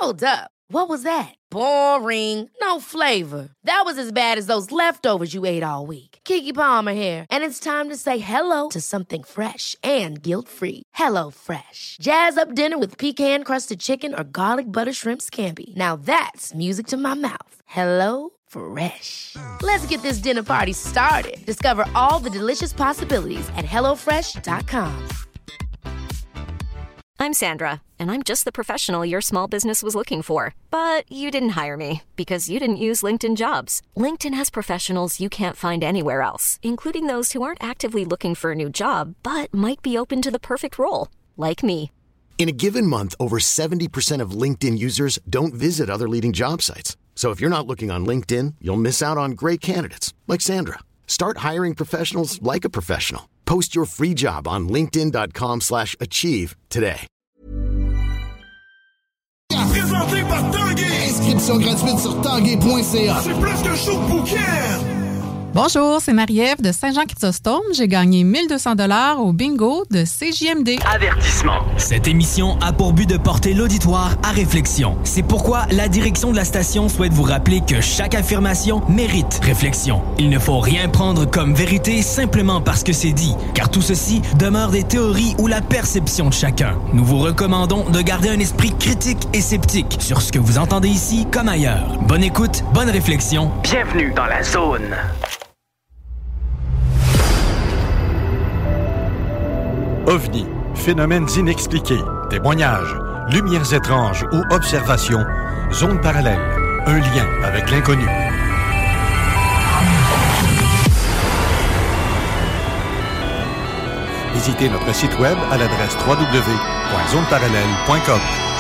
Hold up. What was that? Boring. No flavor. That was as bad as those leftovers you ate all week. Keke Palmer here, and it's time to say hello to something fresh and guilt-free. Hello Fresh. Jazz up dinner with pecan-crusted chicken or garlic butter shrimp scampi. Now that's music to my mouth. Hello Fresh. Let's get this dinner party started. Discover all the delicious possibilities at hellofresh.com. I'm Sandra, and I'm just the professional your small business was looking for. But you didn't hire me because you didn't use LinkedIn Jobs. LinkedIn has professionals you can't find anywhere else, including those who aren't actively looking for a new job, but might be open to the perfect role, like me. In a given month, over 70% of LinkedIn users don't visit other leading job sites. So if you're not looking on LinkedIn, you'll miss out on great candidates, like Sandra. Start hiring professionals like a professional. Post your free job on linkedin.com/achieve today. Présenté par Tanguay. Inscription gratuite sur tanguay.ca. C'est plus qu'un show de bouquin. Bonjour, c'est Marie-Ève de Saint-Jean-Chrysostome. J'ai gagné 1200 $ au bingo de CJMD. Avertissement. Cette émission a pour but de porter l'auditoire à réflexion. C'est pourquoi la direction de la station souhaite vous rappeler que chaque affirmation mérite réflexion. Il ne faut rien prendre comme vérité simplement parce que c'est dit, car tout ceci demeure des théories ou la perception de chacun. Nous vous recommandons de garder un esprit critique et sceptique sur ce que vous entendez ici comme ailleurs. Bonne écoute, bonne réflexion. Bienvenue dans la zone. OVNI, phénomènes inexpliqués, témoignages, lumières étranges ou observations, zone parallèle, un lien avec l'inconnu. Visitez notre site web à l'adresse www.zoneparallèle.com.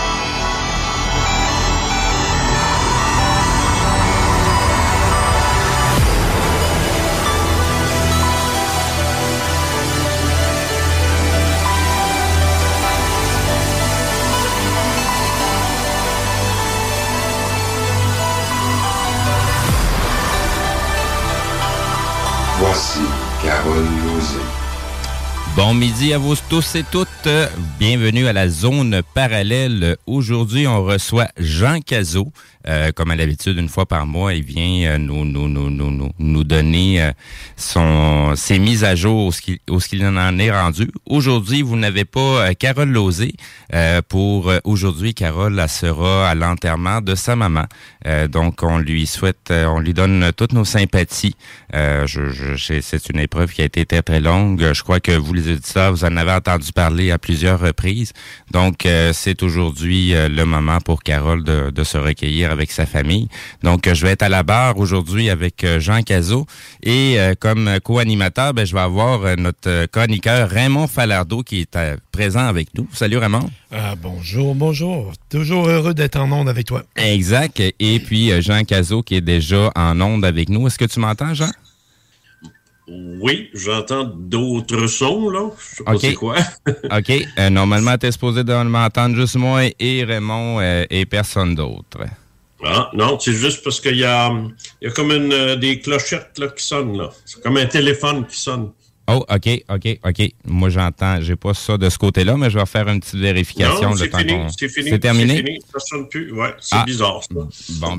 Voici Carole Lauzé. Bon midi à vous tous et toutes. Bienvenue à la zone parallèle. Aujourd'hui, on reçoit Jean Cazot. Comme à l'habitude, une fois par mois, il vient nous donner ses mises à jour, ce qu'il en est rendu. Aujourd'hui, vous n'avez pas Carole Lauzé. Pour aujourd'hui, Carole elle sera à l'enterrement de sa maman. Donc, on lui donne toutes nos sympathies. C'est une épreuve qui a été très, très longue. Je crois que vous, les auditeurs, vous en avez entendu parler à plusieurs reprises. Donc, c'est aujourd'hui le moment pour Carole de se recueillir avec sa famille. Donc, je vais être à la barre aujourd'hui avec Jean Cazot et comme co-animateur, je vais avoir notre chroniqueur Raymond Falardeau qui est présent avec nous. Salut Raymond. Bonjour. Toujours heureux d'être en onde avec toi. Exact. Et puis Jean Cazot qui est déjà en onde avec nous. Est-ce que tu m'entends, Jean? Oui, j'entends d'autres sons, là. Je sais pas c'est quoi. OK. Normalement, tu es supposé de m'entendre juste moi et Raymond et personne d'autre. Ah, non, c'est juste parce qu'il y a comme des clochettes là, qui sonnent, là. C'est comme un téléphone qui sonne. Oh, OK. Moi, j'entends. J'ai pas ça de ce côté-là, mais je vais faire une petite vérification. Non, c'est fini. C'est terminé? C'est fini. Ça sonne plus. Ouais, c'est bizarre, ça. Bon.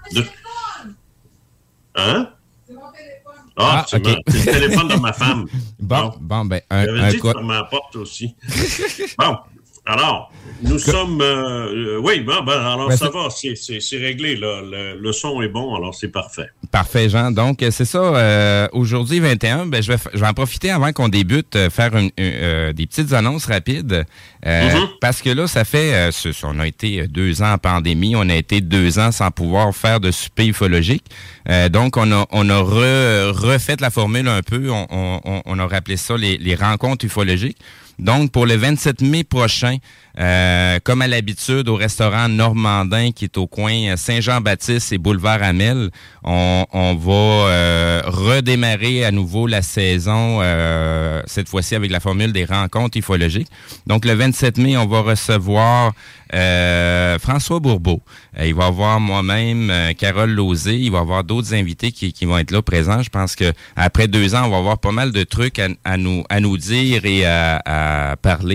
Hein? C'est le téléphone de ma femme. Bon, j'avais dit de fermer la porte aussi. Bon, alors, nous sommes... alors ça va, c'est réglé, là. Le son est bon, alors c'est parfait. Parfait, Jean. Donc, c'est ça. Aujourd'hui, 21, je vais en profiter avant qu'on débute, faire des petites annonces rapides. Parce que là, ça fait... on a été 2 ans en pandémie. On a été 2 ans sans pouvoir faire de souper ufologique. Donc, on a refait la formule un peu. On a rappelé ça les rencontres ufologiques. Donc, pour le 27 mai prochain, comme à l'habitude, au restaurant Normandin, qui est au coin Saint-Jean-Baptiste et boulevard Hamel, on va redémarrer à nouveau la saison, cette fois-ci avec la formule des rencontres ufologiques. Donc, le 27 mai, on va recevoir François Bourbeau. Il va y avoir moi-même, Carole Lauzé. Il va y avoir d'autres invités qui vont être là présents. Je pense que après 2 ans, on va avoir pas mal de trucs à nous dire et à parler.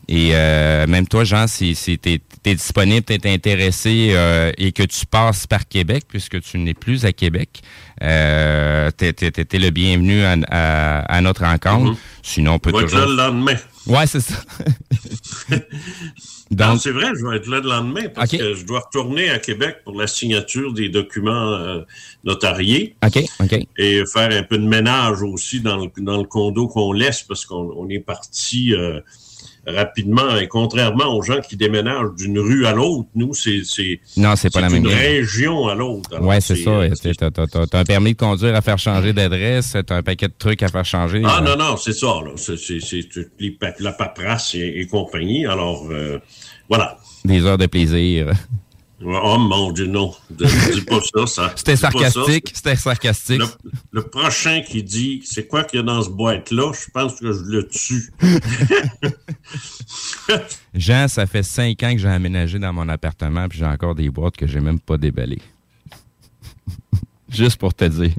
Et même toi, Jean, si tu es disponible, tu es intéressé et que tu passes par Québec, puisque tu n'es plus à Québec, tu es le bienvenu à notre rencontre. Sinon, on peut toujours... Je vais être là le lendemain. Ouais, c'est ça. Donc, non, c'est vrai, je vais être là le lendemain parce que je dois retourner à Québec pour la signature des documents notariés. OK. Et faire un peu de ménage aussi dans le condo qu'on laisse parce qu'on est parti rapidement. Et contrairement aux gens qui déménagent d'une rue à l'autre, nous, c'est pas la même une région à l'autre. Oui, c'est ça. T'as un permis de conduire à faire changer d'adresse, t'as un paquet de trucs à faire changer. Non, c'est ça. Là. C'est la paperasse et compagnie. Alors, voilà. Des heures de plaisir. Oh mon Dieu, non. Dis pas ça. C'était sarcastique. Le prochain qui dit c'est quoi qu'il y a dans ce boîte-là, je pense que je le tue. Jean, ça fait 5 ans que j'ai aménagé dans mon appartement, puis j'ai encore des boîtes que j'ai même pas déballées. Juste pour te dire.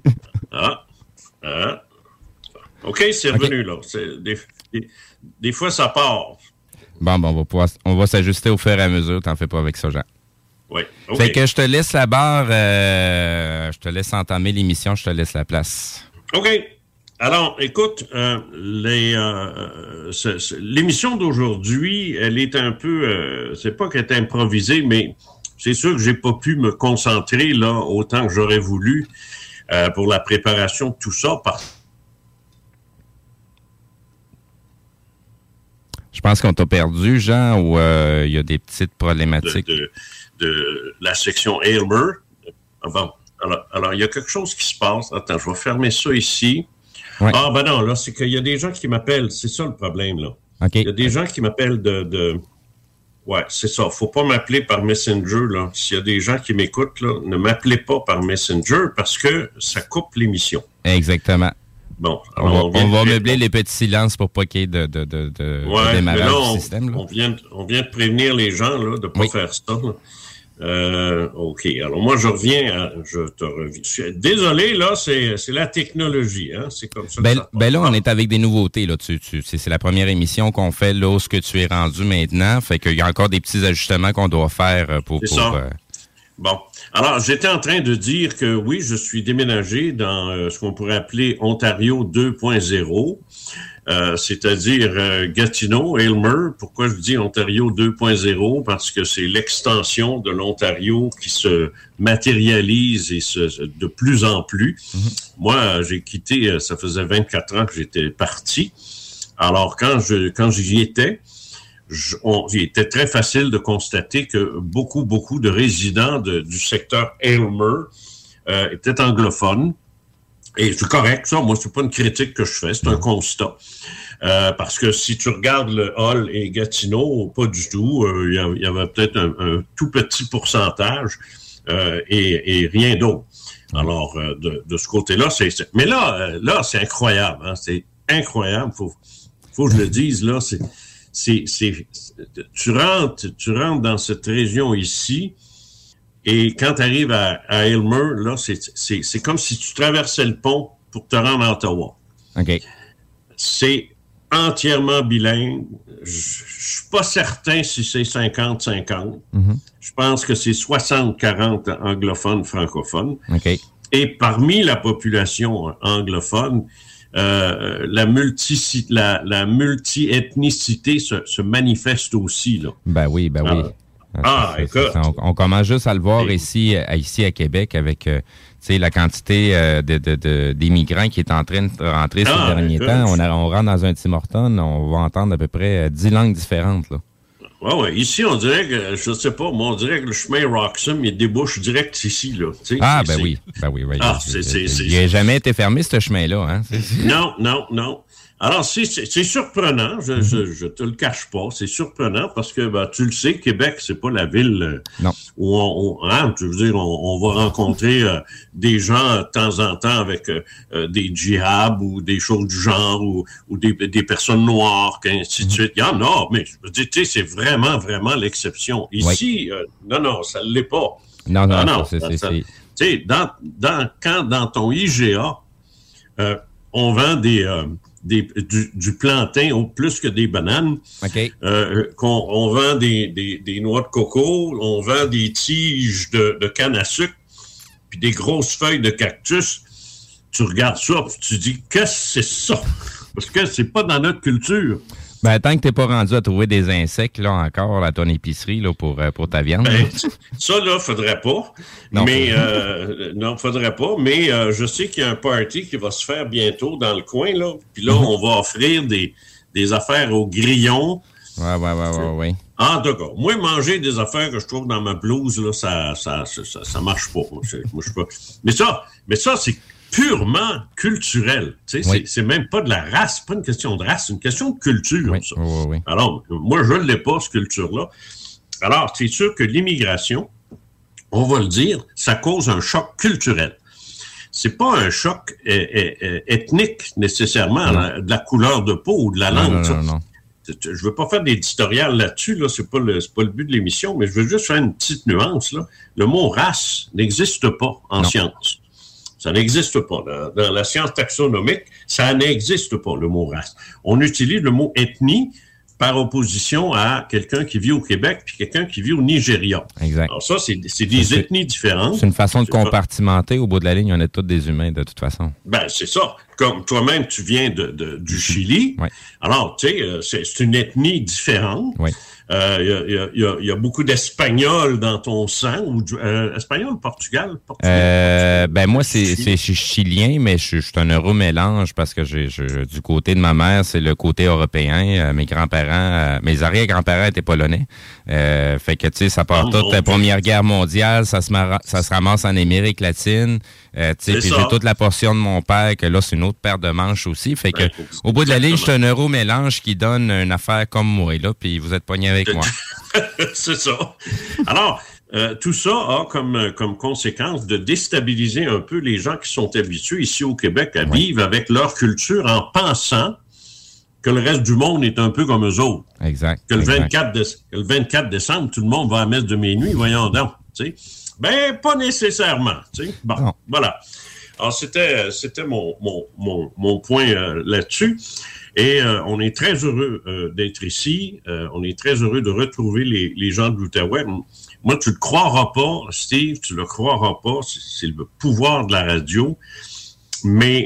OK, c'est revenu, là. Des fois, ça part. Bon, on va s'ajuster au fur et à mesure. T'en fais pas avec ça, Jean. Oui. Okay. Fait que je te laisse la barre, je te laisse entamer l'émission, je te laisse la place. OK. Alors, écoute, l'émission d'aujourd'hui, elle est un peu, c'est pas qu'elle est improvisée, mais c'est sûr que j'ai pas pu me concentrer là autant que j'aurais voulu pour la préparation de tout ça. Je pense qu'on t'a perdu, Jean, ou il y a des petites problématiques. De la section Aylmer. Bon, alors, il y a quelque chose qui se passe. Attends, je vais fermer ça ici. Ouais. Non, là, c'est qu'il y a des gens qui m'appellent. C'est ça le problème, là. Okay. Il y a des gens qui m'appellent Ouais, c'est ça. Faut pas m'appeler par Messenger, là. S'il y a des gens qui m'écoutent, là, ne m'appelez pas par Messenger parce que ça coupe l'émission. Exactement. Bon, alors on va meubler les petits silences pour pas qu'il y ait de démarrage du système. Là. On vient de prévenir les gens là, de ne pas faire ça. OK. Alors, moi, je reviens. Désolé, là, c'est la technologie. Hein? C'est comme ça. Là, on est avec des nouveautés. Là. C'est la première émission qu'on fait là où ce que tu es rendu maintenant. Fait qu'il y a encore des petits ajustements qu'on doit faire pour... Bon. Alors, j'étais en train de dire que oui, je suis déménagé dans ce qu'on pourrait appeler Ontario 2.0, c'est-à-dire Gatineau, Aylmer. Pourquoi je dis Ontario 2.0? Parce que c'est l'extension de l'Ontario qui se matérialise et de plus en plus. Mm-hmm. Moi, j'ai quitté, ça faisait 24 ans que j'étais parti. Alors, quand j'y étais, il était très facile de constater que beaucoup de résidents du secteur Aylmer étaient anglophones. Et c'est correct, ça. Moi, c'est pas une critique que je fais, c'est un constat. Parce que si tu regardes le Hull et Gatineau, pas du tout. Il y avait peut-être un tout petit pourcentage et rien d'autre. Alors, de ce côté-là, mais là, c'est incroyable. Hein, c'est incroyable. Faut que je le dise, là. Tu rentres dans cette région ici, et quand tu arrives à Aylmer, là, c'est comme si tu traversais le pont pour te rendre à Ottawa. OK. C'est entièrement bilingue. Je suis pas certain si c'est 50-50. Mm-hmm. Je pense que c'est 60-40 anglophones, francophones. OK. Et parmi la population anglophone, la multi-ethnicité se manifeste aussi, là. Ben oui. Écoute. On commence juste à le voir ici à Québec avec la quantité d'immigrants qui est en train de rentrer ces derniers temps. On rentre dans un Tim Hortons, on va entendre à peu près 10 langues différentes, là. Ouais. Ici, on dirait que, je sais pas, moi, on dirait que le chemin Roxham, il débouche direct ici, là. Oui. Il n'a jamais été fermé, ce chemin-là, hein? Non. Alors, c'est surprenant, je te le cache pas, c'est surprenant parce que, tu le sais, Québec, c'est pas la ville où on va rencontrer des gens de temps en temps avec des djihad ou des choses du genre ou des personnes noires, ainsi de suite. Il y en a, mais je veux dire, tu sais, c'est vraiment, vraiment l'exception. Ici, non, ça ne l'est pas. Non. Tu sais, quand dans ton IGA, on vend du plantain plus que des bananes. Okay. On vend des noix de coco, on vend des tiges de canne à sucre, puis des grosses feuilles de cactus. Tu regardes ça, puis tu dis, qu'est-ce que c'est ça? Parce que c'est pas dans notre culture. Ben, tant que t'es pas rendu à trouver des insectes, là, encore, à ton épicerie, là, pour ta viande. Ben, ça, là, faudrait pas. Non. Mais, non, faudrait pas. Mais, je sais qu'il y a un party qui va se faire bientôt dans le coin, là. Puis là, on va offrir des affaires au grillon. Ouais. En tout cas, moi, manger des affaires que je trouve dans ma blouse, là, ça marche pas. Moi, je peux. Mais ça, c'est purement culturel. Tu sais, oui. c'est même pas de la race, c'est pas une question de race, c'est une question de culture. Oui. Ça. Oui. Alors, moi, je ne l'ai pas, cette culture-là. Alors, c'est sûr que l'immigration, on va le dire, ça cause un choc culturel. C'est pas un choc ethnique, nécessairement, de la couleur de peau ou de la langue. Non. Je veux pas faire d'éditorial là-dessus, là, c'est pas le but de l'émission, mais je veux juste faire une petite nuance, là. Le mot race n'existe pas en science. Ça n'existe pas. Dans la science taxonomique, ça n'existe pas, le mot race. On utilise le mot ethnie par opposition à quelqu'un qui vit au Québec puis quelqu'un qui vit au Nigeria. Exact. Alors ça, c'est des ethnies différentes. C'est une façon de compartimenter. Au bout de la ligne, on est tous des humains, de toute façon. Ben, c'est ça. Comme toi-même, tu viens du Chili. Oui. Alors, tu sais, c'est une ethnie différente. Oui. Il y a beaucoup d'Espagnols dans ton sang. Espagnol, Portugal? Ben moi, c'est chilien, mais je suis un heureux mélange parce que du côté de ma mère, c'est le côté européen. Mes grands-parents, mes arrière-grands-parents étaient polonais. Fait que, tu sais, ça part toute la Première Guerre mondiale, ça se ramasse en Amérique latine. Puis j'ai toute la portion de mon père, que là, c'est une autre paire de manches aussi. Fait que, au bout de la ligne, je suis un euro mélange qui donne une affaire comme moi, là, puis vous êtes pogné avec moi. C'est ça. Alors, tout ça a comme conséquence de déstabiliser un peu les gens qui sont habitués ici au Québec à vivre avec leur culture en pensant que le reste du monde est un peu comme eux autres. Exact. Que le 24 décembre, tout le monde va à la messe de minuit, voyons donc, tu sais. Ben, pas nécessairement, tu sais. Bon, voilà. Alors, c'était mon point là-dessus. Et on est très heureux d'être ici. On est très heureux de retrouver les gens de l'Outaouais. Moi, tu le croiras pas, Steve, tu le croiras pas. C'est le pouvoir de la radio. Mais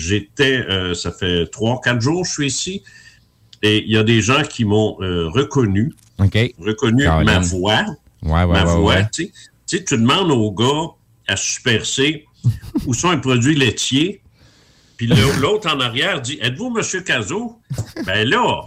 ça fait 3-4 jours que je suis ici. Et il y a des gens qui m'ont reconnu. Reconnu ma voix. Ma voix, tu sais. Tu sais, tu demandes aux gars à Super C où sont les produits laitiers, puis l'autre en arrière dit « Êtes-vous M. Cazot? » Ben là,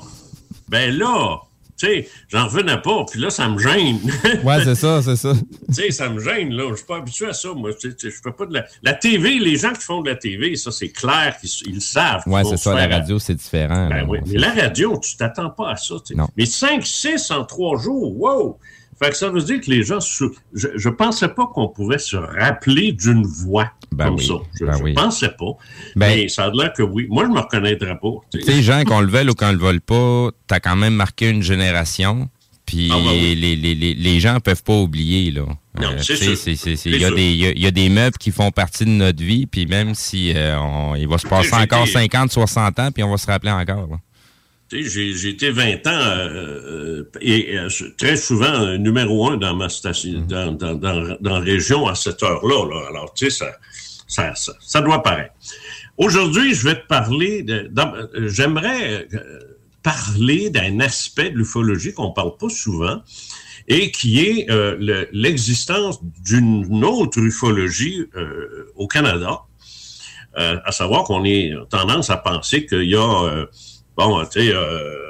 tu sais, j'en revenais pas, puis là, ça me gêne. Ouais, c'est ça. Tu sais, ça me gêne, là. Je suis pas habitué à ça, moi. Je fais pas de la TV, les gens qui font de la TV, ça, c'est clair qu'ils le savent. Ouais, c'est ça, la radio, c'est différent. Ben oui, mais la radio, tu t'attends pas à ça, tu sais. Non. Mais 5-6 en 3 jours, wow! Fait que ça veut dire que les gens... Je pensais pas qu'on pouvait se rappeler d'une voix comme ça. Je pensais pas. Mais ça a l'air que oui. Moi, je me reconnaîtrais pas. Tu sais, gens, qu'on le veuille ou qu'on le veuille pas, t'as quand même marqué une génération. Puis les gens peuvent pas oublier, là. Non, c'est sûr. Il y a des meubles qui font partie de notre vie, puis même si il va se passer encore 50, 60 ans, puis on va se rappeler encore, là. J'ai été 20 ans et très souvent numéro 1 dans ma station, dans la région à cette heure-là. Là. Alors, tu sais, ça doit paraître. Aujourd'hui, je vais te parler j'aimerais parler d'un aspect de l'ufologie qu'on parle pas souvent et qui est l'existence d'une autre ufologie au Canada. À savoir qu'on ait tendance à penser qu'il y a... Bon, tu sais,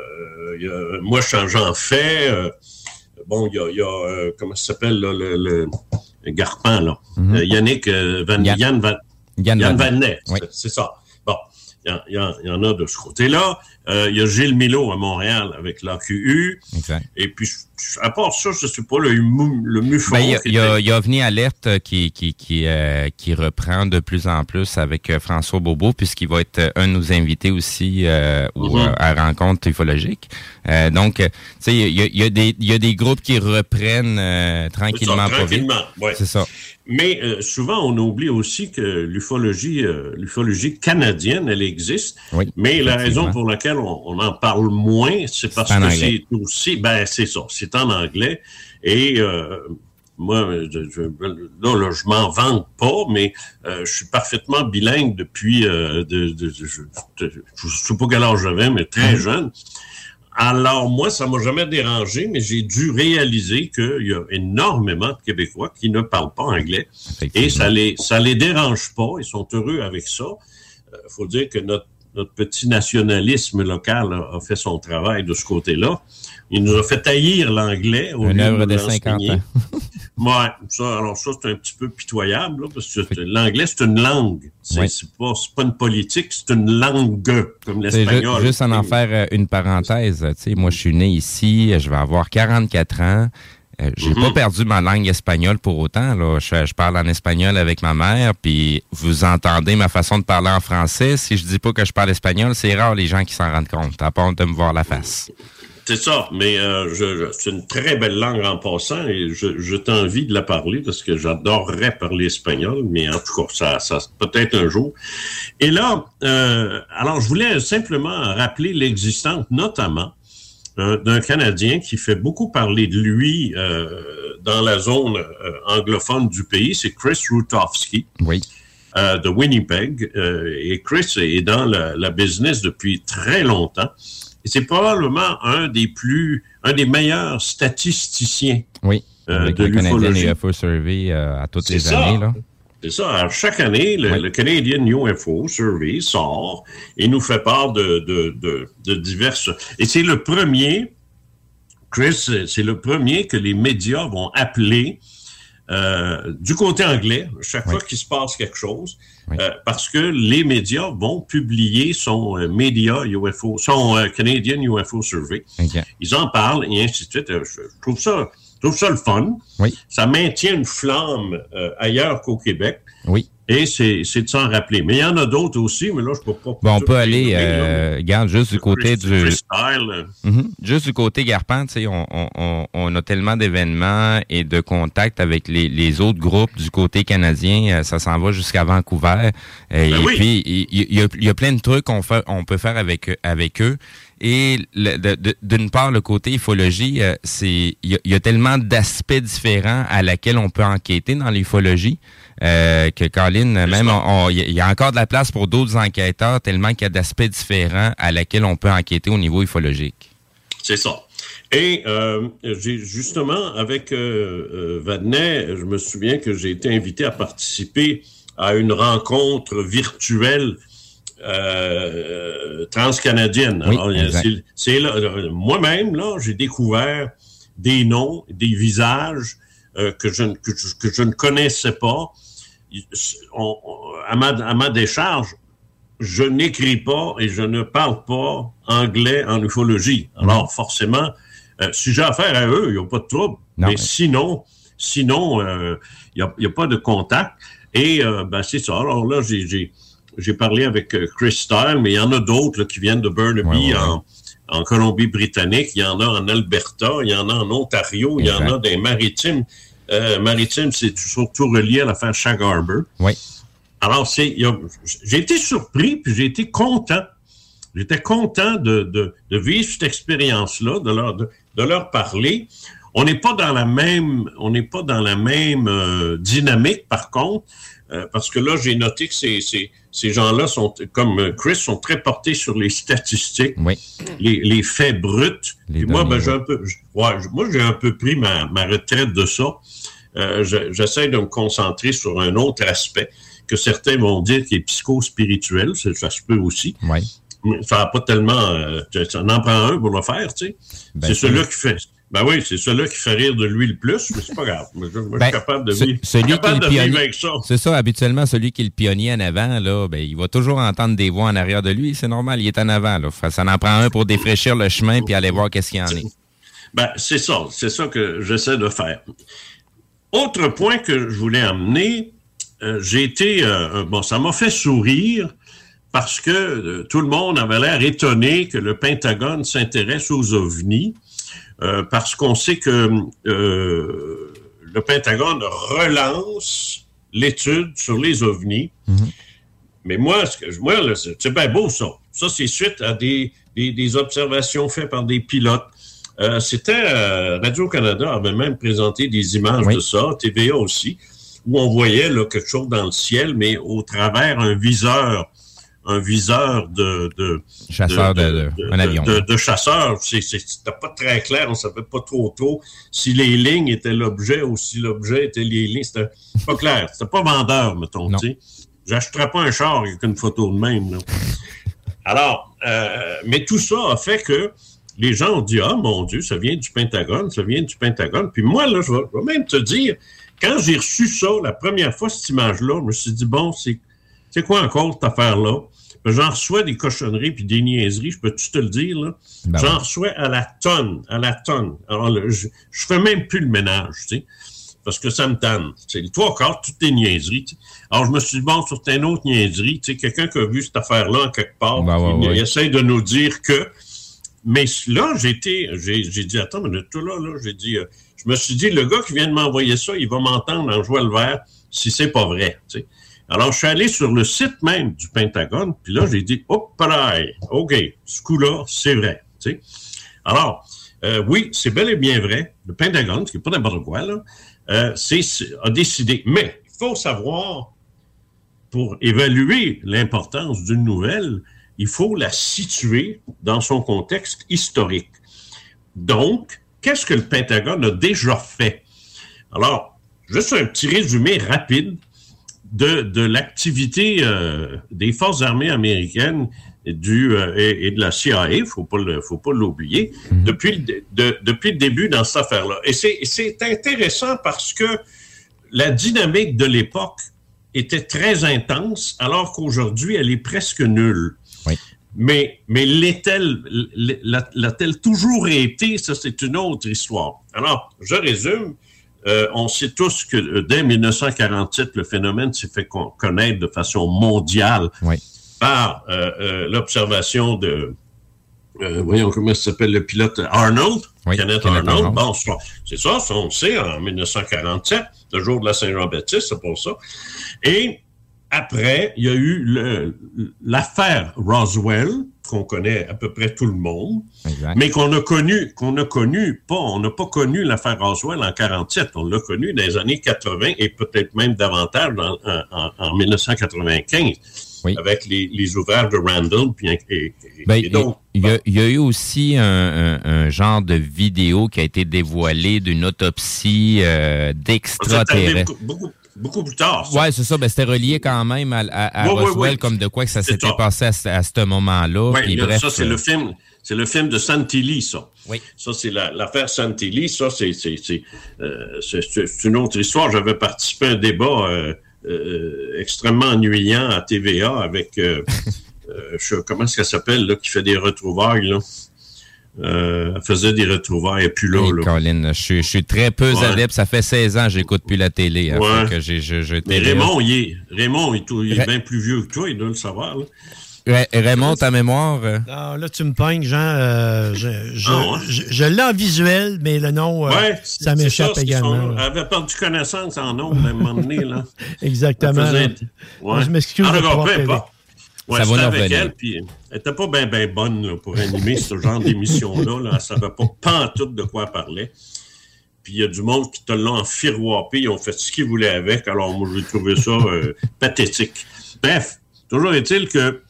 moi, j'en fais. Il y a comment ça s'appelle, là, le Garpan, là. Yannick Yann Vanet, c'est ça. Bon, il y en a de ce côté-là. Il y a Gilles Milot à Montréal avec l'AQU. Exact. Et puis, à part ça, je sais pas, le MUFON. Il y a OVNI Alerte qui reprend de plus en plus avec François Bourbeau, puisqu'il va être un de nos invités aussi à rencontre ufologique. Donc, tu sais, il y a des groupes qui reprennent tranquillement, pas vite. Ouais. C'est ça. Mais souvent, on oublie aussi que l'ufologie canadienne, elle existe. Oui, mais la raison pour laquelle on en parle moins, c'est parce que c'est aussi... c'est ça, c'est en anglais. Et moi, je m'en vante pas, mais je suis parfaitement bilingue depuis... je sais pas quel âge j'avais, mais très jeune. Alors, moi, ça m'a jamais dérangé, mais j'ai dû réaliser qu'il y a énormément de Québécois qui ne parlent pas anglais. Et ça les dérange pas. Ils sont heureux avec ça. Faut dire que notre petit nationalisme local a fait son travail de ce côté-là. Il nous a fait haïr l'anglais. Une œuvre de 50 ans. Ouais, ça, c'est un petit peu pitoyable, là, parce que l'anglais, c'est une langue. C'est pas une politique, c'est une langue, comme l'espagnol. Juste en faire une parenthèse, tu sais, moi, je suis né ici, je vais avoir 44 ans. J'ai pas perdu ma langue espagnole pour autant. Là. Je parle en espagnol avec ma mère, puis vous entendez ma façon de parler en français. Si je dis pas que je parle espagnol, c'est rare les gens qui s'en rendent compte, à part de me voir la face. C'est ça, mais c'est une très belle langue en passant et je t'envie de la parler parce que j'adorerais parler espagnol, mais en tout cas, ça peut-être un jour. Et là, alors je voulais simplement rappeler l'existence notamment d'un Canadien qui fait beaucoup parler de lui dans la zone anglophone du pays, c'est Chris Rutofsky. Oui. De Winnipeg. Et Chris est dans la business depuis très longtemps. Et c'est probablement un des meilleurs statisticiens avec de le l'ufologie. Canadian UFO Survey à toutes les années. Là. C'est ça. Alors, chaque année, le Canadian UFO Survey sort et nous fait part de diverses... Et c'est le premier, Chris, c'est le premier que les médias vont appeler du côté anglais, chaque fois qu'il se passe quelque chose, parce que les médias vont publier son Canadian UFO Survey. Okay. Ils en parlent et ainsi de suite. Je trouve ça le fun. Oui. Ça maintient une flamme ailleurs qu'au Québec. Oui. Et c'est de s'en rappeler. Mais il y en a d'autres aussi, mais là, je peux pas... Bon, on peut aller, regarde, juste du côté juste du côté Garpin, tu sais, on a tellement d'événements et de contacts avec les autres groupes du côté canadien, ça s'en va jusqu'à Vancouver. Puis, il y a plein de trucs on peut faire avec eux. Et d'une part, le côté ufologie, il y a tellement d'aspects différents à laquelle on peut enquêter dans l'ufologie que Colin, même il y a encore de la place pour d'autres enquêteurs tellement qu'il y a d'aspects différents à laquelle on peut enquêter au niveau ufologique. C'est ça. Et j'ai justement, avec Vadnais, je me souviens que j'ai été invité à participer à une rencontre virtuelle transcanadienne. Oui, alors, c'est là, moi-même, là, j'ai découvert des noms, des visages que je ne connaissais pas. À ma décharge, je n'écris pas et je ne parle pas anglais en ufologie. Alors, forcément, si j'ai affaire à eux, il n'y a pas de trouble. Non, mais sinon, il n'y a pas de contact. Et c'est ça. Alors là, j'ai parlé avec Chris Style, mais il y en a d'autres là, qui viennent de Burnaby en Colombie-Britannique. Il y en a en Alberta, il y en a en Ontario, il y en a des maritimes. Maritime, c'est surtout relié à l'affaire Shag Harbor. Oui. Alors, j'ai été surpris, puis j'ai été content. J'étais content de vivre cette expérience-là, de leur parler. On n'est pas dans la même dynamique, par contre, parce que là, j'ai noté que ces gens-là sont, comme Chris, sont très portés sur les statistiques, les faits bruts. Puis moi, j'ai un peu pris ma retraite de ça. J'essaie de me concentrer sur un autre aspect que certains vont dire qui est psycho-spirituel. Ça se peut aussi. Oui. Mais ça n'a pas tellement... ça en prend un pour le faire, tu sais. C'est celui-là qui fait... Ben oui, c'est celui-là qui fait rire de lui le plus, mais c'est pas grave. Moi, je suis capable de vivre avec ça. C'est ça, habituellement, celui qui est le pionnier en avant, là, il va toujours entendre des voix en arrière de lui. C'est normal, il est en avant. Là. Ça en prend un pour défraîchir le chemin puis aller voir qu'est-ce qu'il y en est. Ben, c'est ça que j'essaie de faire. Autre point que je voulais amener, j'ai été... ça m'a fait sourire parce que tout le monde avait l'air étonné que le Pentagone s'intéresse aux ovnis, parce qu'on sait que le Pentagone relance l'étude sur les ovnis. Mm-hmm. Mais moi, c'est bien beau, ça. Ça, c'est suite à des observations faites par des pilotes. Radio-Canada avait même présenté des images de ça, TVA aussi, où on voyait là, quelque chose dans le ciel, mais au travers un viseur de chasseur un avion. De chasseur. C'était pas très clair, on savait pas trop si les lignes étaient l'objet ou si l'objet était les lignes. C'était pas clair. C'était pas vendeur, mettons. J'achèterais pas un char avec une photo de même. Là. Alors, mais tout ça a fait que les gens ont dit, ah, mon Dieu, ça vient du Pentagone. Puis moi, là, je vais même te dire, quand j'ai reçu ça, la première fois, cette image-là, je me suis dit, bon, c'est quoi encore cette affaire-là? J'en reçois des cochonneries puis des niaiseries, je peux-tu te le dire, là? J'en reçois à la tonne. Alors, là, je fais même plus le ménage, tu sais, parce que ça me tanne. C'est le 3/4, toutes les niaiseries, tu sais. Alors, je me suis dit, bon, sur une autre niaiserie, tu sais, quelqu'un qui a vu cette affaire-là en quelque part, il essaie de nous dire que... Mais là, j'ai dit, attends une minute, j'ai dit, je me suis dit, le gars qui vient de m'envoyer ça, il va m'entendre en jouant le vert si c'est pas vrai, tu sais. Alors, je suis allé sur le site même du Pentagone, puis là, j'ai dit, hop, pareil, OK, ce coup-là, c'est vrai, tu sais. Alors, oui, c'est bel et bien vrai. Le Pentagone, ce qui n'est pas n'importe quoi, là, a décidé. Mais il faut savoir, pour évaluer l'importance d'une nouvelle, il faut la situer dans son contexte historique. Donc, qu'est-ce que le Pentagone a déjà fait? Alors, juste un petit résumé rapide de l'activité des forces armées américaines et de la CIA, faut pas l'oublier, depuis le début dans cette affaire-là. Et c'est intéressant parce que la dynamique de l'époque était très intense, alors qu'aujourd'hui, elle est presque nulle. Oui. Mais l'a-t-elle toujours été? Ça, c'est une autre histoire. Alors, je résume. On sait tous que dès 1947, le phénomène s'est fait connaître de façon mondiale par l'observation de... voyons comment ça s'appelle, le pilote Arnold, Kenneth Arnold. Bon, c'est ça, on sait, en 1947, le jour de la Saint-Jean-Baptiste, c'est pour ça. Et après, il y a eu l'affaire Roswell, qu'on connaît à peu près tout le monde, mais on n'a pas connu l'affaire Roswell en 47, on l'a connu dans les années 80 et peut-être même davantage en 1995. Oui. Avec les ouvrages de Randall. Il y a eu aussi un genre de vidéo qui a été dévoilée d'une autopsie d'extraterrestres. Beaucoup plus tard. Oui, c'est ça. Ben, c'était relié quand même à Roswell, comme de quoi que ça s'était passé à ce moment-là. Oui, ça, c'est le film. C'est le film de Santilli, ça. Oui. Ça, c'est l'affaire Santilli. Ça, c'est une autre histoire. J'avais participé à un débat extrêmement ennuyant à TVA avec comment est-ce qu'elle s'appelle, là, qui fait des retrouvailles, là. Elle faisait des retrouvailles, et puis là. Oui, Colin, je suis très peu adepte. Ça fait 16 ans que j'écoute plus la télé. Mais Raymond, il est bien plus vieux que toi, il doit le savoir, là. Raymond, ta mémoire? Non, là, tu me pognes, Jean. Je l'ai en visuel, mais le nom, ça m'échappe également. Elle avait perdu connaissance en nom, à un moment donné, là. Exactement. Je m'excuse. Ouais, c'était avec elle, puis elle n'était pas bien bonne là, pour animer ce genre d'émission-là. Là. Elle ne savait pas pantoute de quoi elle parlait. Puis il y a du monde qui te l'a enfiroipé, ils ont fait ce qu'ils voulaient avec. Alors moi, j'ai trouvé ça pathétique. Bref, toujours est-il que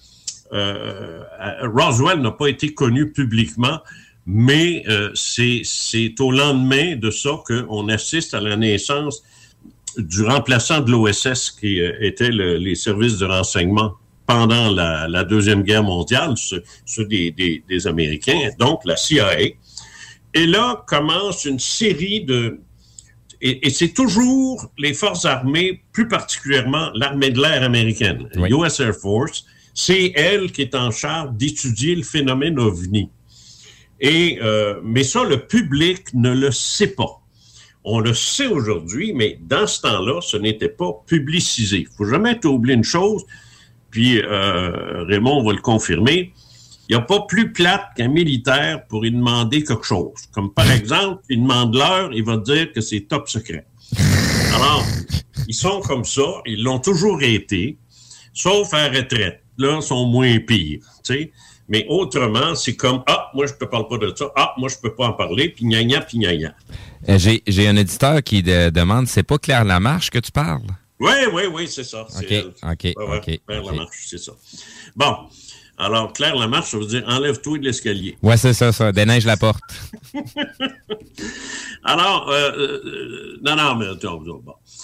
Roswell n'a pas été connu publiquement, mais c'est au lendemain de ça qu'on assiste à la naissance du remplaçant de l'OSS qui était les services de renseignement pendant la Deuxième Guerre mondiale, ceux des Américains, donc la CIA. Et là commence une série de... Et c'est toujours les forces armées, plus particulièrement l'armée de l'air américaine, US Air Force, c'est elle qui est en charge d'étudier le phénomène OVNI. Mais ça, le public ne le sait pas. On le sait aujourd'hui, mais dans ce temps-là, ce n'était pas publicisé. Il ne faut jamais t'oublier une chose, puis Raymond va le confirmer, il n'y a pas plus plate qu'un militaire pour lui demander quelque chose. Comme par exemple, il demande l'heure, il va te dire que c'est top secret. Alors, ils sont comme ça, ils l'ont toujours été, sauf à la retraite. Là, ils sont moins pires, tu sais. Mais autrement, c'est comme, moi, je ne parle pas de ça. Moi, je ne peux pas en parler, puis gna gna, puis gna gna. J'ai un auditeur qui demande, c'est pas Claire Lamarche que tu parles? Oui, c'est ça. OK. Claire Lamarche, c'est ça. Bon, alors, Claire Lamarche, ça veut dire, enlève-toi de l'escalier. Oui, c'est ça. Déneige la porte. Alors, non, mais attends, bon.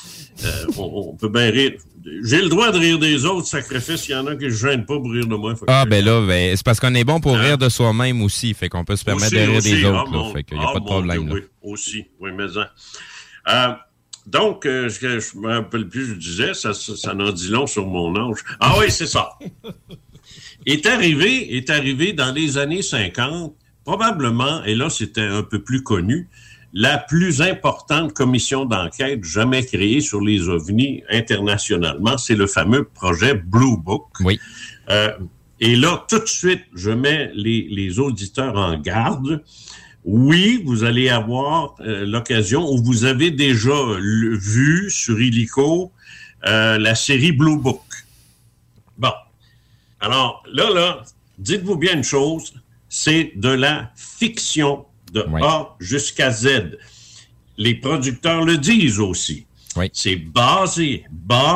On peut bien rire. J'ai le droit de rire des autres sacrifices. Il y en a qui ne se gênent pas pour rire de moi. C'est parce qu'on est bon pour rire de soi-même aussi. Fait qu'on peut se permettre de rire des autres. Fait qu'il n'y a pas de problème. Dieu, oui, mais ça. Donc, je me rappelle plus, je disais, ça n'en dit long sur mon âge. Ah oui, c'est ça. Est arrivé dans les années 50, probablement, et là, c'était un peu plus connu, la plus importante commission d'enquête jamais créée sur les ovnis internationalement, c'est le fameux projet Blue Book. Oui. Et là, tout de suite, je mets les auditeurs en garde. Oui, vous allez avoir l'occasion, ou vous avez déjà vu sur Illico la série Blue Book. Bon. Alors, là, dites-vous bien une chose, c'est de la fiction de A jusqu'à Z. Les producteurs le disent aussi. Oui. C'est basé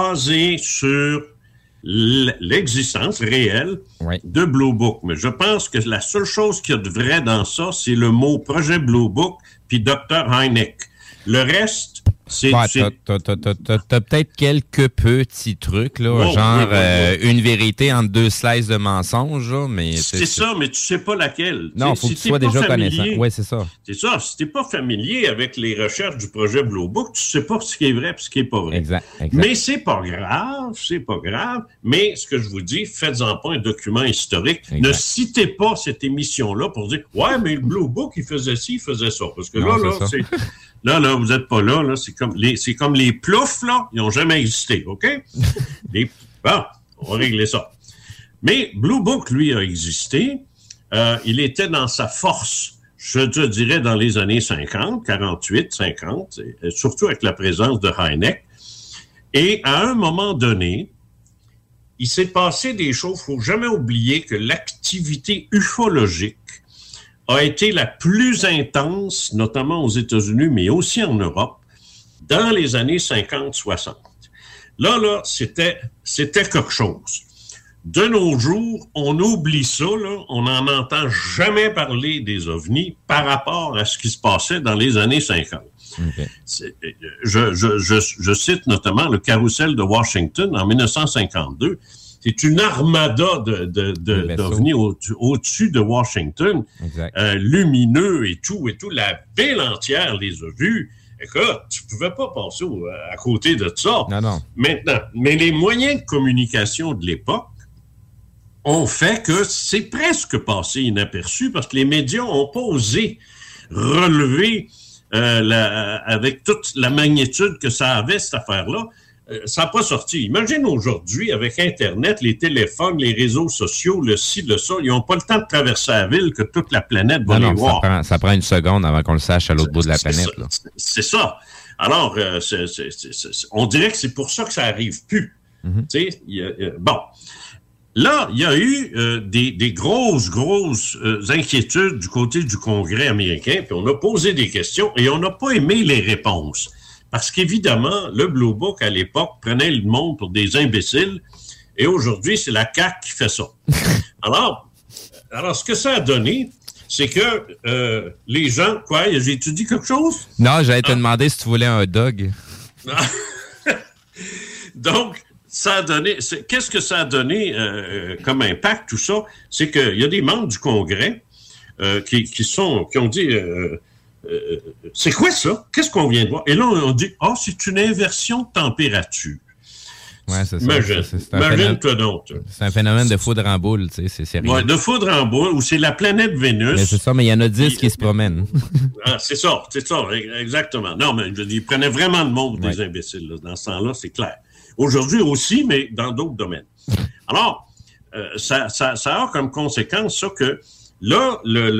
sur l'existence réelle de Blue Book. Mais je pense que la seule chose qu'il y a de vrai dans ça, c'est le mot projet Blue Book puis Dr. Hynek. Le reste, c'est... T'as peut-être quelques petits trucs, là, une vérité entre deux slices de mensonges, là, mais... C'est ça, mais tu sais pas laquelle. Non, il faut que tu sois déjà connaissant. Oui, c'est ça. C'est ça. Si t'es pas familier avec les recherches du projet Blue Book, tu sais pas ce qui est vrai et ce qui est pas vrai. Exact. Mais c'est pas grave. Mais ce que je vous dis, faites-en pas un document historique. Exact. Ne citez pas cette émission-là pour dire « Ouais, mais le Blue Book, il faisait ci, il faisait ça. » Parce que c'est... Là, vous n'êtes pas là. C'est comme les ploufs, là. Ils n'ont jamais existé, OK? Bon, on va régler ça. Mais Blue Book, lui, a existé. Il était dans sa force, je te dirais, dans les années 50, 48, 50, surtout avec la présence de Hynek. Et à un moment donné, il s'est passé des choses. Il ne faut jamais oublier que l'activité ufologique a été la plus intense, notamment aux États-Unis, mais aussi en Europe, dans les années 50-60. Là, c'était quelque chose. De nos jours, on oublie ça, là, on n'en entend jamais parler des ovnis par rapport à ce qui se passait dans les années 50. Okay. Je cite notamment le carrousel de Washington en 1952. C'est une armada d'ovnis au-dessus de Washington, lumineux et tout. La ville entière les a vus. Écoute, tu pouvais pas passer à côté de ça. Non. Maintenant, mais les moyens de communication de l'époque ont fait que c'est presque passé inaperçu parce que les médias n'ont pas osé relever avec toute la magnitude que ça avait, cette affaire-là. Ça n'a pas sorti. Imagine aujourd'hui, avec Internet, les téléphones, les réseaux sociaux, le ci, le ça, ils n'ont pas le temps de traverser la ville que toute la planète va les voir. Ça prend une seconde avant qu'on le sache à l'autre bout de la planète. C'est ça. Alors, on dirait que c'est pour ça que ça n'arrive plus. Bon. Là, il y a eu des grosses inquiétudes du côté du Congrès américain, puis on a posé des questions et on n'a pas aimé les réponses. Parce qu'évidemment, le Blue Book, à l'époque, prenait le monde pour des imbéciles, et aujourd'hui, c'est la CAQ qui fait ça. Alors, ce que ça a donné, c'est que les gens... Quoi? J'ai-tu dit quelque chose? Non, j'allais te demander si tu voulais un dog. Donc, ça a donné... Qu'est-ce que ça a donné comme impact, tout ça? C'est qu'il y a des membres du Congrès qui ont dit... c'est quoi ça? Qu'est-ce qu'on vient de voir? Et là, on dit, c'est une inversion de température. Ouais, c'est ça. Imagine-toi donc. C'est un phénomène de foudre en boule, tu sais, c'est sérieux. Ouais, de foudre en boule, où c'est la planète Vénus. Mais c'est ça, mais il y en a 10 qui se promènent. C'est ça, exactement. Non, mais ils prenaient vraiment le monde des imbéciles, là. Dans ce temps-là, c'est clair. Aujourd'hui aussi, mais dans d'autres domaines. Alors, ça a comme conséquence ça que là,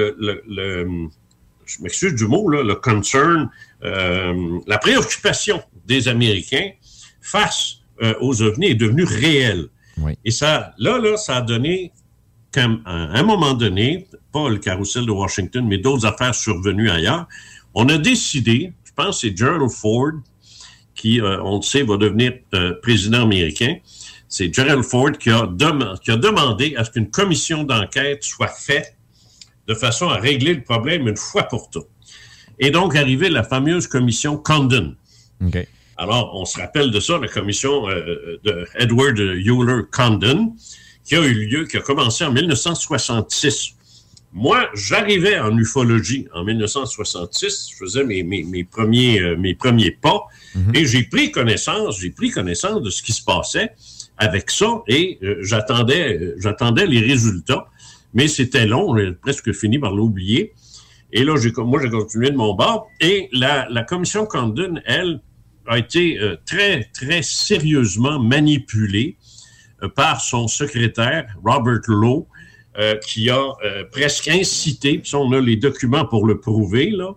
je m'excuse du mot, là, le concern, la préoccupation des Américains face aux ovnis est devenue réelle. Oui. Et ça a donné, à un moment donné, pas le carrousel de Washington, mais d'autres affaires survenues ailleurs, on a décidé, je pense que c'est Gerald Ford, qui, on le sait, va devenir président américain. C'est Gerald Ford qui a demandé à ce qu'une commission d'enquête soit faite de façon à régler le problème une fois pour toutes. Et donc, arrivée la fameuse commission Condon. Okay. Alors, on se rappelle de ça, la commission de Edward Euler Condon, qui a commencé en 1966. Moi, j'arrivais en ufologie en 1966, je faisais mes premiers pas, et j'ai pris connaissance de ce qui se passait avec ça, et j'attendais les résultats, mais c'était long, j'ai presque fini par l'oublier. Et là, j'ai continué de mon bord, et la commission Condon, elle, a été très, très sérieusement manipulée par son secrétaire, Robert Lowe, qui a presque incité, puis ça, on a les documents pour le prouver, là.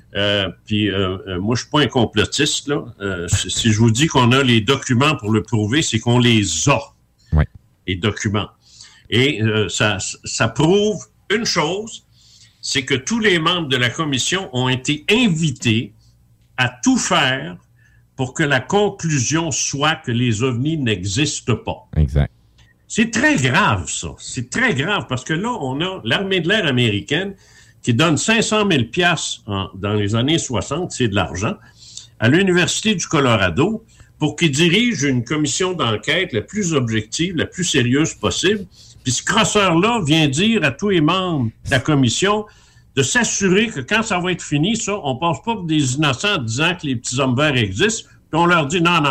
Moi, je suis pas un complotiste, là. Si je vous dis qu'on a les documents pour le prouver, c'est qu'on les a, les documents. Et ça prouve une chose, c'est que tous les membres de la commission ont été invités à tout faire pour que la conclusion soit que les ovnis n'existent pas. Exact. C'est très grave, ça. C'est très grave, parce que là, on a l'armée de l'air américaine qui donne 500 000 $ dans les années 60, c'est de l'argent, à l'Université du Colorado pour qu'il dirige une commission d'enquête la plus objective, la plus sérieuse possible. Puis ce crosseur-là vient dire à tous les membres de la commission de s'assurer que quand ça va être fini, ça, on passe pas pour des innocents en disant que les petits hommes verts existent, puis on leur dit non,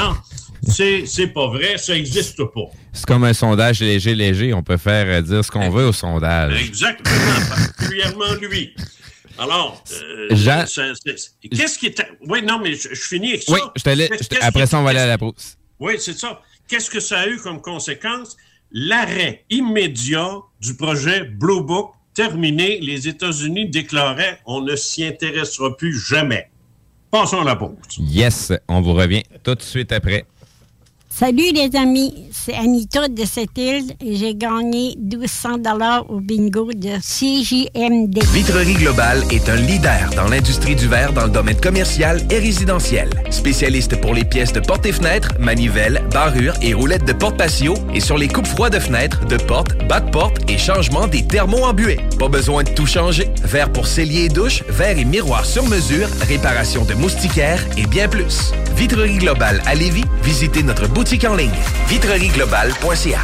c'est pas vrai, ça existe pas. C'est comme un sondage léger, on peut faire dire ce qu'on veut au sondage. Exactement, particulièrement lui. Alors, Jean... qu'est-ce qui est... Oui, non, mais je finis avec ça. Oui, après ça, on va aller à la pause. Oui, c'est ça. Qu'est-ce que ça a eu comme conséquence? L'arrêt immédiat du projet Blue Book. Terminé, les États-Unis déclaraient « on ne s'y intéressera plus jamais ». Passons à la pause. Yes, on vous revient tout de suite après. Salut les amis, c'est Anita de cette île et j'ai gagné 1200 $ au bingo de CJMD. Vitrerie Globale est un leader dans l'industrie du verre dans le domaine commercial et résidentiel. Spécialiste pour les pièces de portes et fenêtres, manivelles, barrures et roulettes de porte-patio et sur les coupes froides de fenêtres, de portes, bas de porte et changement des thermos en buée. Pas besoin de tout changer. Verre pour cellier et douche, verre et miroir sur mesure, réparation de moustiquaires et bien plus. Vitrerie Globale à Lévis, visitez notre boutique en ligne, vitrerieglobale.ca.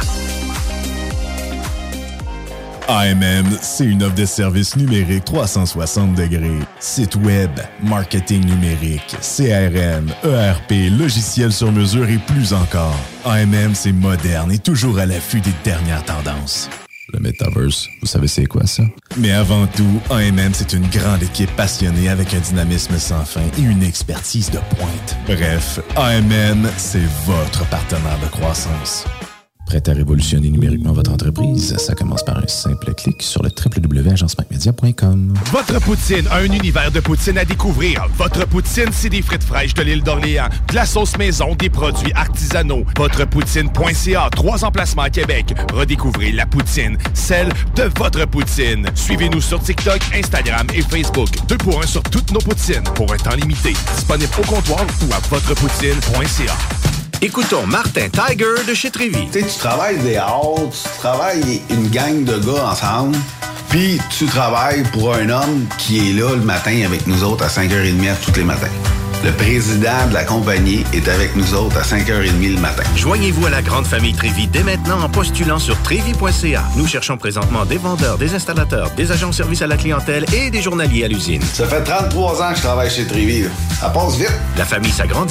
AMM, c'est une offre de services numériques 360 degrés. Site web, marketing numérique, CRM, ERP, logiciels sur mesure et plus encore. AMM, c'est moderne et toujours à l'affût des dernières tendances. Le Metaverse, vous savez c'est quoi ça? Mais avant tout, AMM, c'est une grande équipe passionnée avec un dynamisme sans fin et une expertise de pointe. Bref, AMM, c'est votre partenaire de croissance. Prêt à révolutionner numériquement votre entreprise? Ça commence par un simple clic sur le www.agencemacmedia.com. Votre poutine, un univers de poutine à découvrir. Votre poutine, c'est des frites fraîches de l'île d'Orléans, de la sauce maison, des produits artisanaux. Votrepoutine.ca, 3 emplacements à Québec. Redécouvrez la poutine, celle de votre poutine. Suivez-nous sur TikTok, Instagram et Facebook. 2 pour 1 sur toutes nos poutines, pour un temps limité. Disponible au comptoir ou à Votrepoutine.ca. Écoutons Martin Tiger de chez Trévis. Tu sais, tu travailles dehors, tu travailles une gang de gars ensemble, puis tu travailles pour un homme qui est là le matin avec nous autres à 5h30 tous les matins. Le président de la compagnie est avec nous autres à 5h30 le matin. Joignez-vous à la grande famille Trévis dès maintenant en postulant sur trévis.ca. Nous cherchons présentement des vendeurs, des installateurs, des agents de service à la clientèle et des journaliers à l'usine. Ça fait 33 ans que je travaille chez Trévis. Ça passe vite. La famille s'agrandit.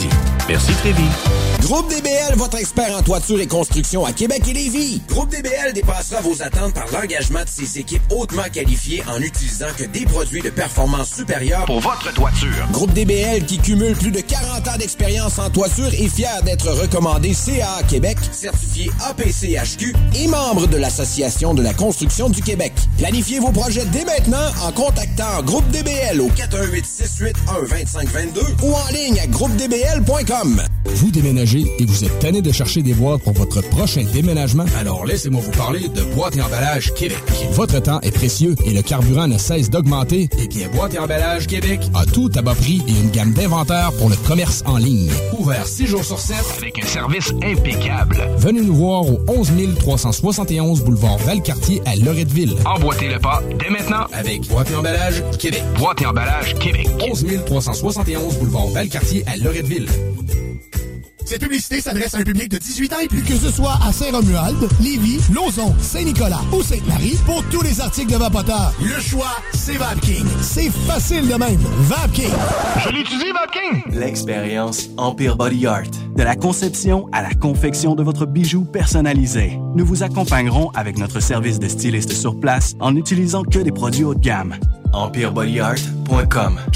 Merci Trévi. Groupe DBL, votre expert en toiture et construction à Québec et Lévis. Groupe DBL dépassera vos attentes par l'engagement de ses équipes hautement qualifiées en n'utilisant que des produits de performance supérieure pour votre toiture. Groupe DBL, qui cumule plus de 40 ans d'expérience en toiture, est fier d'être recommandé CA Québec, certifié APCHQ et membre de l'Association de la construction du Québec. Planifiez vos projets dès maintenant en contactant Groupe DBL au 418-681-2522 ou en ligne à groupedbl.com. Vous déménagez et vous êtes tanné de chercher des boîtes pour votre prochain déménagement? Alors laissez-moi vous parler de Boîte et Emballage Québec. Votre temps est précieux et le carburant ne cesse d'augmenter. Eh bien, Boîte et Emballage Québec a tout à bas prix et une gamme d'inventaires pour le commerce en ligne. Ouvert 6 jours sur 7 avec un service impeccable. Venez nous voir au 11 371 boulevard Valcartier à Loretteville. Emboîtez le pas dès maintenant avec Boîte et Emballage Québec. Boîte et Emballage Québec. 11 371 boulevard Valcartier à Loretteville. Cette publicité s'adresse à un public de 18 ans et plus. Que ce soit à Saint-Romuald, Lévis, Lauson, Saint-Nicolas ou Sainte-Marie, pour tous les articles de Vapoteur, le choix, c'est VapKing. C'est facile de même. VapKing. Je l'utilise, VapKing. L'expérience Empire Body Art. De la conception à la confection de votre bijou personnalisé. Nous vous accompagnerons avec notre service de styliste sur place en n'utilisant que des produits haut de gamme. EmpireBodyArt.com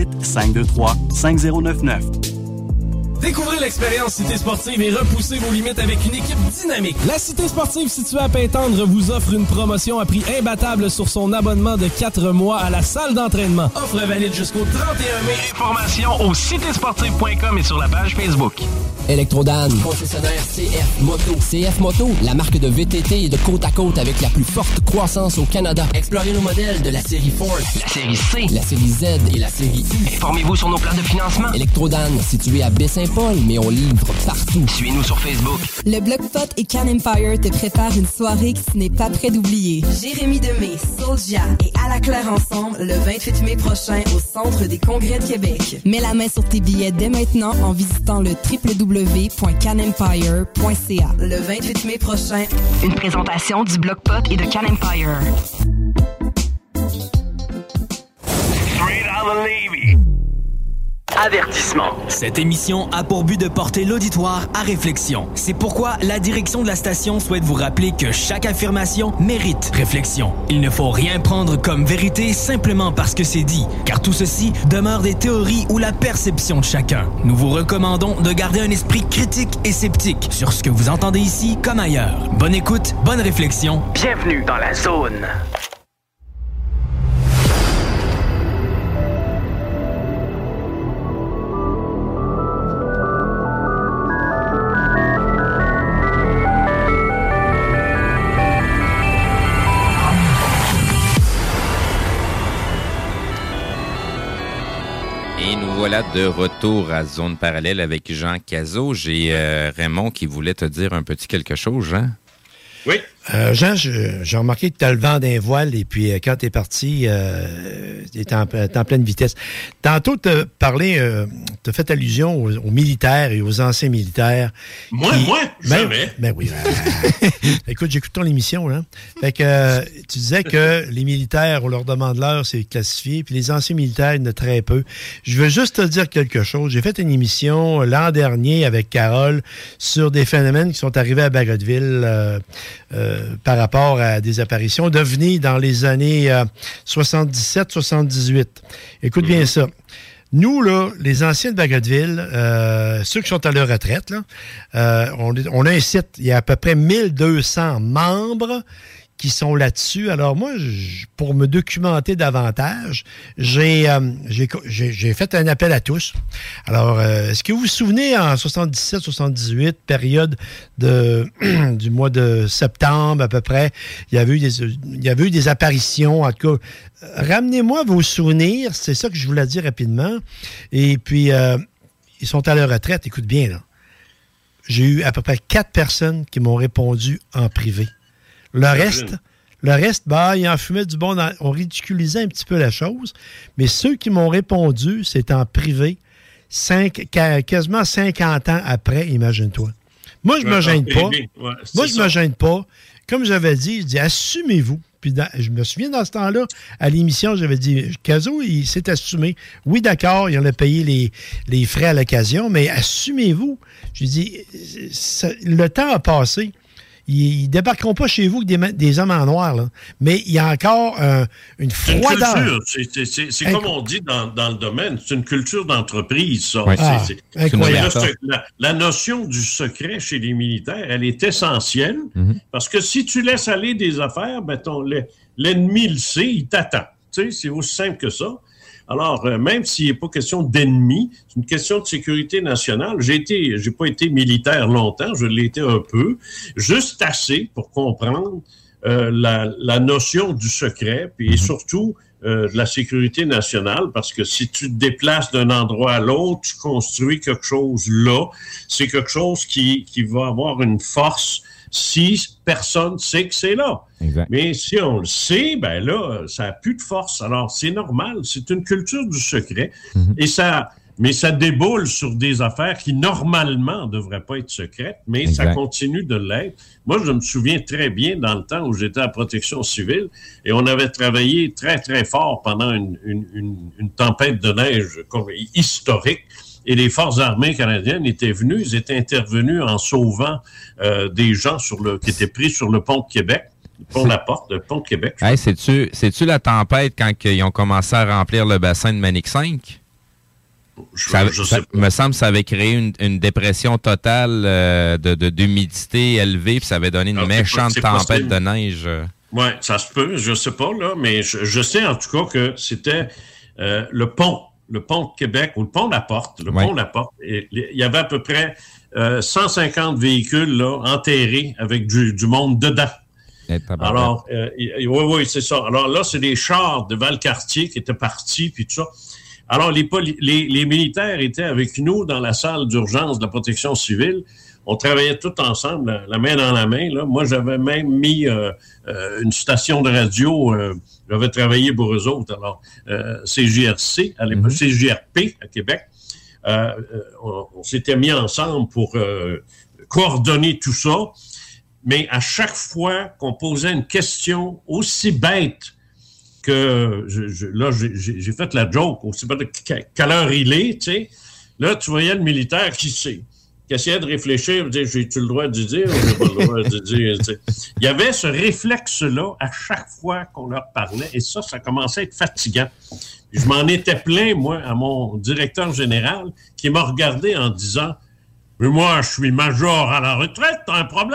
418-523-5099. Découvrez l'expérience Cité Sportive et repoussez vos limites avec une équipe dynamique. La Cité Sportive située à Pintendre vous offre une promotion à prix imbattable sur son abonnement de 4 mois à la salle d'entraînement. Offre valide jusqu'au 31 mai. Informations au citésportive.com et sur la page Facebook. Electrodan, concessionnaire CF Moto. CF Moto, la marque de VTT de côte à côte avec la plus forte croissance au Canada. Explorez nos modèles de la série Force, la série C, la série Z et la série U. Informez-vous sur nos plans de financement. Electrodan, situé à Baie-Saint-Paul, mais on livre partout. Suivez-nous sur Facebook. Le Bloc Pot et Can Empire te préparent une soirée que tu n'es pas prêt d'oublier. Jérémy Demé, Soulja et À la Claire ensemble le 28 mai prochain au Centre des Congrès de Québec. Mets la main sur tes billets dès maintenant en visitant le www.canempire.ca. Le 28 mai prochain, une présentation du Bloc Pot et de Can Empire. Straight out of Levy. Avertissement. Cette émission a pour but de porter l'auditoire à réflexion. C'est pourquoi la direction de la station souhaite vous rappeler que chaque affirmation mérite réflexion. Il ne faut rien prendre comme vérité simplement parce que c'est dit, car tout ceci demeure des théories ou la perception de chacun. Nous vous recommandons de garder un esprit critique et sceptique sur ce que vous entendez ici comme ailleurs. Bonne écoute, bonne réflexion. Bienvenue dans la zone. Voilà de retour à Zone Parallèle avec Jean Cazot. J'ai Raymond qui voulait te dire un petit quelque chose, Jean. Oui. Jean, j'ai remarqué que tu as le vent d'un voile et puis quand tu es parti, tu es en pleine vitesse. Tantôt, tu as parlé, tu as fait allusion aux militaires et aux anciens militaires. Moi, jamais. Ben oui. Écoute, j'écoute ton émission, là. Fait que tu disais que les militaires, on leur demande l'heure, c'est classifié, puis les anciens militaires, il y en a très peu. Je veux juste te dire quelque chose. J'ai fait une émission l'an dernier avec Carole sur des phénomènes qui sont arrivés à Bagotville par rapport à des apparitions d'ovnis dans les années 77-78. Écoute bien ça. Nous, là, les anciens de Bagotville, ceux qui sont à leur retraite, là, on a un site, il y a à peu près 1200 membres qui sont là-dessus. Alors moi, pour me documenter davantage, j'ai fait un appel à tous. Alors, est-ce que vous vous souvenez, en 77-78, période du mois de septembre à peu près, il y avait eu des apparitions, en tout cas. Ramenez-moi vos souvenirs, c'est ça que je voulais dire rapidement. Et puis, ils sont à leur retraite, écoute bien, là. J'ai eu à peu près 4 personnes qui m'ont répondu en privé. Le reste, ils en fumaient du bon. On ridiculisait un petit peu la chose. Mais ceux qui m'ont répondu, c'est en privé, quasiment 50 ans après, imagine-toi. Moi, je me gêne pas. Ouais, Moi, je me gêne pas. Comme j'avais dit, je dis assumez-vous. Puis je me souviens dans ce temps-là, à l'émission, j'avais dit, Cazot, il s'est assumé. Oui, d'accord, il en a payé les frais à l'occasion, mais assumez-vous. Je dis, le temps a passé. Ils ne débarqueront pas chez vous avec des hommes en noir, là. Mais il y a encore une froideur. C'est comme on dit dans le domaine, c'est une culture d'entreprise, ça. Ouais. Incroyable. La notion du secret chez les militaires, elle est essentielle, parce que si tu laisses aller des affaires, ben l'ennemi le sait, il t'attend. Tu sais, c'est aussi simple que ça. Alors, même s'il n'est pas question d'ennemi, c'est une question de sécurité nationale. J'ai pas été militaire longtemps, je l'ai été un peu, juste assez pour comprendre la notion du secret, puis surtout de la sécurité nationale, parce que si tu te déplaces d'un endroit à l'autre, tu construis quelque chose là, c'est quelque chose qui va avoir une force si personne sait que c'est là. Exact. Mais si on le sait, ben là, ça n'a plus de force. Alors, c'est normal, c'est une culture du secret. Mais ça déboule sur des affaires qui, normalement, ne devraient pas être secrètes, mais ça continue de l'être. Moi, je me souviens très bien dans le temps où j'étais à Protection civile et on avait travaillé très, très fort pendant une tempête de neige historique. Et les Forces armées canadiennes étaient venues, ils étaient intervenus en sauvant des gens qui étaient pris sur le pont de Québec, le pont La Porte, le pont de Québec. Hey, c'est-tu la tempête quand ils ont commencé à remplir le bassin de Manic 5? Je sais pas. Me semble que ça avait créé une dépression totale d'humidité élevée, puis ça avait donné une méchante tempête de neige. Oui, ça se peut, je sais pas, là, mais je sais en tout cas que c'était le pont de Québec, ou le pont de la Porte, pont de la Porte, il y avait à peu près 150 véhicules là, enterrés avec du monde dedans. Alors, oui, c'est ça. Alors là, c'est des chars de Valcartier qui étaient partis, puis tout ça. Alors, les militaires étaient avec nous dans la salle d'urgence de la protection civile. On travaillait tous ensemble, la main dans la main. Là. Moi, j'avais même mis une station de radio. J'avais travaillé pour eux autres. Alors, CJRC, à l'époque, CJRP à Québec. On s'était mis ensemble pour coordonner tout ça. Mais à chaque fois qu'on posait une question aussi bête que là, j'ai fait la joke, aussi bête de quelle heure il est, tu sais. Là, tu voyais le militaire qui essayait de réfléchir, dire, j'ai-tu le droit de dire ou j'ai pas le droit de dire? T'sais. Il y avait ce réflexe-là à chaque fois qu'on leur parlait, et ça commençait à être fatigant. Puis je m'en étais plaint, moi, à mon directeur général, qui m'a regardé en disant « Mais moi, je suis major à la retraite, t'as un problème? »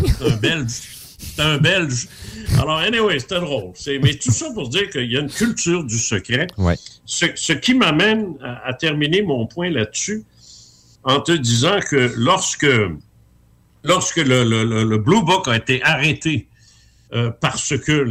C'est un Belge. Alors, anyway, c'était drôle. Mais tout ça pour dire qu'il y a une culture du secret. Ouais. Ce qui m'amène à terminer mon point là-dessus, en te disant que lorsque le Blue Book a été arrêté parce que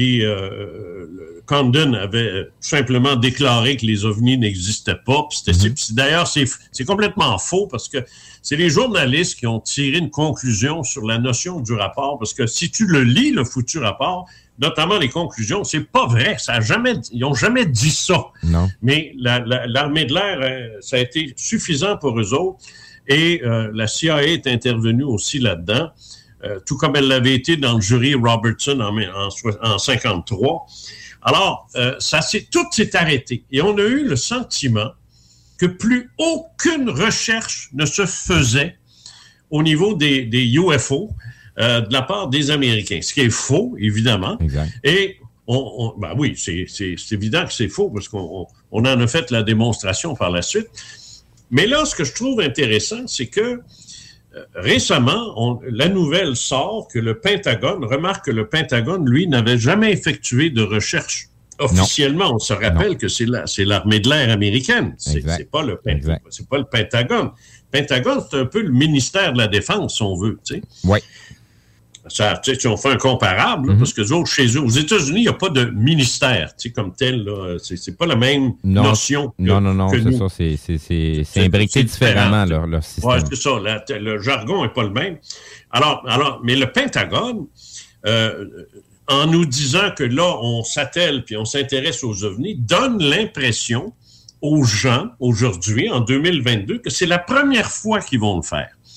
Condon avait tout simplement déclaré que les ovnis n'existaient pas. D'ailleurs, c'est complètement faux parce que c'est les journalistes qui ont tiré une conclusion sur la notion du rapport. Parce que si tu le lis, le foutu rapport, notamment les conclusions, c'est pas vrai. Ils n'ont jamais dit ça. Non. Mais l'armée de l'air, ça a été suffisant pour eux autres. Et la CIA est intervenue aussi là-dedans, tout comme elle l'avait été dans le jury Robertson en 1953. Alors, tout s'est arrêté. Et on a eu le sentiment que plus aucune recherche ne se faisait au niveau des UFO de la part des Américains. Ce qui est faux, évidemment. Exact. Et ben oui, c'est évident que c'est faux parce qu'on en a fait la démonstration par la suite. Mais là, ce que je trouve intéressant, c'est que récemment, la nouvelle sort que le Pentagone, remarque que le Pentagone, lui, n'avait jamais effectué de recherche officiellement. On se rappelle que c'est l'armée de l'air américaine. C'est pas le Pentagone. C'est pas le Pentagone. Le Pentagone, c'est un peu le ministère de la Défense, si on veut. Tu sais. Oui. Ça, tu sais, si on fait un comparable, parce que chez eux, aux États-Unis, il n'y a pas de ministère, tu sais, comme tel, là. C'est pas la même notion que Non, que c'est nous. ça. C'est imbriqué différemment, leur système. Oui, c'est ça. Le jargon n'est pas le même. Alors, mais le Pentagone, en nous disant que là, on s'attelle puis on s'intéresse aux ovnis, donne l'impression aux gens, aujourd'hui, en 2022, que c'est la première fois qu'ils vont le faire.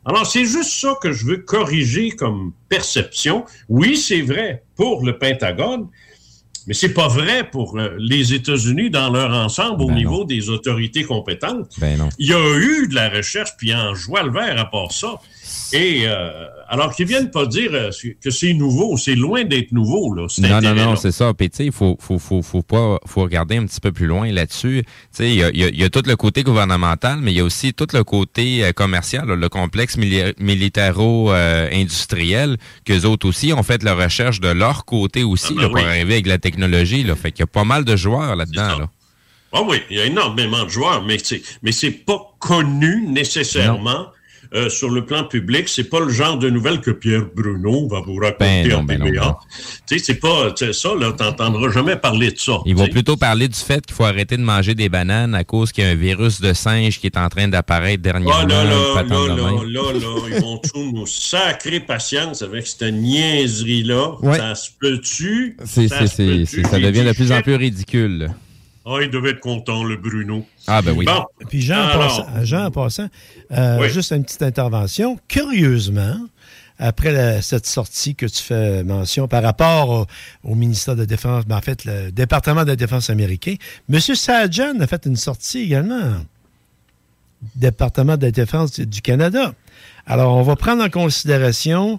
Alors, c'est juste ça que je veux corriger comme perception. Oui, c'est vrai pour le Pentagone, mais c'est pas vrai pour les États-Unis dans leur ensemble au niveau des autorités compétentes. Il y a eu de la recherche, puis en joie le vert à part ça. Et alors qu'ils viennent pas dire que c'est nouveau, c'est loin d'être nouveau, là. Non, c'est ça. Puis tu sais, il faut regarder un petit peu plus loin là-dessus. Tu sais, il y a tout le côté gouvernemental, mais il y a aussi tout le côté commercial, là, le complexe militaro-industriel, qu'eux autres aussi ont fait la recherche de leur côté aussi pour arriver avec la technologie. Là. Fait qu'il y a pas mal de joueurs là-dedans. Là. Ah oui, il y a énormément de joueurs, mais c'est pas connu nécessairement. Sur le plan public, c'est pas le genre de nouvelles que Pierre Bruno va vous raconter en PBA. Tu sais, c'est pas ça, là, t'entendras jamais parler de ça. Ils vont plutôt parler du fait qu'il faut arrêter de manger des bananes à cause qu'il y a un virus de singe qui est en train d'apparaître dernièrement. Là, ils vont tous nous sacrer patience avec cette niaiserie-là. Ouais. Ça se peut-tu? Ça devient de plus en plus ridicule. Ah, il devait être content, le Bruno. Ah, ben oui. Bon. Puis Jean, en passant, juste une petite intervention. Curieusement, après cette sortie que tu fais mention par rapport au ministère de la Défense, en fait, le département de la Défense américain, M. Sajjan a fait une sortie également. Département de la Défense du Canada. Alors, on va prendre en considération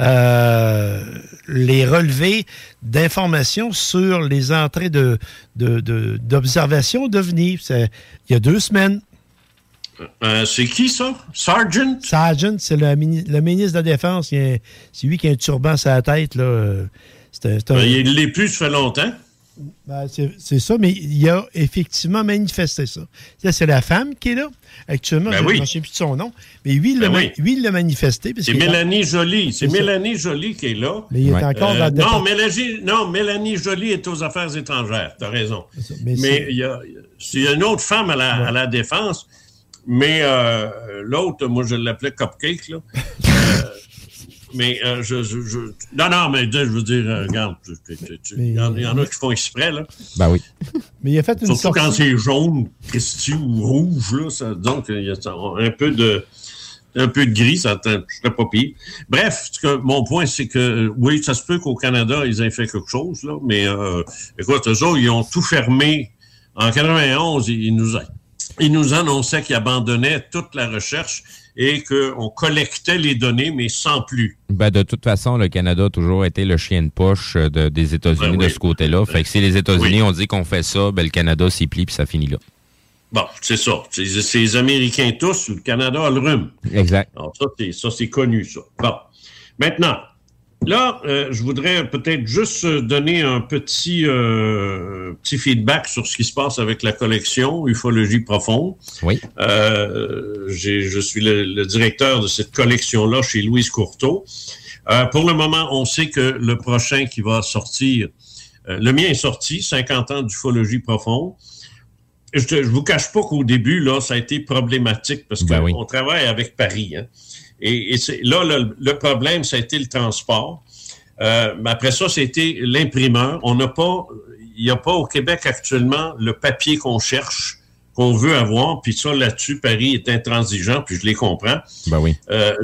les relevés d'informations sur les entrées d'observation d'OVNI. Il y a 2 semaines. C'est qui, ça? Sargent? Sargent, c'est le ministre de la Défense. C'est lui qui a un turban sur la tête. Là. Il l'est plus, ça fait longtemps. C'est ça, mais il a effectivement manifesté ça. Là, c'est la femme qui est là, actuellement. Je ne sais plus de son nom. Mais lui, il l'a manifesté. C'est Mélanie Joly. C'est Mélanie Joly qui est là. Mais il est encore dans Mélanie Joly est aux affaires étrangères. Tu as raison. Mais il y a une autre femme à la Défense. Mais l'autre, moi, je l'appelais Cupcake, là. Mais mais je veux dire, regarde, il y en a qui font exprès, là. Ben oui. Mais il a fait une surtout quand c'est jaune, Christy, ou rouge, là, donc il y a un peu de gris, ça serait pas pire. Bref, mon point, c'est que, oui, ça se peut qu'au Canada, ils aient fait quelque chose, là, mais écoute, eux autres, ils ont tout fermé. En 91, ils nous annonçaient qu'ils abandonnaient toute la recherche et qu'on collectait les données, mais sans plus. Ben, de toute façon, le Canada a toujours été le chien de poche des États-Unis de ce côté-là. Fait que si les États-Unis ont dit qu'on fait ça, ben, le Canada s'y plie puis ça finit là. Bon, c'est ça. C'est les Américains tous, le Canada a le rhume. Exact. Alors ça, c'est connu, ça. Bon. Maintenant, là, je voudrais peut-être juste donner un petit feedback sur ce qui se passe avec la collection Ufologie profonde. Oui. Je suis le directeur de cette collection-là chez Louise Courteau. Pour le moment, on sait que le prochain qui va sortir, le mien est sorti, 50 ans d'Ufologie profonde. Je vous cache pas qu'au début, là, ça a été problématique parce qu'on travaille avec Paris, hein. Et là, le problème, ça a été le transport. Mais après ça, c'était l'imprimeur. Il n'y a pas au Québec actuellement le papier qu'on cherche, qu'on veut avoir. Puis ça, là-dessus, Paris est intransigeant, puis je les comprends. Ben oui.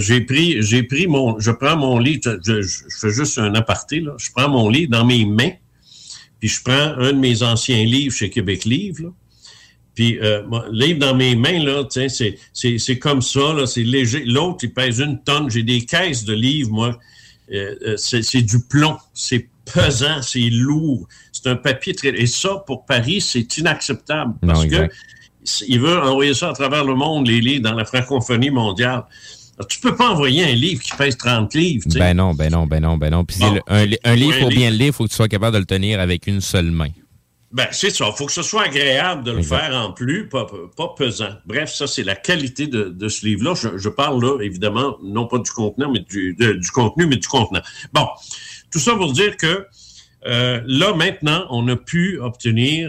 Je prends mon livre, je fais juste un aparté, là. Je prends mon livre dans mes mains, puis je prends un de mes anciens livres chez Québec Livre, là. Puis, le livre dans mes mains, là, c'est comme ça, là, c'est léger. L'autre, il pèse 1 tonne. J'ai des caisses de livres, moi. C'est du plomb. C'est pesant, c'est lourd. C'est un papier très... Et ça, pour Paris, c'est inacceptable. Parce que il veut envoyer ça à travers le monde, les livres, dans la francophonie mondiale. Alors, tu peux pas envoyer un livre qui pèse 30 livres, tu sais. Ben non. Puis un livre, pour bien le lire, il faut que tu sois capable de le tenir avec une seule main. Ben, c'est ça. Il faut que ce soit agréable de le faire en plus, pas pesant. Bref, ça, c'est la qualité de ce livre-là. Je parle là, évidemment, non pas du contenant, mais du contenu, mais du contenant. Bon, tout ça pour dire que là, maintenant, on a pu obtenir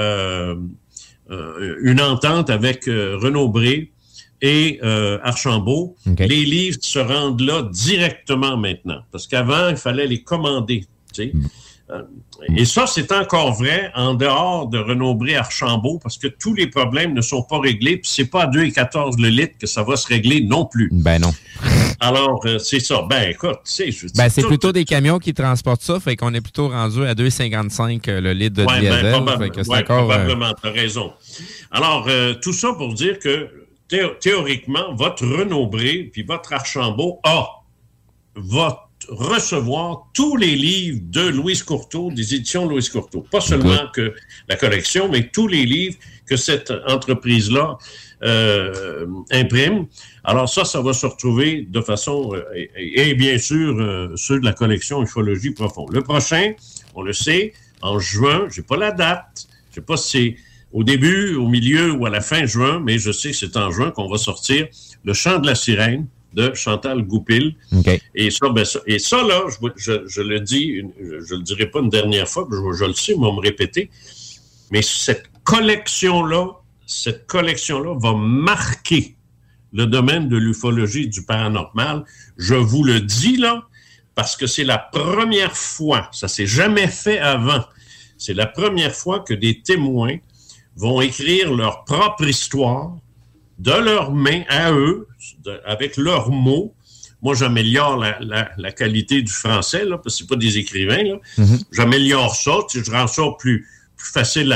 une entente avec Renaud Bré et Archambault. Okay. Les livres se rendent là directement maintenant. Parce qu'avant, il fallait les commander, tu sais. Et ça, c'est encore vrai en dehors de Renaud-Bré-Archambault, parce que tous les problèmes ne sont pas réglés, puis c'est pas à 2,14 le litre que ça va se régler non plus. Ben non. Alors, c'est ça. Ben écoute, tu sais, je dis c'est plutôt des camions qui transportent ça, fait qu'on est plutôt rendu à 2,55 le litre de diesel. Probablement, t'as raison. Alors, tout ça pour dire que théoriquement, votre Renaud-Bré puis votre Archambault va recevoir tous les livres de Louise Courteau, des éditions Louise Courteau. Pas seulement que la collection, mais tous les livres que cette entreprise-là imprime. Alors ça va se retrouver de façon... et bien sûr, ceux de la collection Ufologie Profonde. Le prochain, on le sait, en juin, j'ai pas la date, je sais pas si c'est au début, au milieu ou à la fin juin, mais je sais que c'est en juin qu'on va sortir Le Chant de la Sirène de Chantal Goupil. Okay. Et ça, là, je le dis, je le dirai pas une dernière fois, je le sais, on va me répéter, mais cette collection-là va marquer le domaine de l'ufologie et du paranormal. Je vous le dis, là, parce que c'est la première fois, ça s'est jamais fait avant, c'est la première fois que des témoins vont écrire leur propre histoire de leurs mains à eux, avec leurs mots. Moi, j'améliore la qualité du français, là, parce que c'est pas des écrivains. Là. Mm-hmm. J'améliore ça, je rends ça plus facile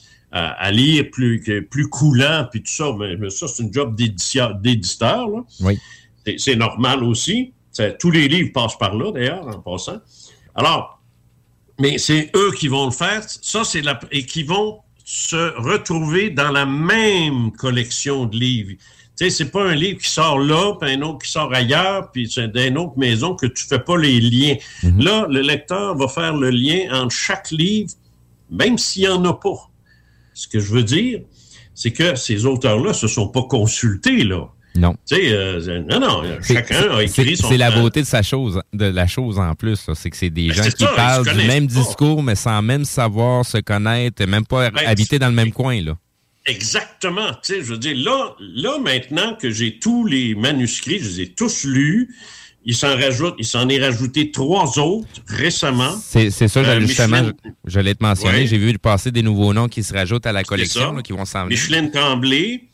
à lire, plus coulant, puis tout ça. Mais ça, c'est une job d'éditeur. Là. Oui. C'est normal aussi. Tous les livres passent par là, d'ailleurs, en passant. Alors, mais c'est eux qui vont le faire. Ça, et qui vont se retrouver dans la même collection de livres. Tu sais, c'est pas un livre qui sort là, puis un autre qui sort ailleurs, puis c'est d'une autre maison que tu fais pas les liens. Mm-hmm. Là, le lecteur va faire le lien entre chaque livre, même s'il y en a pas. Ce que je veux dire, c'est que ces auteurs-là se sont pas consultés, là. Non. Tu sais, non, chacun a écrit son... C'est la beauté de la chose en plus, là. C'est que c'est des gens qui parlent du même discours, mais sans même savoir se connaître, même pas habiter dans le même coin, là. Exactement. Tu sais, je veux dire, là, maintenant que j'ai tous les manuscrits, je les ai tous lus, il s'en est rajouté 3 autres récemment. C'est ça, justement, j'allais te mentionner. Ouais. J'ai vu passer des nouveaux noms qui se rajoutent à la collection, là, qui vont s'en venir. Micheline Tremblay,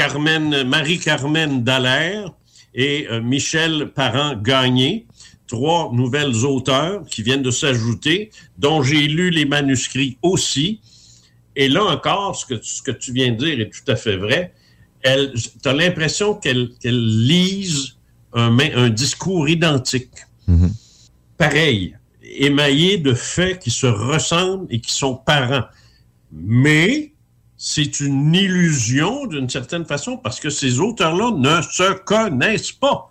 Marie-Carmen Dallaire et Michel Parent-Gagné, 3 nouvelles auteurs qui viennent de s'ajouter, dont j'ai lu les manuscrits aussi. Et là encore, ce que tu viens de dire est tout à fait vrai. Tu as l'impression qu'elle lise un discours identique. Mm-hmm. Pareil, émaillé de faits qui se ressemblent et qui sont parents. Mais c'est une illusion d'une certaine façon parce que ces auteurs-là ne se connaissent pas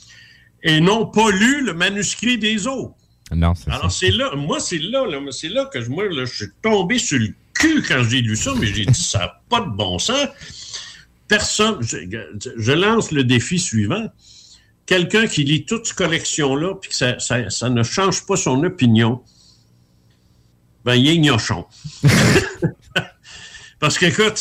et n'ont pas lu le manuscrit des autres. Non, c'est Alors, ça. c'est là que je suis tombé sur le cul quand j'ai lu ça, mais j'ai dit, ça n'a pas de bon sens. Personne, je lance le défi suivant. Quelqu'un qui lit toute cette collection-là puis que ça ne change pas son opinion, ben, il est gnochon. Parce qu'écoute,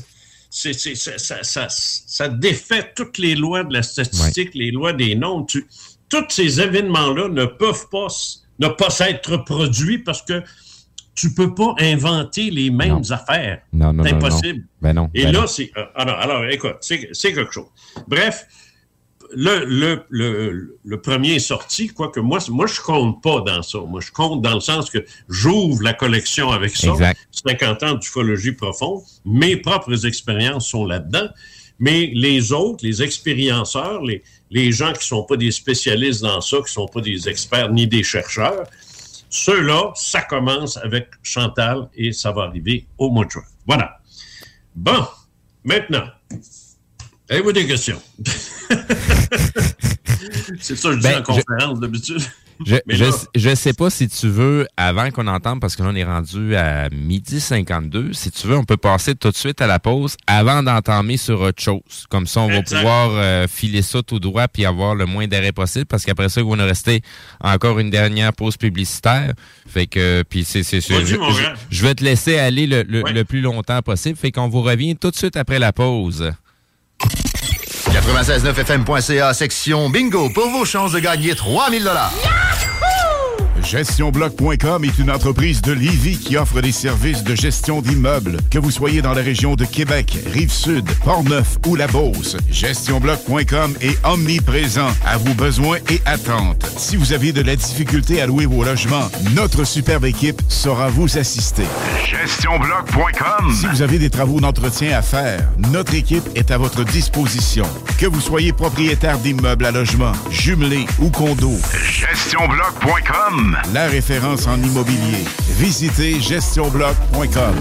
ça défait toutes les lois de la statistique, les lois des nombres. Tous ces événements-là ne peuvent pas être produits parce que tu peux pas inventer les mêmes affaires. Non, c'est impossible. Non. Et là, c'est... Alors, écoute, c'est quelque chose. Bref, le premier est sorti, quoique moi, je compte pas dans ça. Moi, je compte dans le sens que j'ouvre la collection avec ça. Exact. 50 ans d'ufologie profonde. Mes propres expériences sont là-dedans. Mais les autres, les expérienceurs, les gens qui sont pas des spécialistes dans ça, qui sont pas des experts ni des chercheurs, ceux-là, ça commence avec Chantal et ça va arriver au mois de juin. Voilà. Bon, maintenant, avez-vous des questions? C'est ça que je dis en conférence d'habitude. Je sais pas si tu veux, avant qu'on entende, parce que là, on est rendu à 12h52, si tu veux, on peut passer tout de suite à la pause avant d'entamer sur autre chose. Comme ça, on va pouvoir filer ça tout droit puis avoir le moins d'arrêt possible, parce qu'après ça, il va nous rester encore une dernière pause publicitaire. Fait que, puis je vais te laisser aller le plus longtemps possible. Fait qu'on vous revient tout de suite après la pause. 96.9fm.ca, section bingo, pour vos chances de gagner 3000 $. GestionBloc.com est une entreprise de Lévis qui offre des services de gestion d'immeubles. Que vous soyez dans la région de Québec, Rive-Sud, Portneuf ou la Beauce, GestionBloc.com est omniprésent à vos besoins et attentes. Si vous avez de la difficulté à louer vos logements, notre superbe équipe saura vous assister. GestionBloc.com. Si vous avez des travaux d'entretien à faire, notre équipe est à votre disposition. Que vous soyez propriétaire d'immeubles à logement, jumelés ou condos, GestionBloc.com. La référence en immobilier. Visitez GestionBloc.com.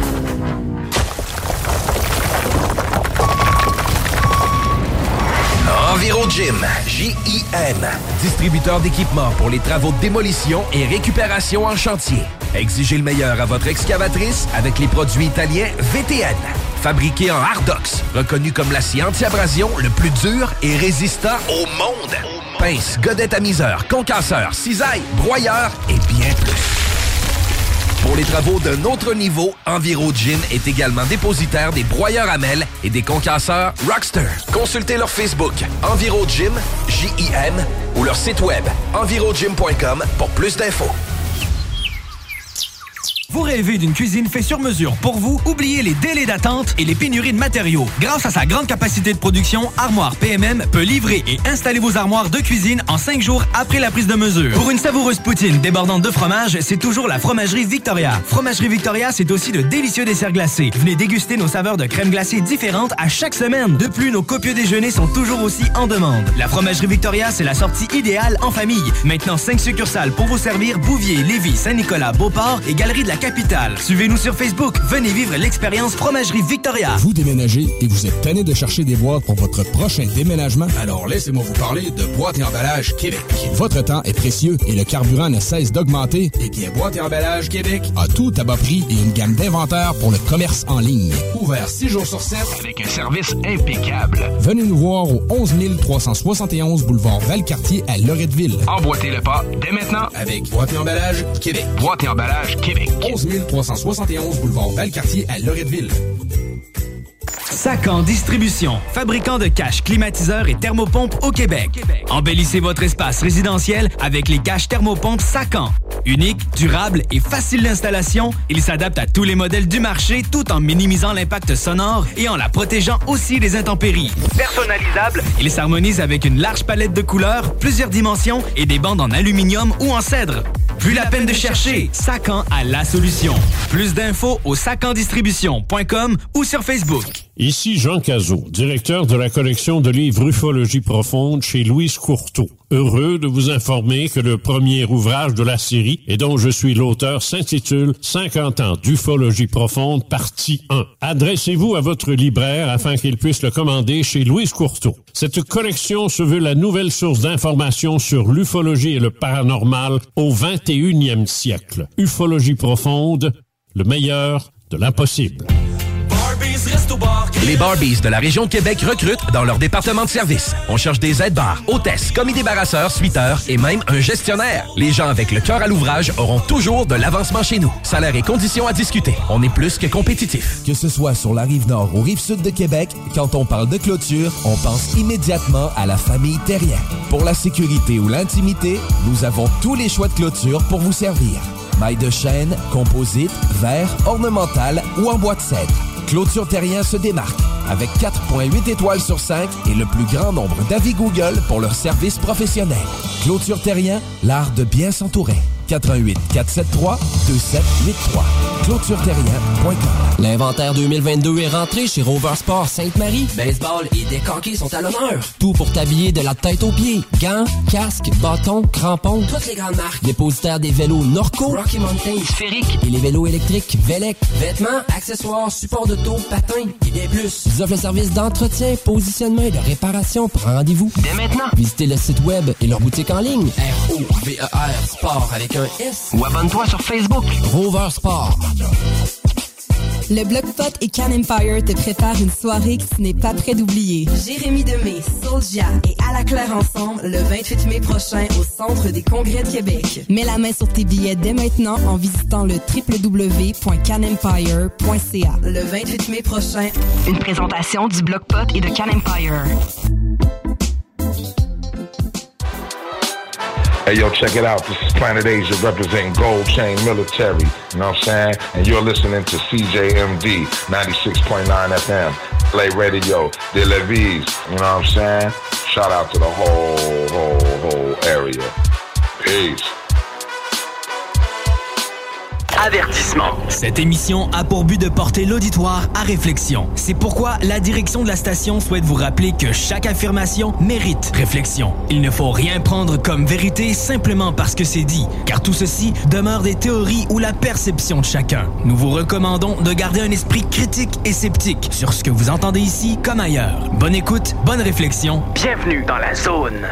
EnviroGym, J-I-M, distributeur d'équipements pour les travaux de démolition et récupération en chantier. Exigez le meilleur à votre excavatrice avec les produits italiens VTN. Fabriqué en Hardox, reconnu comme l'acier anti-abrasion le plus dur et résistant au monde. Pince, godette tamiseur, concasseur, cisaille, broyeur et bien plus. Pour les travaux d'un autre niveau, EnviroGym est également dépositaire des broyeurs à mêles et des concasseurs Rockster. Consultez leur Facebook EnviroGym, J-I-M, ou leur site web envirogym.com pour plus d'infos. Vous rêvez d'une cuisine faite sur mesure pour vous? Oubliez les délais d'attente et les pénuries de matériaux. Grâce à sa grande capacité de production, Armoire PMM peut livrer et installer vos armoires de cuisine en 5 jours après la prise de mesure. Pour une savoureuse poutine débordante de fromage, c'est toujours la Fromagerie Victoria. Fromagerie Victoria, c'est aussi de délicieux desserts glacés. Venez déguster nos saveurs de crème glacée différentes à chaque semaine. De plus, nos copieux déjeuners sont toujours aussi en demande. La Fromagerie Victoria, c'est la sortie idéale en famille. Maintenant, 5 succursales pour vous servir: Bouvier, Lévis, Saint-Nicolas, Beauport et Galerie de la Capitale. Suivez-nous sur Facebook. Venez vivre l'expérience Fromagerie Victoria. Vous déménagez et vous êtes tanné de chercher des boîtes pour votre prochain déménagement? Alors laissez-moi vous parler de Boîte et Emballage Québec. Votre temps est précieux et le carburant ne cesse d'augmenter. Eh bien, Boîte et Emballage Québec a tout à bas prix et une gamme d'inventaires pour le commerce en ligne. Ouvert 6 jours sur 7 avec un service impeccable. Venez nous voir au 11 371 boulevard Valcartier à Loretteville. Emboîtez le pas dès maintenant avec Boîte et Emballage Québec. Boîte et Emballage Québec. 11 371 boulevard Valcartier à Loretteville. Sacan Distribution, fabricant de caches, climatiseurs et thermopompes au Québec. Embellissez votre espace résidentiel avec les caches thermopompes Sacan. Unique, durable et facile d'installation, il s'adapte à tous les modèles du marché tout en minimisant l'impact sonore et en la protégeant aussi des intempéries. Personnalisable, il s'harmonise avec une large palette de couleurs, plusieurs dimensions et des bandes en aluminium ou en cèdre. Plus la peine de chercher, Sacan a la solution. Plus d'infos au sacandistribution.com ou sur Facebook. Ici Jean Cazot, directeur de la collection de livres Ufologie profonde chez Louise Courteau. Heureux de vous informer que le premier ouvrage de la série, et dont je suis l'auteur, s'intitule 50 ans d'ufologie profonde, partie 1. Adressez-vous à votre libraire afin qu'il puisse le commander chez Louise Courteau. Cette collection se veut la nouvelle source d'information sur l'ufologie et le paranormal au 21e siècle. Ufologie profonde, le meilleur de l'impossible. Les Barbies de la région de Québec recrutent dans leur département de service. On cherche des aides-bars, hôtesses, commis débarrasseurs, suiteurs et même un gestionnaire. Les gens avec le cœur à l'ouvrage auront toujours de l'avancement chez nous. Salaire et conditions à discuter. On est plus que compétitif. Que ce soit sur la Rive-Nord ou Rive-Sud de Québec, quand on parle de clôture, on pense immédiatement à la famille Terrien. Pour la sécurité ou l'intimité, nous avons tous les choix de clôture pour vous servir. Mailles de chêne, composite, verre, ornemental ou en bois de cèdre. Clôture Terrien se démarque avec 4,8 étoiles sur 5 et le plus grand nombre d'avis Google pour leur service professionnel. Clôture Terrien, l'art de bien s'entourer. 88 473 2783. ClôtureTerrien.com. L'inventaire 2022 est rentré chez Rover Sport Sainte-Marie. Baseball et décanqués sont à l'honneur. Tout pour t'habiller de la tête aux pieds. Gants, casques, bâtons, crampons. Toutes les grandes marques. Dépositaire des vélos Norco, Rocky Mountain, Sphérique et les vélos électriques Velec. Vêtements, accessoires, supports de taux, patins et des plus. Ils offrent le service d'entretien, positionnement et de réparation. Prends rendez-vous dès maintenant. Visitez le site web et leur boutique en ligne. ROVER Sport avec un S. Ou abonne-toi sur Facebook. Rover Sport. Le Bloc Pot et Can Empire te préparent une soirée que tu n'es pas prêt d'oublier. Jérémy Demé, Soulja et À la Claire ensemble le 28 mai prochain au Centre des Congrès de Québec. Mets la main sur tes billets dès maintenant en visitant le www.canempire.ca. Le 28 mai prochain. Une présentation du Bloc Pot et de Can Empire. Hey, yo, check it out. This is Planet Asia representing Gold Chain Military. You know what I'm saying? And you're listening to CJMD 96.9 FM. Play Radio, De La Vise. You know what I'm saying? Shout out to the whole area. Peace. Avertissement. Cette émission a pour but de porter l'auditoire à réflexion. C'est pourquoi la direction de la station souhaite vous rappeler que chaque affirmation mérite réflexion. Il ne faut rien prendre comme vérité simplement parce que c'est dit, car tout ceci demeure des théories ou la perception de chacun. Nous vous recommandons de garder un esprit critique et sceptique sur ce que vous entendez ici comme ailleurs. Bonne écoute, bonne réflexion. Bienvenue dans la zone.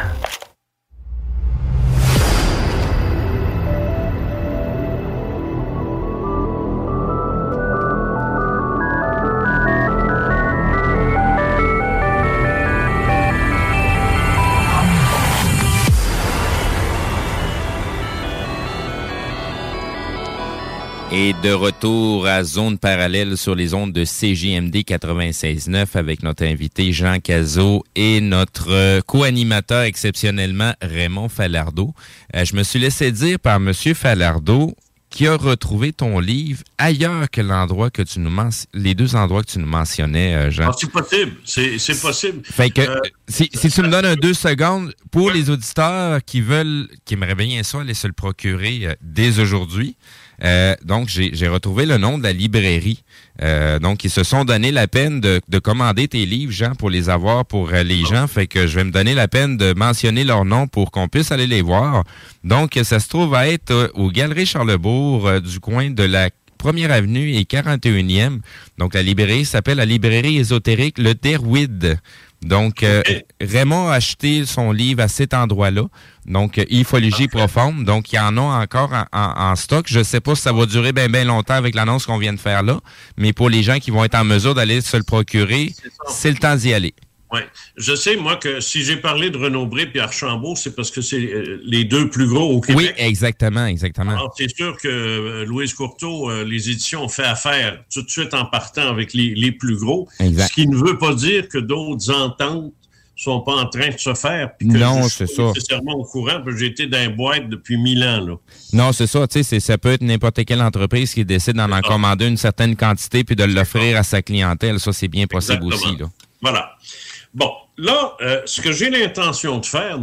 Et de retour à Zone Parallèle sur les ondes de CJMD 96.9 avec notre invité Jean Cazot et notre co-animateur exceptionnellement Raymond Falardeau. Je me suis laissé dire par Monsieur Falardeau qui a retrouvé ton livre ailleurs que l'endroit que tu nous les deux endroits que tu nous mentionnais, Jean. Ah, c'est possible, c'est possible. Fait que si tu me donnes 2 secondes pour les auditeurs qui aimeraient bien ça aller se le procurer dès aujourd'hui. Donc, j'ai retrouvé le nom de la librairie. Donc, ils se sont donné la peine de commander tes livres, Jean, pour les avoir pour les gens. Fait que je vais me donner la peine de mentionner leur nom pour qu'on puisse aller les voir. Donc, ça se trouve à être aux Galeries Charlesbourg, du coin de la 1er Avenue et 41e. Donc, la librairie s'appelle la librairie ésotérique Le Derwid. Donc, Raymond a acheté son livre à cet endroit-là. Donc, Ufologie profonde. Donc, il y en a encore en stock. Je ne sais pas si ça va durer bien longtemps avec l'annonce qu'on vient de faire là. Mais pour les gens qui vont être en mesure d'aller se le procurer, c'est le temps d'y aller. Oui. Je sais, moi, que si j'ai parlé de Renaud Bré et Archambault, c'est parce que c'est les deux plus gros au Québec. Oui, exactement. Alors, c'est sûr que Louise Courteau, les éditions ont fait affaire tout de suite en partant avec les plus gros. Exact. Ce qui ne veut pas dire que d'autres ententes sont pas en train de se faire. Puis que non, je c'est suis ça. nécessairement au courant, parce que j'ai été dans une boîte depuis 1000 ans. Là. Non, c'est ça. Tu sais, ça peut être n'importe quelle entreprise qui décide d'en commander une certaine quantité puis de l'offrir à sa clientèle. Ça, c'est bien possible aussi. Là. Voilà. Bon, là, ce que j'ai l'intention de faire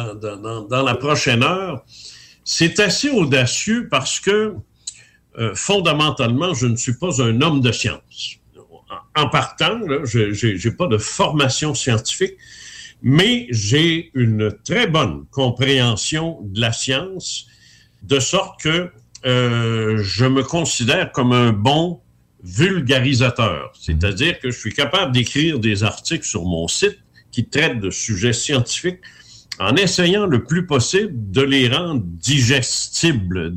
dans la prochaine heure, c'est assez audacieux parce que, fondamentalement, je ne suis pas un homme de science. En partant, là, je n'ai pas de formation scientifique, mais j'ai une très bonne compréhension de la science, de sorte que je me considère comme un bon vulgarisateur. C'est-à-dire que je suis capable d'écrire des articles sur mon site qui traitent de sujets scientifiques en essayant le plus possible de les rendre digestibles,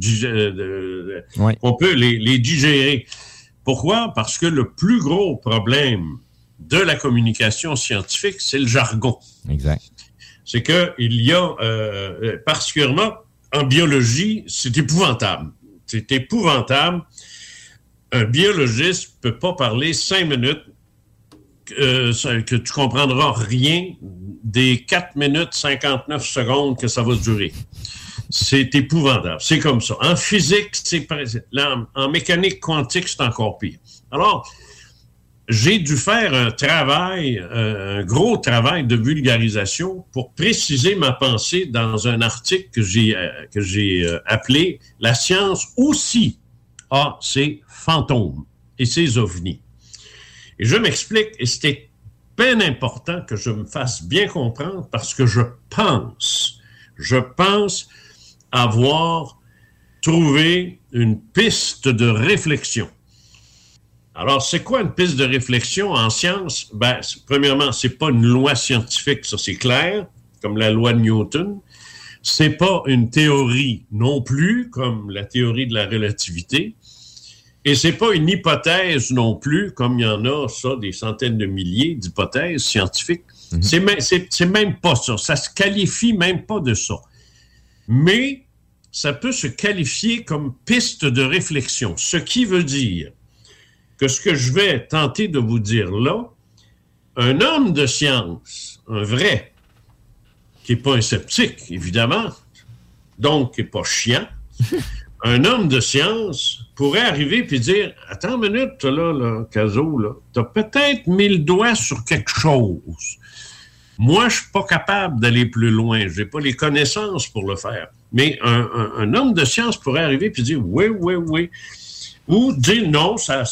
on peut les digérer. Pourquoi? Parce que le plus gros problème de la communication scientifique, c'est le jargon. Exact. C'est que il y a, particulièrement en biologie, c'est épouvantable. C'est épouvantable. Un biologiste peut pas parler 5 minutes que tu comprendras rien des 4 minutes 59 secondes que ça va durer. C'est épouvantable. C'est comme ça. En physique, là, en mécanique quantique, c'est encore pire. Alors, j'ai dû faire un gros travail de vulgarisation pour préciser ma pensée dans un article que j'ai appelé « La science aussi a ses fantômes et ses ovnis ». Et je m'explique, et c'était bien important que je me fasse bien comprendre parce que je pense avoir trouvé une piste de réflexion. Alors, c'est quoi une piste de réflexion en science? Ben, premièrement, c'est pas une loi scientifique, ça c'est clair, comme la loi de Newton. C'est pas une théorie non plus, comme la théorie de la relativité. Et c'est pas une hypothèse non plus, comme il y en a, ça, des centaines de milliers d'hypothèses scientifiques. Mm-hmm. C'est même pas ça. Ça se qualifie même pas de ça. Mais ça peut se qualifier comme piste de réflexion. Ce qui veut dire que ce que je vais tenter de vous dire là, un homme de science, un vrai, qui n'est pas un sceptique, évidemment, donc qui n'est pas chiant, un homme de science pourrait arriver puis dire « Attends une minute, là, Cazot, là, t'as peut-être mis le doigt sur quelque chose. Moi, je suis pas capable d'aller plus loin. J'ai pas les connaissances pour le faire. Mais un homme de science pourrait arriver puis dire « Oui. » Ou dire « Non, ça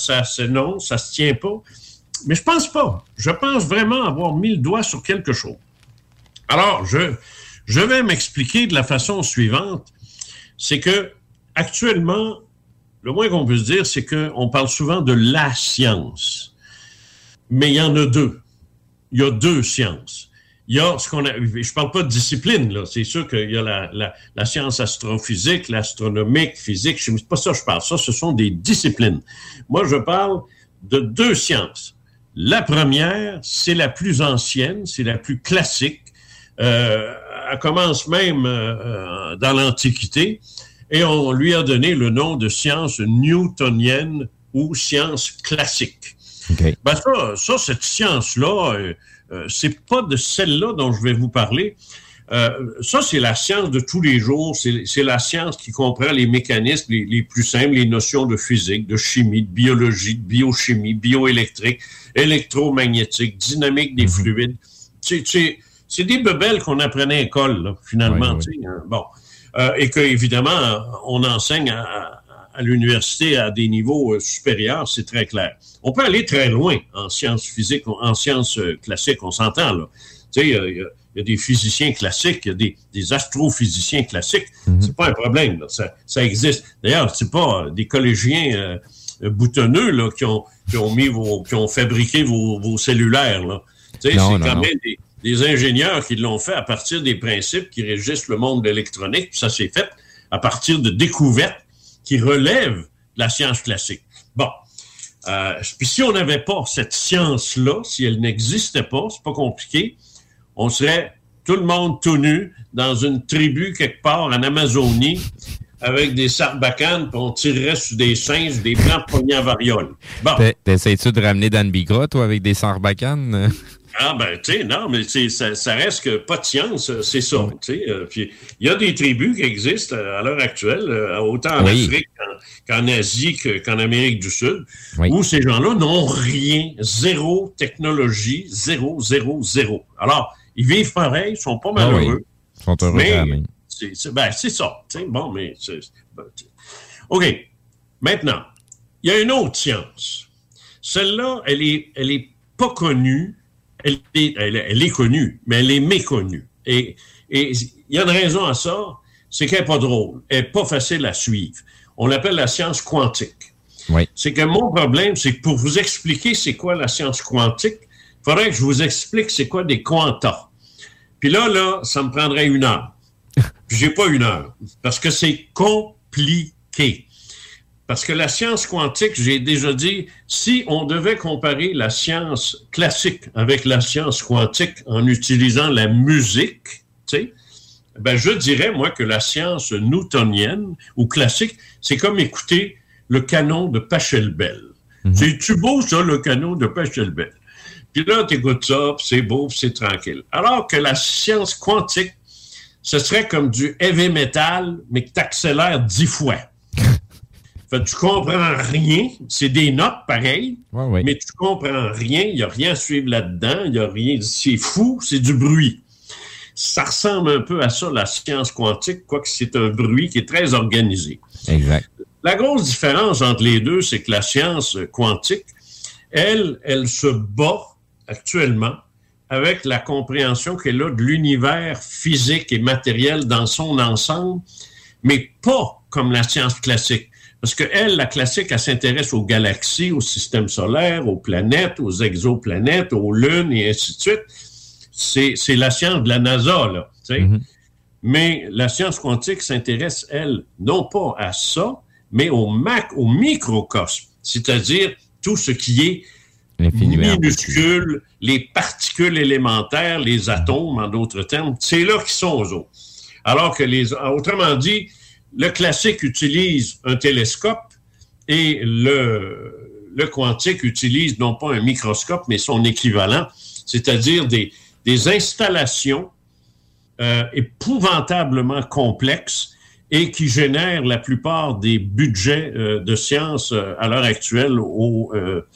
se tient pas. » Mais je pense pas. Je pense vraiment avoir mis le doigt sur quelque chose. Alors, je vais m'expliquer de la façon suivante. C'est que, actuellement, le moins qu'on peut se dire, c'est qu'on parle souvent de la science. Mais il y en a deux. Il y a deux sciences. Il y a ce qu'on a... Je parle pas de discipline, là. C'est sûr qu'il y a la science astrophysique, l'astronomique, physique. C'est pas ça que je parle. Ça, ce sont des disciplines. Moi, je parle de deux sciences. La première, c'est la plus ancienne, c'est la plus classique. Elle commence même dans l'Antiquité et on lui a donné le nom de science newtonienne ou science classique. Okay. Ben ça, cette science-là, c'est pas de celle-là dont je vais vous parler. Ça, c'est la science de tous les jours. C'est la science qui comprend les mécanismes les plus simples, les notions de physique, de chimie, de biologie, de biochimie, bioélectrique, électromagnétique, dynamique des fluides. C'est des bebelles qu'on apprenait à l'école, là, finalement. Oui. Bon. Et qu'évidemment, on enseigne à l'université à des niveaux supérieurs, c'est très clair. On peut aller très loin en sciences physiques, en sciences classiques, on s'entend, là. Tu sais, il y a des physiciens classiques, il y a des astrophysiciens classiques. C'est pas un problème, là. Ça existe. D'ailleurs, c'est pas des collégiens boutonneux, là, qui ont fabriqué vos cellulaires, là. Tu sais, c'est quand même des ingénieurs qui l'ont fait à partir des principes qui régissent le monde de l'électronique. Puis ça s'est fait à partir de découvertes qui relèvent de la science classique. Bon. Puis si on n'avait pas cette science-là, si elle n'existait pas, c'est pas compliqué, on serait tout le monde tout nu dans une tribu quelque part en Amazonie avec des sarbacanes, puis on tirerait sur des singes, des blancs poignets à variole. Bon. T'essayes-tu de ramener Dan Bigra, toi, avec des sarbacanes? Ah, ben, tu sais, non, mais ça reste que pas de science, c'est ça. Tu sais, puis il y a des tribus qui existent à l'heure actuelle, autant en Afrique qu'en Asie qu'en Amérique du Sud, où ces gens-là n'ont rien, zéro technologie, zéro. Alors, ils vivent pareil, ils sont pas malheureux. Ils sont heureux quand même. C'est ça. Tu sais, bon, mais... OK. Maintenant, il y a une autre science. Celle-là, elle est pas connue. Elle est connue, mais elle est méconnue. Et il y a une raison à ça, c'est qu'elle n'est pas drôle, elle n'est pas facile à suivre. On l'appelle la science quantique. Oui. C'est que mon problème, c'est que pour vous expliquer c'est quoi la science quantique, il faudrait que je vous explique c'est quoi des quantas. Puis là, ça me prendrait 1 heure. Puis j'ai pas 1 heure, parce que c'est compliqué. Parce que la science quantique, j'ai déjà dit, si on devait comparer la science classique avec la science quantique en utilisant la musique, tu sais, ben je dirais, moi, que la science newtonienne ou classique, c'est comme écouter le canon de Pachelbel. C'est-tu beau, ça, le canon de Pachelbel? Puis là, tu écoutes ça, puis c'est beau, puis c'est tranquille. Alors que la science quantique, ce serait comme du heavy metal, mais que t'accélères 10 fois. Fait, tu comprends rien, c'est des notes pareilles, mais tu comprends rien, il n'y a rien à suivre là-dedans, il n'y a rien, c'est fou, c'est du bruit. Ça ressemble un peu à ça, la science quantique, quoique c'est un bruit qui est très organisé. Exact. La grosse différence entre les deux, c'est que la science quantique, elle se bat actuellement avec la compréhension qu'elle a de l'univers physique et matériel dans son ensemble, mais pas comme la science classique. Parce que elle, la classique, elle s'intéresse aux galaxies, au système solaire, aux planètes, aux exoplanètes, aux lunes et ainsi de suite. C'est la science de la NASA, là. Tu sais. Mais la science quantique s'intéresse, elle, non pas à ça, mais au microcosme, c'est-à-dire tout ce qui est minuscule, les particules élémentaires, les atomes, en d'autres termes, c'est là qu'ils sont aux autres. Alors que autrement dit, le classique utilise un télescope et le quantique utilise non pas un microscope, mais son équivalent, c'est-à-dire des installations épouvantablement complexes et qui génère la plupart des budgets de sciences à l'heure actuelle au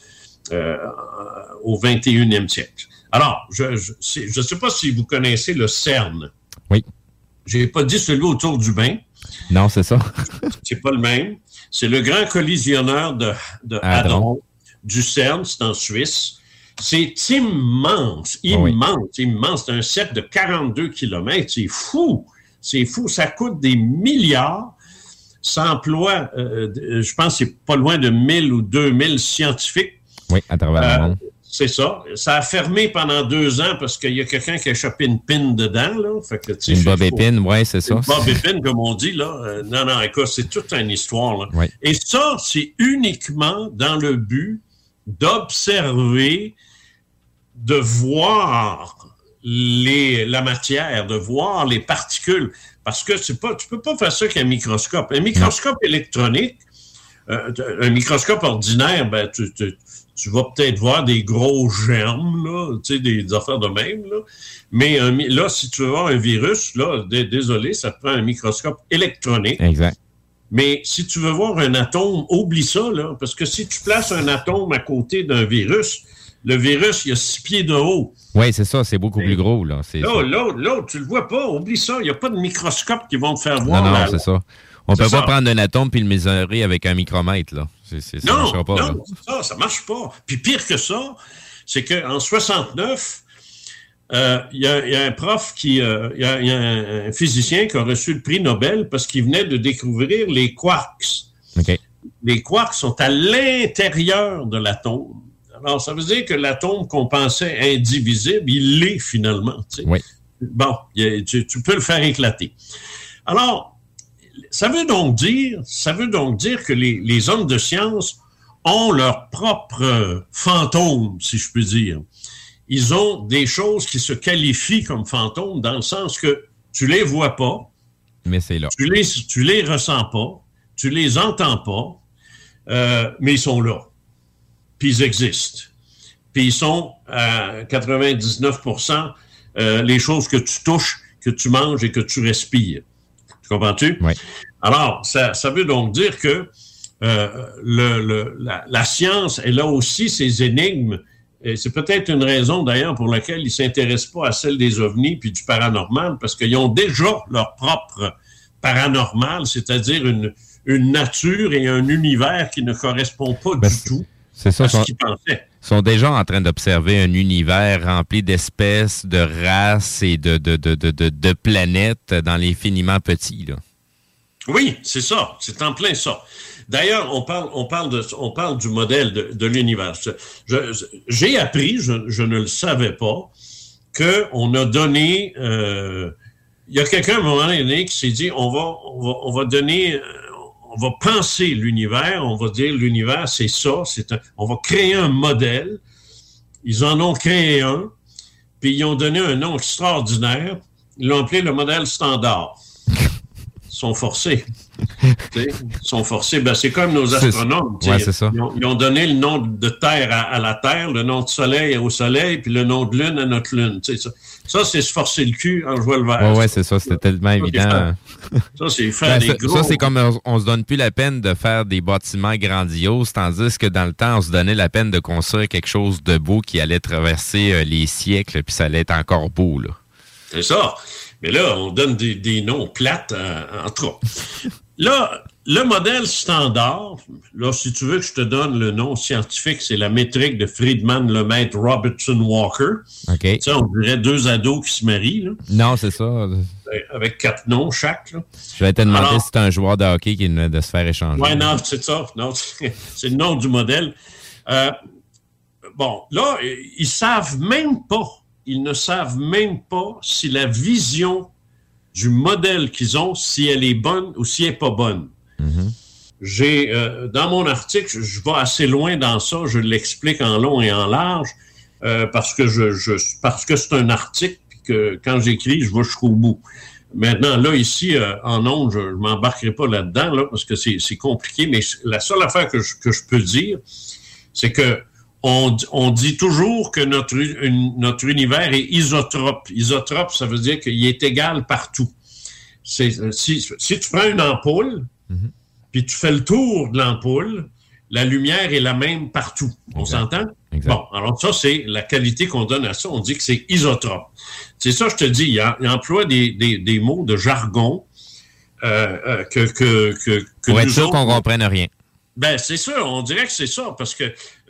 21e siècle. Alors, je ne sais pas si vous connaissez le CERN. Oui. J'ai pas dit celui autour du bain. Non, c'est ça. C'est pas le même. C'est le grand collisionneur de hadrons du CERN, c'est en Suisse. C'est immense. C'est un cercle de 42 kilomètres. C'est fou. Ça coûte des milliards. Ça emploie, je pense, c'est pas loin de 1000 ou 2000 scientifiques. Oui, à travers le monde. C'est ça. Ça a fermé pendant 2 ans parce qu'il y a quelqu'un qui a chopé une pine dedans. Là. Fait que, une bobépine, oui, c'est ça. Une bobépine, comme on dit. Là. Non, écoute, c'est toute une histoire. Là. Oui. Et ça, c'est uniquement dans le but d'observer, de voir la matière, de voir les particules. Parce que tu peux pas faire ça avec un microscope. Un microscope électronique, un microscope ordinaire, ben, tu vas peut-être voir des gros germes, là, tu sais, des affaires de même, là. Mais là, si tu veux voir un virus, là, désolé, ça te prend un microscope électronique. Exact. Mais si tu veux voir un atome, oublie ça, là, parce que si tu places un atome à côté d'un virus, le virus, il a 6 pieds de haut. Oui, c'est ça, c'est beaucoup plus gros, là. Là, tu le vois pas, oublie ça. Il n'y a pas de microscope qui vont te faire voir. Non, c'est ça. On ne peut pas prendre un atome puis le mesurer avec un micromètre, là. Ça marchera pas. Non, ça marche pas. Puis pire que ça, c'est qu'en 69, il y a un prof il y a un physicien qui a reçu le prix Nobel parce qu'il venait de découvrir les quarks. Okay. Les quarks sont à l'intérieur de l'atome. Alors, ça veut dire que l'atome qu'on pensait indivisible, il l'est finalement. Tu sais. Oui. Bon, tu peux le faire éclater. Alors, ça veut donc dire que les hommes de science ont leur propre fantôme, si je puis dire. Ils ont des choses qui se qualifient comme fantômes dans le sens que tu les vois pas, mais c'est là. Tu les ressens pas, tu les entends pas, mais ils sont là. Puis ils existent. Puis ils sont à 99% les choses que tu touches, que tu manges et que tu respires. Tu comprends-tu? Oui. Alors, ça veut donc dire que la science, elle a aussi ses énigmes. Et c'est peut-être une raison, d'ailleurs, pour laquelle ils ne s'intéressent pas à celle des ovnis puis du paranormal, parce qu'ils ont déjà leur propre paranormal, c'est-à-dire une nature et un univers qui ne correspond pas du tout à ce qu'ils pensaient. Ils sont déjà en train d'observer un univers rempli d'espèces, de races et de planètes dans l'infiniment petit, là. Oui, c'est ça. C'est en plein ça. D'ailleurs, on parle du modèle de l'univers. J'ai appris, je ne le savais pas, qu'on a donné... il y a quelqu'un à un moment donné qui s'est dit, on va penser l'univers, on va dire l'univers, c'est ça, on va créer un modèle. Ils en ont créé un, puis ils ont donné un nom extraordinaire. Ils l'ont appelé le modèle standard. Ils sont forcés. Ils sont forcés. Ben, c'est comme nos astronomes. Ouais, c'est ça. Ils ont donné le nom de Terre à la Terre, le nom de Soleil au Soleil, puis le nom de Lune à notre Lune. Ça, c'est se forcer le cul en jouant le vert. Oui, c'est ça. C'était tellement évident. Ça, c'est faire des gros... Ça, c'est comme on se donne plus la peine de faire des bâtiments grandioses, tandis que dans le temps, on se donnait la peine de construire quelque chose de beau qui allait traverser les siècles, puis ça allait être encore beau, là. C'est ça. Mais là, on donne des noms plates en trop. Là, le modèle standard, là, si tu veux que je te donne le nom scientifique, c'est la métrique de Friedman, Lemaitre, Robertson, Walker. OK. Ça, on dirait 2 ados qui se marient, là. Non, c'est ça. Avec 4 noms chaque, là. Je vais te demander si c'est un joueur de hockey qui venait de se faire échanger. Oui, non, c'est ça. Non, c'est le nom du modèle. Bon, là, ils ne savent même pas si la vision du modèle qu'ils ont, si elle est bonne ou si elle n'est pas bonne. Mm-hmm. Dans mon article, je vais assez loin dans ça, je l'explique en long et en large, parce que c'est un article, puis que quand j'écris, je vais jusqu'au bout. Maintenant, là, ici, en ondes, je ne m'embarquerai pas là-dedans, là, parce que c'est compliqué, mais la seule affaire que je peux dire, c'est que on dit toujours que notre univers est isotrope. Isotrope, ça veut dire qu'il est égal partout. si tu prends une ampoule, puis tu fais le tour de l'ampoule, la lumière est la même partout. On s'entend? Exact. Bon, alors ça, c'est la qualité qu'on donne à ça. On dit que c'est isotrope. C'est ça, je te dis, il emploie des mots de jargon que pour être sûr qu'on ne comprenne rien. Ben, c'est ça. On dirait que c'est ça, parce que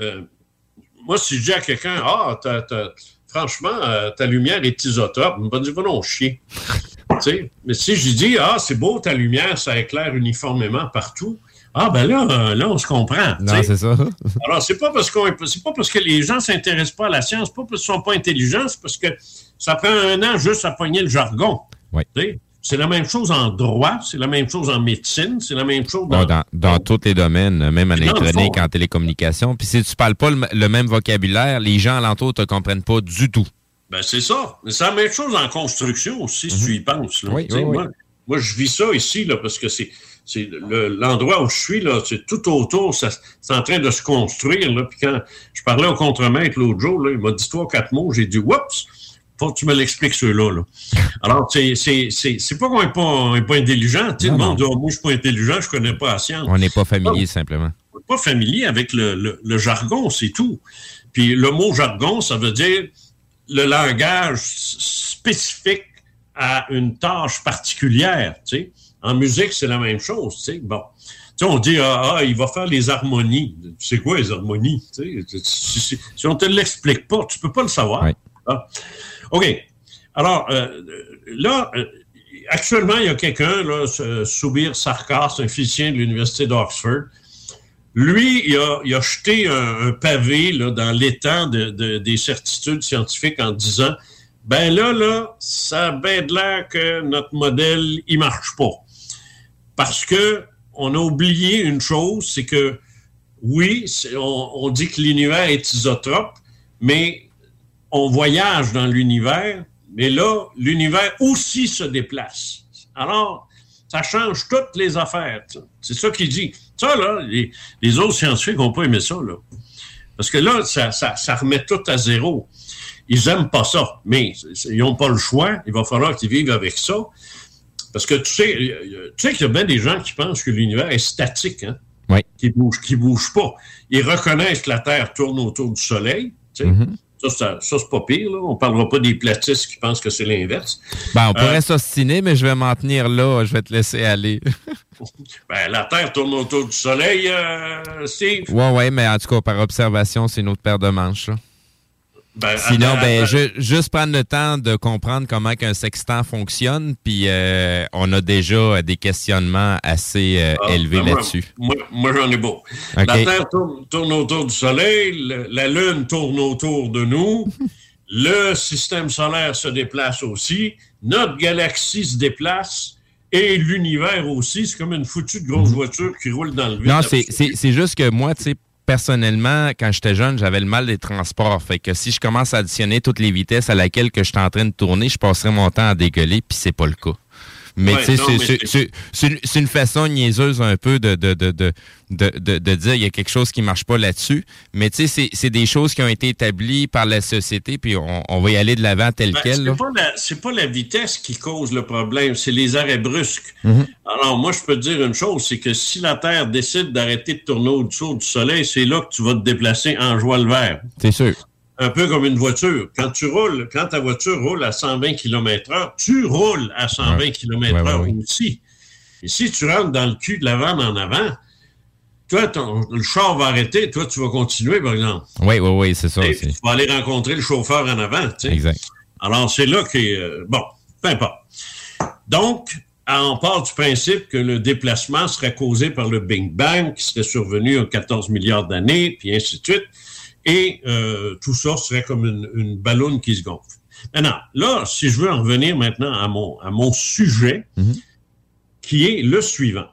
moi, si je dis à quelqu'un, franchement, ta lumière est isotrope, il me va dire, va non chier. Mais si je dis, c'est beau, ta lumière, ça éclaire uniformément partout, ben là, on se comprend. Non, c'est ça. Alors, c'est pas parce que les gens s'intéressent pas à la science, pas parce qu'ils sont pas intelligents, c'est parce que ça prend 1 an juste à pogner le jargon. Oui. C'est la même chose en droit, c'est la même chose en médecine, c'est la même chose dans tous les domaines, même en électronique, en télécommunication. Puis si tu parles pas le même vocabulaire, les gens alentour te comprennent pas du tout. Ben, c'est ça. C'est la même chose en construction aussi, si tu y penses. Là. Oui. Moi, je vis ça ici, là, parce que c'est l'endroit où je suis, là, c'est tout autour, c'est en train de se construire. Là. Puis quand je parlais au contremaître l'autre jour, là, il m'a dit 3-4 mots, j'ai dit « Oups! » Faut que tu me l'expliques, ceux-là. Là. Alors, c'est pas qu'on n'est pas intelligent. Le monde dit « Moi, je suis pas intelligent, je connais pas la science. » On n'est pas familier, simplement. On n'est pas familier avec le jargon, c'est tout. Puis le mot jargon, ça veut dire le langage spécifique à une tâche particulière, tu sais. En musique, c'est la même chose, tu sais. Bon. Tu sais, on dit, il va faire les harmonies. Tu sais quoi, les harmonies? Tu sais, si on te l'explique pas, tu peux pas le savoir. Oui. OK. Alors, là, actuellement, il y a quelqu'un, là, Soubir Sarkar, c'est un physicien de l'Université d'Oxford. Lui, il a jeté un pavé là, dans l'étang des certitudes scientifiques en disant ben là, ça a bien de l'air que notre modèle, il marche pas. Parce que on a oublié une chose, c'est que oui, on dit que l'univers est isotrope, mais on voyage dans l'univers, mais là, l'univers aussi se déplace. Alors, ça change toutes les affaires. T'sais. C'est ça qu'il dit. Ça, là, les autres scientifiques n'ont pas aimé ça, là. Parce que là, ça remet tout à zéro. Ils n'aiment pas ça, mais ils n'ont pas le choix. Il va falloir qu'ils vivent avec ça. Parce que tu sais qu'il y a bien des gens qui pensent que l'univers est statique, hein? Oui. Qui bouge pas. Ils reconnaissent que la Terre tourne autour du Soleil. Tu sais. Ça, c'est pas pire. Là. On ne parlera pas des platistes qui pensent que c'est l'inverse. Ben, on pourrait s'ostiner, mais je vais m'en tenir là. Je vais te laisser aller. Ben, la Terre tourne autour du Soleil, Steve. Oui, mais en tout cas, par observation, c'est une autre paire de manches. Là. Ben, sinon, juste prendre le temps de comprendre comment un sextant fonctionne, puis on a déjà des questionnements assez élevés là-dessus. Moi, j'en ai beau. Okay. La Terre tourne autour du Soleil, la Lune tourne autour de nous, le système solaire se déplace aussi, notre galaxie se déplace, et l'univers aussi. C'est comme une foutue de grosse voiture qui roule dans le vide. Non, c'est juste que moi, tu sais, personnellement, quand j'étais jeune, j'avais le mal des transports. Fait que si je commence à additionner toutes les vitesses à laquelle que je suis en train de tourner, je passerai mon temps à dégueuler, puis c'est pas le cas. Mais tu sais, c'est une façon niaiseuse un peu de dire il y a quelque chose qui marche pas là-dessus. Mais tu sais, c'est des choses qui ont été établies par la société, puis on va y aller de l'avant tel quel. C'est pas la vitesse qui cause le problème, c'est les arrêts brusques. Alors moi, je peux te dire une chose, c'est que si la Terre décide d'arrêter de tourner autour du Soleil, c'est là que tu vas te déplacer en joie le vert. C'est sûr. Un peu comme une voiture. Quand ta voiture roule à 120 km/h, tu roules à 120 km/h aussi. Et si tu rentres dans le cul de la vanne en avant, toi, le char va arrêter, toi, tu vas continuer, par exemple. Oui, c'est ça. Tu vas aller rencontrer le chauffeur en avant. Tu sais. Exact. Alors, c'est là que... bon, peu importe. Donc, on part du principe que le déplacement serait causé par le Big Bang, qui serait survenu en 14 milliards d'années, puis ainsi de suite. Et tout ça serait comme une balloune qui se gonfle. Maintenant, là, si je veux en revenir maintenant à mon sujet, qui est le suivant.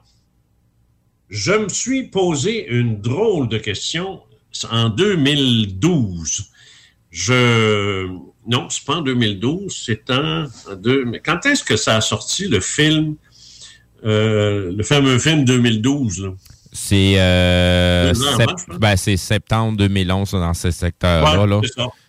Je me suis posé une drôle de question en 2012. Non, c'est pas en 2012, c'est mais quand est-ce que ça a sorti le film, le fameux film 2012, là? C'est septembre 2011 dans ce secteur-là. Ouais, c'est ça.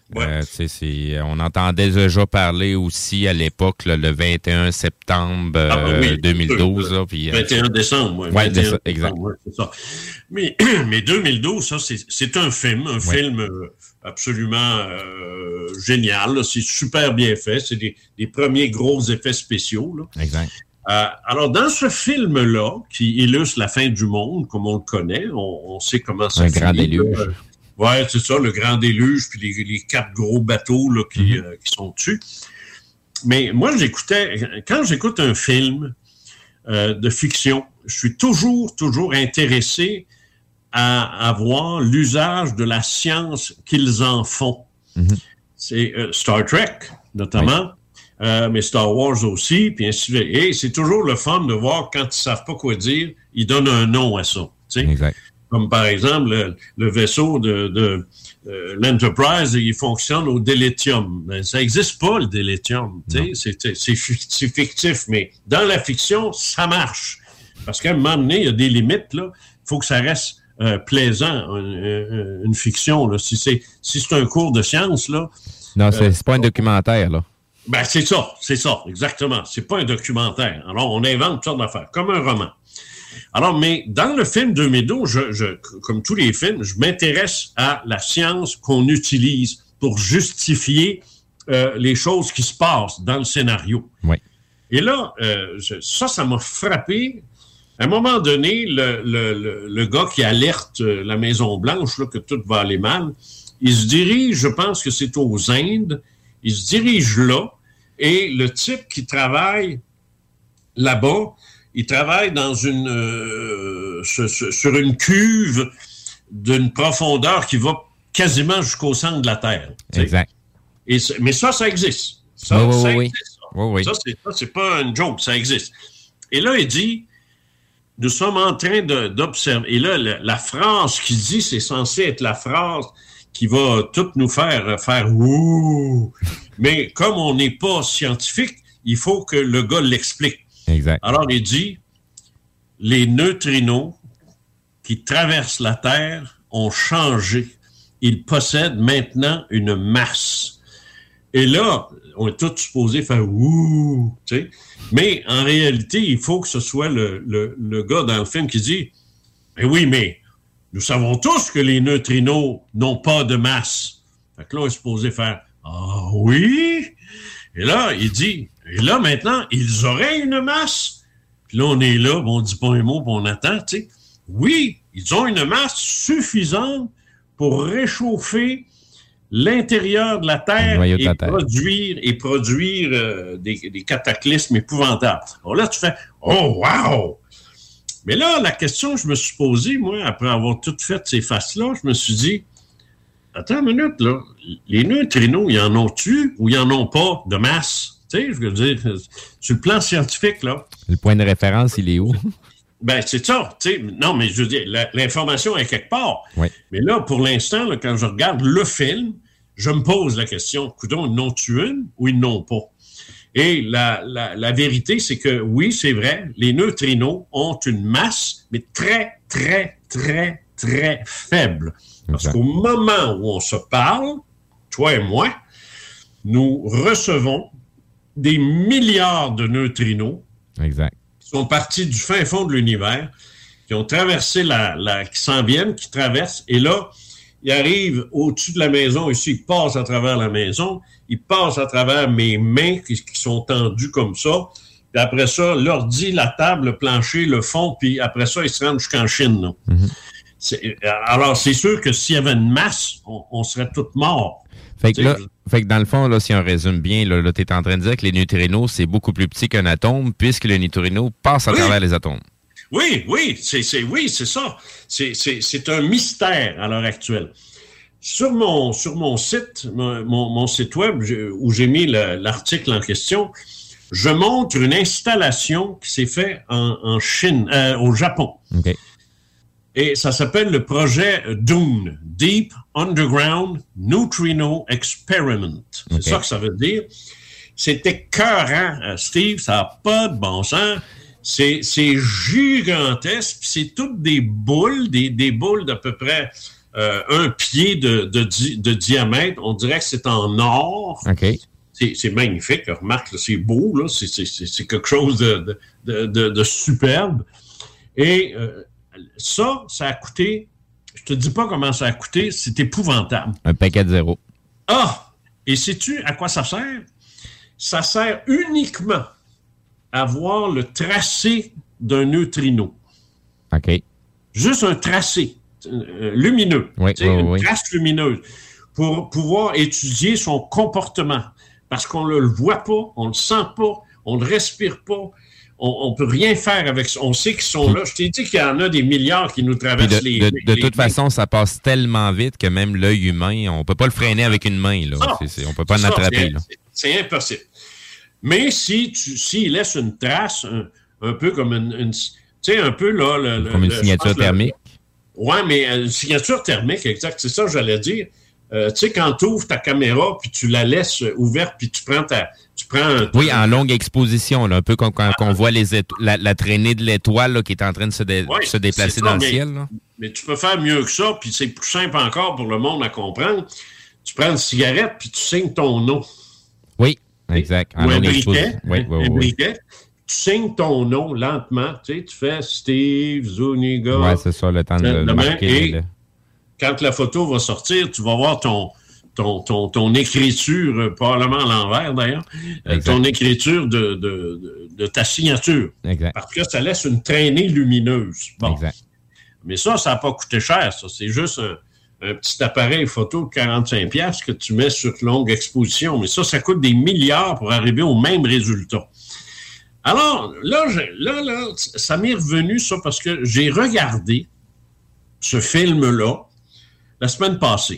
Ouais. On entendait déjà parler aussi à l'époque, là, le 21 septembre 2012. Là, puis, 21 décembre, oui. Ouais, exact. Ouais, c'est ça. Mais 2012, ça, c'est un film absolument génial. Là. C'est super bien fait. C'est des premiers gros effets spéciaux. Là. Exact. Alors, dans ce film-là, qui illustre la fin du monde, comme on le connaît, on sait comment ça finit. Un grand déluge. Oui, c'est ça, le grand déluge, puis les 4 gros bateaux là, qui sont dessus. Mais moi, quand j'écoute un film de fiction, je suis toujours intéressé à voir l'usage de la science qu'ils en font. Mm-hmm. C'est Star Trek, notamment, mais Star Wars aussi, puis ainsi de suite. Et c'est toujours le fun de voir quand ils ne savent pas quoi dire, ils donnent un nom à ça. Exact. Comme par exemple, le vaisseau de l'Enterprise, il fonctionne au délithium. Ben, ça n'existe pas, le délithium. C'est fictif, mais dans la fiction, ça marche. Parce qu'à un moment donné, il y a des limites. Il faut que ça reste plaisant, une fiction. Là. Si c'est un cours de science... là. Non, c'est pas un documentaire, là. Ben, c'est ça, exactement. C'est pas un documentaire. Alors, on invente toutes sortes d'affaires, comme un roman. Alors, mais dans le film 2012, comme tous les films, je m'intéresse à la science qu'on utilise pour justifier les choses qui se passent dans le scénario. Oui. Et là, ça m'a frappé. À un moment donné, le gars qui alerte la Maison-Blanche là, que tout va aller mal, il se dirige, je pense que c'est aux Indes, il se dirige là, et le type qui travaille là-bas, il travaille dans sur une cuve d'une profondeur qui va quasiment jusqu'au centre de la Terre. Exact. Mais ça existe. Ça existe. Oui. Ça, c'est pas une joke, ça existe. Et là, il dit, nous sommes en train d'observer. Et là, la phrase qu'il dit, c'est censé être la phrase qui va tout nous faire ouh. Mais comme on n'est pas scientifique, il faut que le gars l'explique. Exact. Alors, il dit, les neutrinos qui traversent la Terre ont changé. Ils possèdent maintenant une masse. Et là, on est tous supposés faire « ouh », tu sais. Mais en réalité, il faut que ce soit le gars dans le film qui dit « Mais oui, mais nous savons tous que les neutrinos n'ont pas de masse. » Fait que là, on est supposé faire « Ah oui ». Et là, il dit « Et là, maintenant, ils auraient une masse. » Puis là, on est là, on dit pas un mot, puis on attend, tu sais. Oui, ils ont une masse suffisante pour réchauffer l'intérieur de la Terre et produire des cataclysmes épouvantables. Alors là, tu fais « Oh, wow! » Mais là, la question que je me suis posée, moi, après avoir tout fait ces faces-là, je me suis dit « Attends une minute, là. Les neutrinos, ils en ont-tu ou ils en ont pas de masse? » Tu sais, je veux dire, sur le plan scientifique, là. Le point de référence, il est où? Ben, c'est ça. Tu sais, non, mais je veux dire, l'information est quelque part. Oui. Mais là, pour l'instant, là, quand je regarde le film, je me pose la question, coudonc, ils n'ont-tu une ou ils n'ont pas? Et la vérité, c'est que oui, c'est vrai, les neutrinos ont une masse, mais très, très, très, très faible. Parce qu'au moment où on se parle, toi et moi, nous recevons des milliards de neutrinos qui sont partis du fin fond de l'univers, qui ont traversé qui s'en viennent, qui traversent, et là, ils arrivent au-dessus de la maison, ici, ils passent à travers la maison, ils passent à travers mes mains qui sont tendues comme ça, puis après ça, l'ordi, la table, le plancher, le fond, puis après ça, ils se rendent jusqu'en Chine. Alors, c'est sûr que s'il y avait une masse, on serait tous morts. Fait que dans le fond, là, si on résume bien, là tu es en train de dire que les neutrinos, c'est beaucoup plus petit qu'un atome, puisque le neutrino passe à travers les atomes. Oui, c'est ça. C'est un mystère à l'heure actuelle. Sur mon site, mon site web, où j'ai mis l'article en question, je montre une installation qui s'est faite en Chine, au Japon. Okay. Et ça s'appelle le projet DUNE, Deep Underground Neutrino Experiment. C'est ça que ça veut dire. C'est écœurant, Steve, ça n'a pas de bon sens. C'est gigantesque, puis c'est toutes des boules, des boules d'à peu près 1 pied de diamètre. On dirait que c'est en or. OK. C'est magnifique. Remarque, là, c'est beau. Là. C'est quelque chose de superbe. Et ça a coûté... Je te dis pas comment ça a coûté. C'est épouvantable. Un paquet de zéro. Ah! Et sais-tu à quoi ça sert? Ça sert uniquement à voir le tracé d'un neutrino. OK. Juste un tracé lumineux. Oui, une trace lumineuse. Pour pouvoir étudier son comportement. Parce qu'on ne le voit pas, on ne le sent pas, on ne le respire pas. On ne peut rien faire avec ça. On sait qu'ils sont là. Je t'ai dit qu'il y en a des milliards qui nous traversent de toute façon, ça passe tellement vite que même l'œil humain, on ne peut pas le freiner avec une main. Là. On ne peut pas l'attraper. C'est impossible. Mais s'il laisse une trace, un peu comme une tu sais, un peu là... Comme une signature thermique. Oui, mais une signature thermique, exact. C'est ça que j'allais dire. Tu sais, quand tu ouvres ta caméra, puis tu la laisses ouverte, puis tu prends oui, en longue exposition, là, un peu comme quand on voit la traînée de l'étoile là, qui est en train de se déplacer dans le ciel. Là. Mais tu peux faire mieux que ça, puis c'est plus simple encore pour le monde à comprendre. Tu prends une cigarette, puis tu signes ton nom. Oui, exact. Ou un briquet. Oui. Tu signes ton nom lentement. Tu sais, tu fais Steve Zuniga. Oui, c'est ça, le temps de le marquer. Et quand la photo va sortir, tu vas voir ton écriture, probablement à l'envers d'ailleurs, ton écriture de ta signature. Exact. Parce que ça laisse une traînée lumineuse. Bon. Exact. Mais ça n'a pas coûté cher, ça. C'est juste un petit appareil photo de 45$ que tu mets sur longue exposition. Mais ça coûte des milliards pour arriver au même résultat. Alors, là, ça m'est revenu, ça, parce que j'ai regardé ce film-là la semaine passée.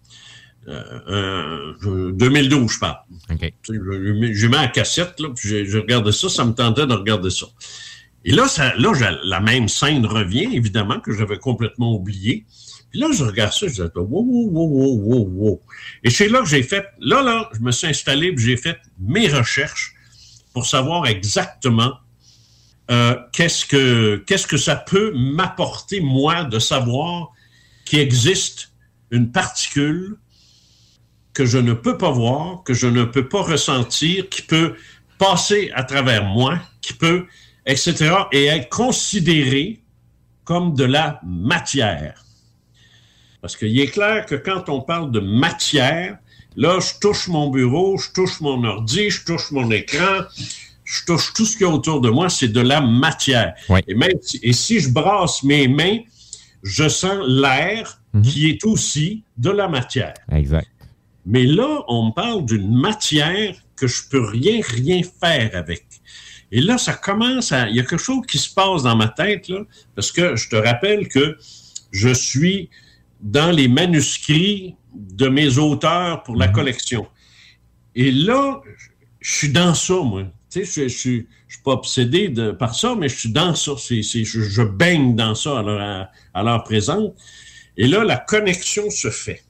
2012, je parle. Okay. J'ai mis la cassette, là, puis j'ai regardé ça, ça me tentait de regarder ça. Et là, la même scène revient, évidemment, que j'avais complètement oublié. Puis là, je regarde ça, je dis, wow. Et c'est là que j'ai fait, là, je me suis installé, puis j'ai fait mes recherches pour savoir exactement qu'est-ce que ça peut m'apporter, moi, de savoir qu'il existe une particule que je ne peux pas voir, que je ne peux pas ressentir, qui peut passer à travers moi, qui peut, etc., et être considérée comme de la matière. Parce qu'il est clair que quand on parle de matière, là, je touche mon bureau, je touche mon ordi, je touche mon écran, je touche tout ce qu'il y a autour de moi, c'est de la matière. Oui. Et si je brasse mes mains, je sens l'air qui est aussi de la matière. Exact. Mais là, on me parle d'une matière que je peux rien faire avec. Et là, ça commence il y a quelque chose qui se passe dans ma tête, là, parce que je te rappelle que je suis dans les manuscrits de mes auteurs pour la collection. Et là, je suis dans ça, moi. Tu sais, je suis pas obsédé par ça, mais je suis dans ça. Je baigne dans ça à l'heure présente. Et là, la connexion se fait.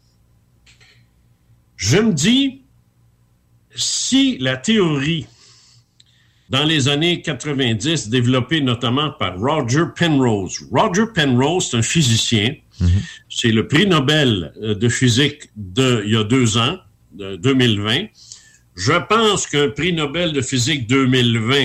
Je me dis, si la théorie, dans les années 90, développée notamment par Roger Penrose. Roger Penrose, c'est un physicien. C'est le prix Nobel de physique il y a 2 ans, de 2020. Je pense qu'un prix Nobel de physique 2020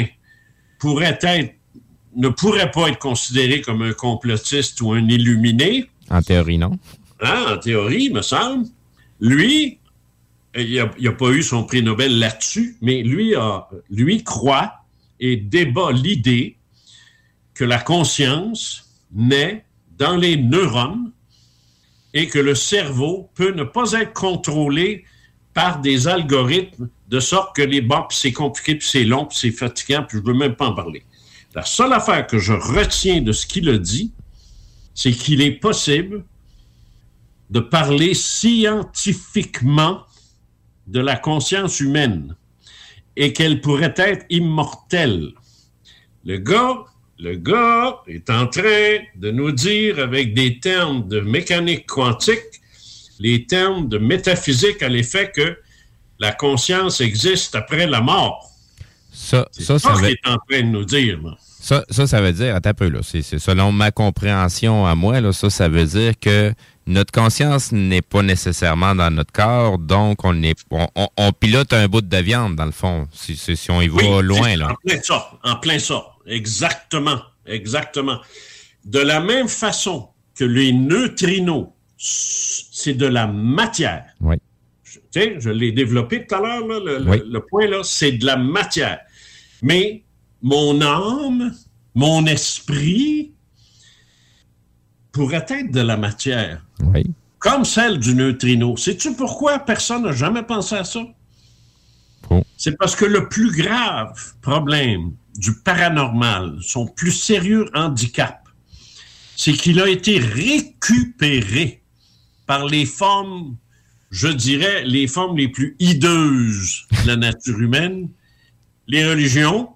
ne pourrait pas être considéré comme un complotiste ou un illuminé. En théorie, non. En théorie, me semble. Lui, il n'a pas eu son prix Nobel là-dessus, mais lui croit et débat l'idée que la conscience naît dans les neurones et que le cerveau peut ne pas être contrôlé par des algorithmes de sorte que puis c'est compliqué, puis c'est long, puis c'est fatigant, puis je ne veux même pas en parler. La seule affaire que je retiens de ce qu'il a dit, c'est qu'il est possible de parler scientifiquement de la conscience humaine et qu'elle pourrait être immortelle. Le gars est en train de nous dire avec des termes de mécanique quantique, les termes de métaphysique à l'effet que la conscience existe après la mort. Ça qu'il est en train de nous dire. Ça veut dire, attends un peu, là, c'est selon ma compréhension à moi, là, ça veut dire que notre conscience n'est pas nécessairement dans notre corps, donc on pilote un bout de viande, dans le fond, si on y va loin. Là. En plein ça. Exactement. De la même façon que les neutrinos, c'est de la matière. Oui. Je l'ai développé tout à l'heure, là, le point, là, c'est de la matière. Mais mon âme, mon esprit pourrait être de la matière. Oui. Comme celle du neutrino. Sais-tu pourquoi personne n'a jamais pensé à ça? Oh. C'est parce que le plus grave problème du paranormal, son plus sérieux handicap, c'est qu'il a été récupéré par les formes, je dirais, les formes les plus hideuses de la nature humaine, les religions,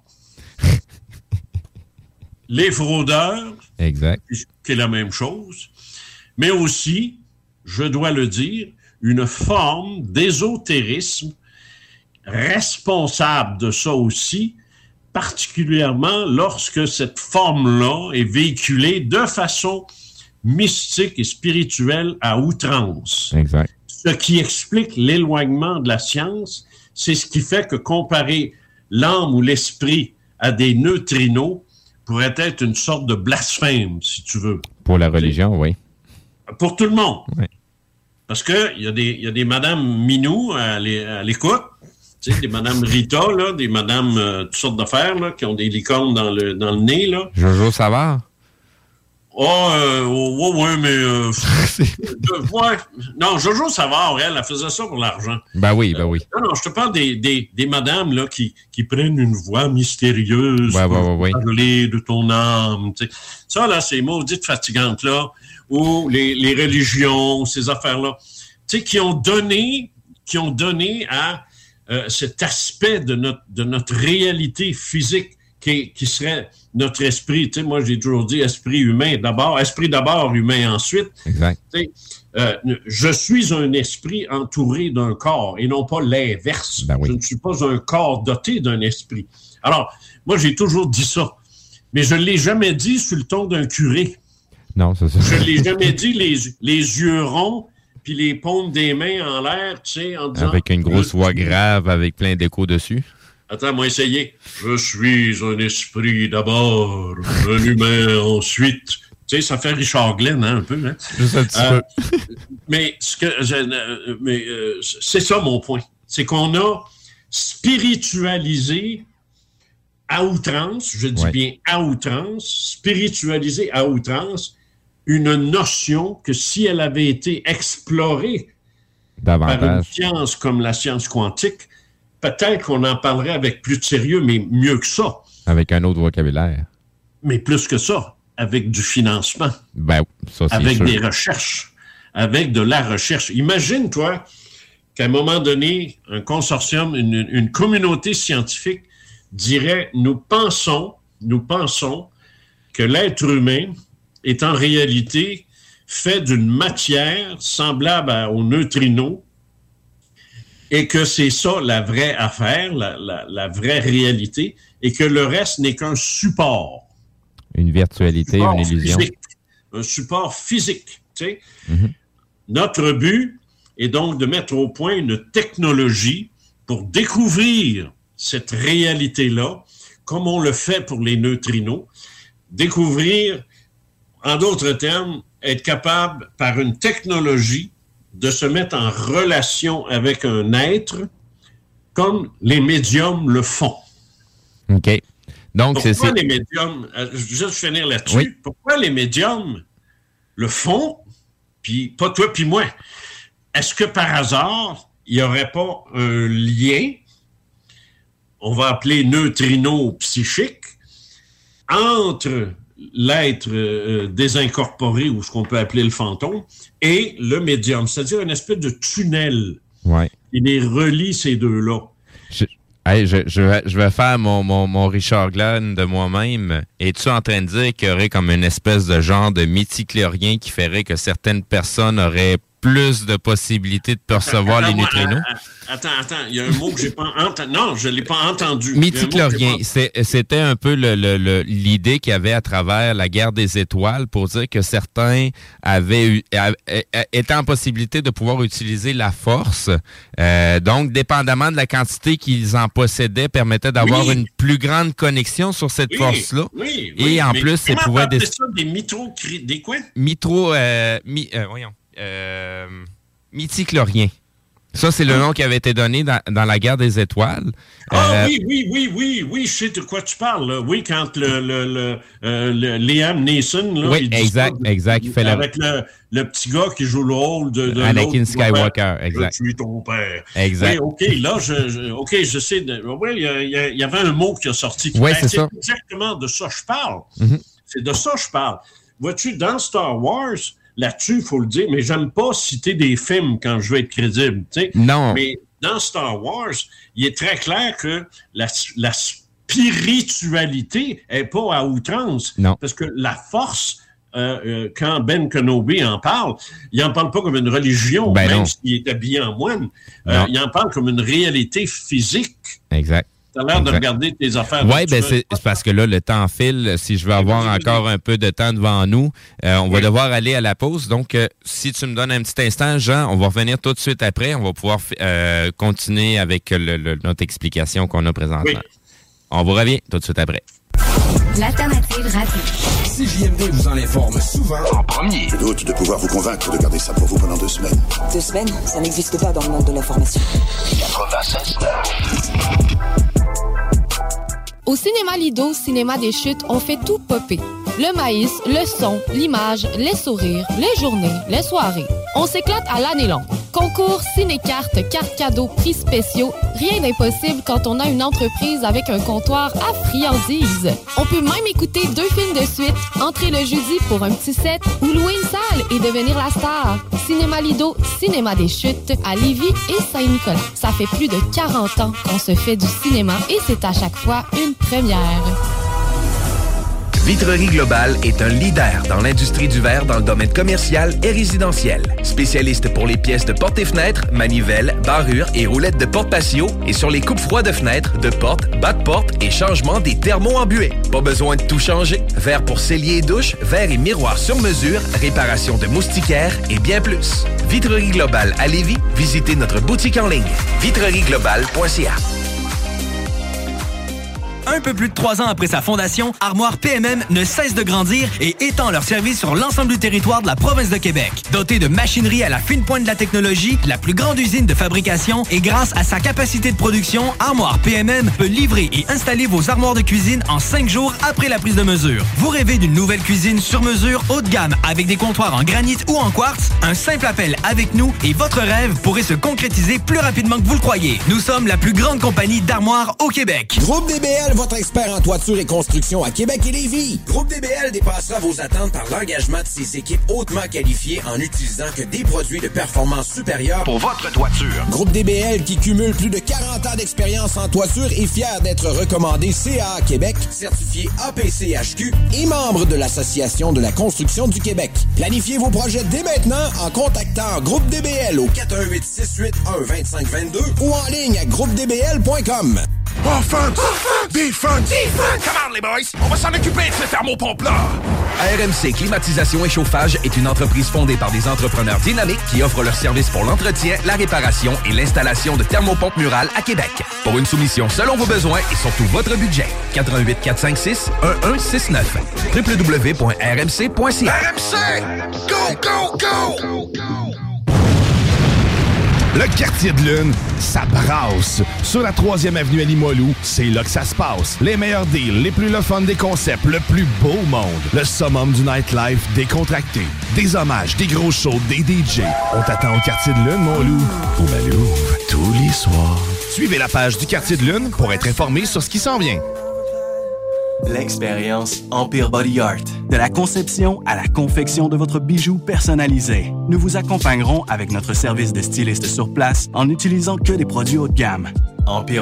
les fraudeurs, exact, qui est la même chose, mais aussi, je dois le dire, une forme d'ésotérisme responsable de ça aussi, particulièrement lorsque cette forme-là est véhiculée de façon mystique et spirituelle à outrance. Exact. Ce qui explique l'éloignement de la science, c'est ce qui fait que comparer l'âme ou l'esprit à des neutrinos pourrait être une sorte de blasphème, si tu veux. Pour la religion, oui. Pour tout le monde. Oui. Parce que il y a des Madame Minou à l'écoute, tu sais, des Madame Rita, là, des Madame toutes sortes d'affaires, là, qui ont des licornes dans le nez, là. Jojo Savard? Ouais, mais... ouais. Non, Jojo Savard, elle faisait ça pour l'argent. Ben oui. Non, je te parle des madames là, qui prennent une voix mystérieuse pour parler de ton âme. T'sais. Ça, là, c'est maudites fatigantes, là, ou les religions, ces affaires-là, qui ont donné à cet aspect de notre réalité physique qui serait notre esprit. Tu sais, moi, j'ai toujours dit esprit d'abord, humain ensuite. Exact. Je suis un esprit entouré d'un corps et non pas l'inverse. Ben oui. Je ne suis pas un corps doté d'un esprit. Alors, moi, j'ai toujours dit ça, mais je ne l'ai jamais dit sur le ton d'un curé. Non, c'est ça. Je ne l'ai jamais dit les yeux ronds puis les paumes des mains en l'air, tu sais, en disant... Avec une grosse voix grave avec plein d'échos dessus. Attends, moi, essayer. Je suis un esprit d'abord, un humain ensuite. Tu sais, ça fait Richard Glenn, hein, un peu. Hein? Juste un petit peu. Mais c'est ça mon point. C'est qu'on a spiritualisé à outrance, je dis bien à outrance, spiritualisé à outrance, une notion que si elle avait été explorée par une science comme la science quantique, peut-être qu'on en parlerait avec plus de sérieux, mais mieux que ça. Avec un autre vocabulaire. Mais plus que ça, avec du financement. Ben, ça, c'est avec sûr. des recherches. Avec de la recherche. Imagine, toi, qu'à un moment donné, un consortium, une communauté scientifique dirait, nous pensons que l'être humain est en réalité fait d'une matière semblable aux neutrinos, et que c'est ça la vraie affaire, la vraie réalité, et que le reste n'est qu'un support. Une virtualité, une illusion. Physique, un support physique. Tu sais. Mm-hmm. Notre but est donc de mettre au point une technologie pour découvrir cette réalité-là, comme on le fait pour les neutrinos, découvrir, en d'autres termes, être capable, par une technologie, de se mettre en relation avec un être comme les médiums le font. OK. Donc, pourquoi les médiums, juste finir là-dessus, pourquoi les médiums le font, puis pas toi puis moi? Est-ce que par hasard, il n'y aurait pas un lien, on va appeler neutrino psychique, entre l'être désincorporé, ou ce qu'on peut appeler le fantôme, et le médium, c'est-à-dire une espèce de tunnel qui les relie, ces deux-là. Je vais faire mon Richard Glenn de moi-même. Es-tu en train de dire qu'il y aurait comme une espèce de genre de midi-chlorien qui ferait que certaines personnes auraient plus de possibilités de percevoir les neutrinos. Attends, il y a un mot que j'ai pas entendu. Non, je l'ai pas entendu. Midi-chlorien, c'était un peu l'idée qu'il y avait à travers la guerre des étoiles pour dire que certains étaient en possibilité de pouvoir utiliser la force. Donc, dépendamment de la quantité qu'ils en possédaient, permettait d'avoir une plus grande connexion sur cette force-là. Oui, et en plus, c'est pouvoir des quoi? Midi-chlorien. Ça, c'est le nom qui avait été donné dans la guerre des étoiles. Oui, je sais de quoi tu parles. Là. Oui, quand le Liam Neeson... Là, oui, exact. Il fait avec le petit gars qui joue le rôle de Anakin Skywalker, exact. Je suis ton père. Exact. Oui, OK, là, je sais... Oui, il y avait un mot qui a sorti. Oui, c'est ça. Exactement de ça que je parle. Mm-hmm. C'est de ça que je parle. Vois-tu, dans Star Wars... Là-dessus, il faut le dire, mais j'aime pas citer des films quand je veux être crédible. T'sais. Non. Mais dans Star Wars, il est très clair que la spiritualité n'est pas à outrance. Non. Parce que la force, quand Ben Kenobi en parle, il n'en parle pas comme une religion, même s'il est habillé en moine. Il en parle comme une réalité physique. Exact. Tu as l'air de regarder tes affaires. Oui, c'est parce que là, le temps file. Si je veux avoir encore un peu de temps devant nous, on va devoir aller à la pause. Donc, si tu me donnes un petit instant, Jean, on va revenir tout de suite après. On va pouvoir continuer avec notre explication qu'on a présentement. Oui. On vous revient tout de suite après. L'alternative radio. CJMD vous en informe souvent en premier. Je doute de pouvoir vous convaincre de garder ça pour vous pendant 2 semaines. 2 semaines? Ça n'existe pas dans le monde de l'information. 96.9. Au Cinéma Lido, Cinéma des Chutes, on fait tout popper. Le maïs, le son, l'image, les sourires, les journées, les soirées. On s'éclate à l'année longue. Concours, ciné-cartes, cartes cadeaux, prix spéciaux, rien d'impossible quand on a une entreprise avec un comptoir à friandises. On peut même écouter 2 films de suite, entrer le jeudi pour un petit set ou louer une salle et devenir la star. Cinéma Lido, Cinéma des Chutes, à Lévis et Saint-Nicolas. Ça fait plus de 40 ans qu'on se fait du cinéma et c'est à chaque fois une première. Vitrerie Globale est un leader dans l'industrie du verre dans le domaine commercial et résidentiel. Spécialiste pour les pièces de portes et fenêtres, manivelles, barrures et roulettes de porte patio et sur les coupes froides de fenêtres, de portes, bas de porte et changement des thermos embués. Pas besoin de tout changer. Verre pour cellier et douche, verre et miroir sur mesure, réparation de moustiquaires et bien plus. Vitrerie Globale à Lévis, visitez notre boutique en ligne. vitrerieglobale.ca. Un peu plus de 3 ans après sa fondation, Armoire PMM ne cesse de grandir et étend leur service sur l'ensemble du territoire de la province de Québec. Dotée de machinerie à la fine pointe de la technologie, la plus grande usine de fabrication et grâce à sa capacité de production, Armoire PMM peut livrer et installer vos armoires de cuisine en 5 jours après la prise de mesure. Vous rêvez d'une nouvelle cuisine sur mesure haut de gamme avec des comptoirs en granit ou en quartz? Un simple appel avec nous et votre rêve pourrait se concrétiser plus rapidement que vous le croyez. Nous sommes la plus grande compagnie d'armoires au Québec. Groupe DBL, votre expert en toiture et construction à Québec et Lévis. Groupe DBL dépassera vos attentes par l'engagement de ses équipes hautement qualifiées en utilisant que des produits de performance supérieure pour votre toiture. Groupe DBL qui cumule plus de 40 ans d'expérience en toiture est fier d'être recommandé CA Québec, certifié APCHQ et membre de l'Association de la construction du Québec. Planifiez vos projets dès maintenant en contactant Groupe DBL au 418-681-2522 ou en ligne à groupedbl.com. Offense! Defense! Come on, les boys! On va s'en occuper de ces thermopompes-là! RMC Climatisation et Chauffage est une entreprise fondée par des entrepreneurs dynamiques qui offrent leurs services pour l'entretien, la réparation et l'installation de thermopompes murales à Québec. Pour une soumission selon vos besoins et surtout votre budget, 88 456 1169 www.rmc.ca. RMC! Go, go, go! Le quartier de lune, ça brasse. Sur la 3e avenue à Limoilou, c'est là que ça se passe. Les meilleurs deals, les plus le fun des concepts, le plus beau monde. Le summum du nightlife décontracté. Des hommages, des gros shows, des DJ. On t'attend au quartier de lune, mon loup. Au Malou, tous les soirs. Suivez la page du quartier de lune pour être informé sur ce qui s'en vient. L'expérience Empire Body Art. De la conception à la confection de votre bijou personnalisé. Nous vous accompagnerons avec notre service de styliste sur place en n'utilisant que des produits haut de gamme.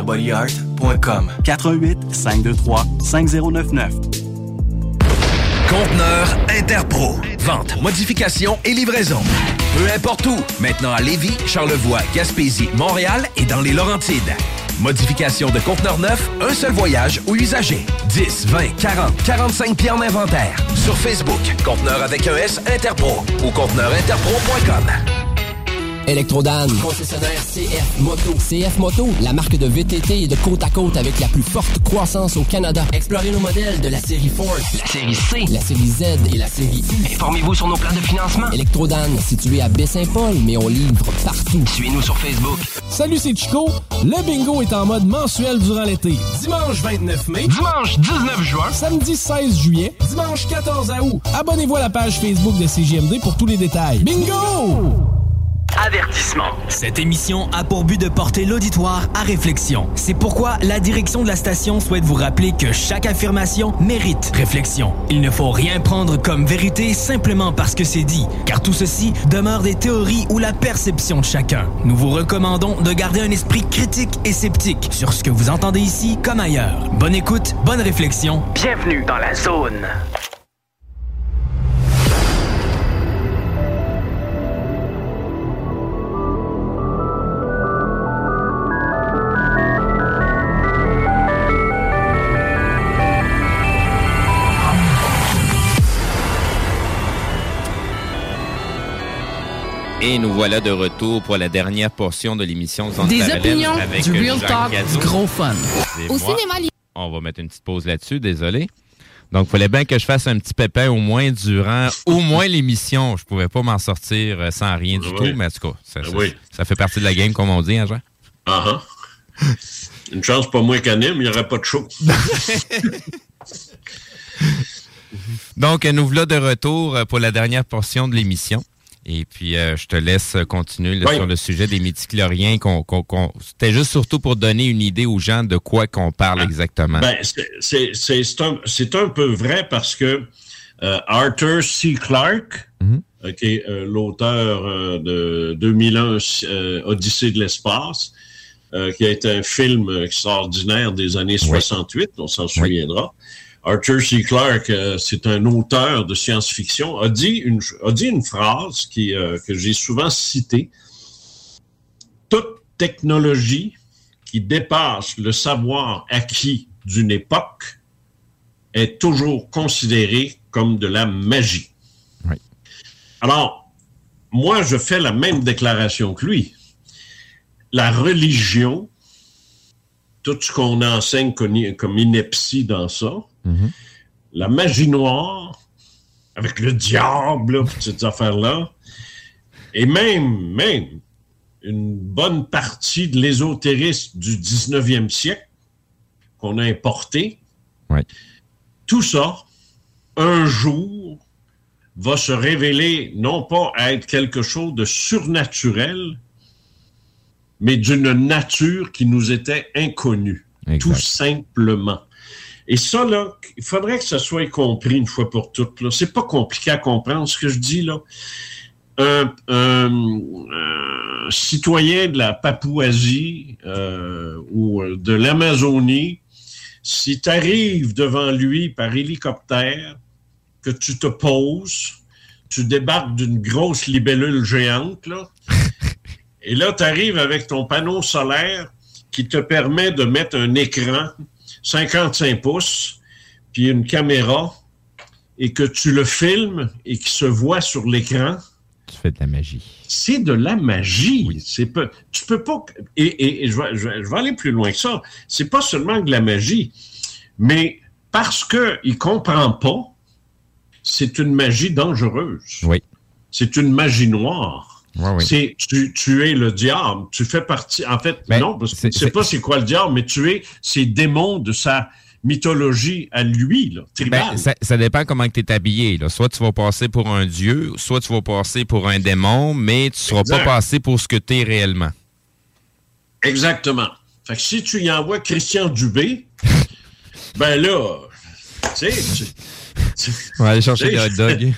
EmpireBodyArt.com 418-523-5099. Conteneur Interpro. Vente, modification et livraison. Peu importe où. Maintenant à Lévis, Charlevoix, Gaspésie, Montréal et dans les Laurentides. Modification de conteneurs neufs, un seul voyage ou usager. 10, 20, 40, 45 pieds en inventaire. Sur Facebook, Conteneur avec un S Interpro ou conteneurinterpro.com. Électrodan, concessionnaire CF Moto. CF Moto, la marque de VTT et de côte à côte avec la plus forte croissance au Canada. Explorez nos modèles de la série Force, la série C, la série Z et la série U. Informez-vous sur nos plans de financement. Électrodan, situé à Baie-Saint-Paul, mais on livre partout. Suivez-nous sur Facebook. Salut, c'est Chico. Le bingo est en mode mensuel durant l'été. Dimanche 29 mai, dimanche 19 juin, samedi 16 juillet, dimanche 14 août. Abonnez-vous à la page Facebook de CJMD pour tous les détails. Bingo! Avertissement. Cette émission a pour but de porter l'auditoire à réflexion. C'est pourquoi la direction de la station souhaite vous rappeler que chaque affirmation mérite réflexion. Il ne faut rien prendre comme vérité simplement parce que c'est dit, car tout ceci demeure des théories ou la perception de chacun. Nous vous recommandons de garder un esprit critique et sceptique sur ce que vous entendez ici comme ailleurs. Bonne écoute, bonne réflexion. Bienvenue dans la zone. Et nous voilà de retour pour la dernière portion de l'émission Zone Des Parallèle opinions, avec du real Jean talk, Cazot. du gros fun. Au Moi. cinéma. On va mettre une petite pause là-dessus, désolé. Donc, il fallait bien que je fasse un petit pépin au moins durant au moins l'émission. Je pouvais pas m'en sortir sans rien du tout, mais en tout cas, ça fait partie de la game, comme on dit, hein, Jean? Une chance pas moins qu'Anime, il n'y aurait pas de show. Donc, nous voilà de retour pour la dernière portion de l'émission. Et puis, je te laisse continuer là, sur le sujet des midi-chloriens. C'était juste surtout pour donner une idée aux gens de quoi qu'on parle exactement. Ben, c'est un peu vrai parce que Arthur C. Clarke, qui est l'auteur de 2001 Odyssée de l'espace, qui a été un film extraordinaire des années 68, on s'en souviendra. Arthur C. Clarke, c'est un auteur de science-fiction, a dit une phrase que j'ai souvent citée. Toute technologie qui dépasse le savoir acquis d'une époque est toujours considérée comme de la magie. Oui. Alors, moi, je fais la même déclaration que lui. La religion, tout ce qu'on enseigne comme ineptie dans ça, la magie noire, avec le diable, ces affaires-là, et même une bonne partie de l'ésotérisme du 19e siècle qu'on a importé, tout ça, un jour, va se révéler non pas être quelque chose de surnaturel, mais d'une nature qui nous était inconnue, tout simplement. Et ça, là, il faudrait que ça soit compris une fois pour toutes. Là. C'est pas compliqué à comprendre ce que je dis, là. Un citoyen de la Papouasie ou de l'Amazonie, si tu arrives devant lui par hélicoptère, que tu te poses, tu débarques d'une grosse libellule géante, là, et là, tu arrives avec ton panneau solaire qui te permet de mettre un écran 55 pouces, puis une caméra, et que tu le filmes et qui se voit sur l'écran. Tu fais de la magie. C'est de la magie. Oui. Tu peux pas... Et je vais aller plus loin que ça. C'est pas seulement de la magie, mais parce qu'il ne comprend pas, c'est une magie dangereuse. Oui. C'est une magie noire. Oui. Tu es le diable. Tu fais partie... En fait, non, parce que tu ne sais pas c'est quoi le diable, mais tu es ces démons de sa mythologie à lui, là, tribale. Ça dépend comment tu es habillé. Là. Soit tu vas passer pour un dieu, soit tu vas passer pour un démon, mais tu ne seras pas passé pour ce que tu es réellement. Exactement. Fait que si tu y envoies Christian Dubé, ben là, tu sais... On va aller chercher des hot dogs.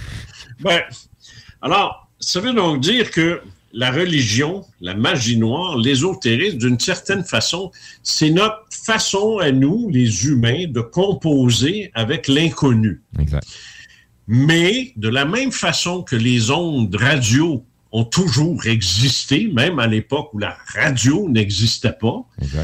Alors, ça veut donc dire que la religion, la magie noire, l'ésotérisme, d'une certaine façon, c'est notre façon à nous, les humains, de composer avec l'inconnu. Exact. Mais de la même façon que les ondes radio ont toujours existé, même à l'époque où la radio n'existait pas,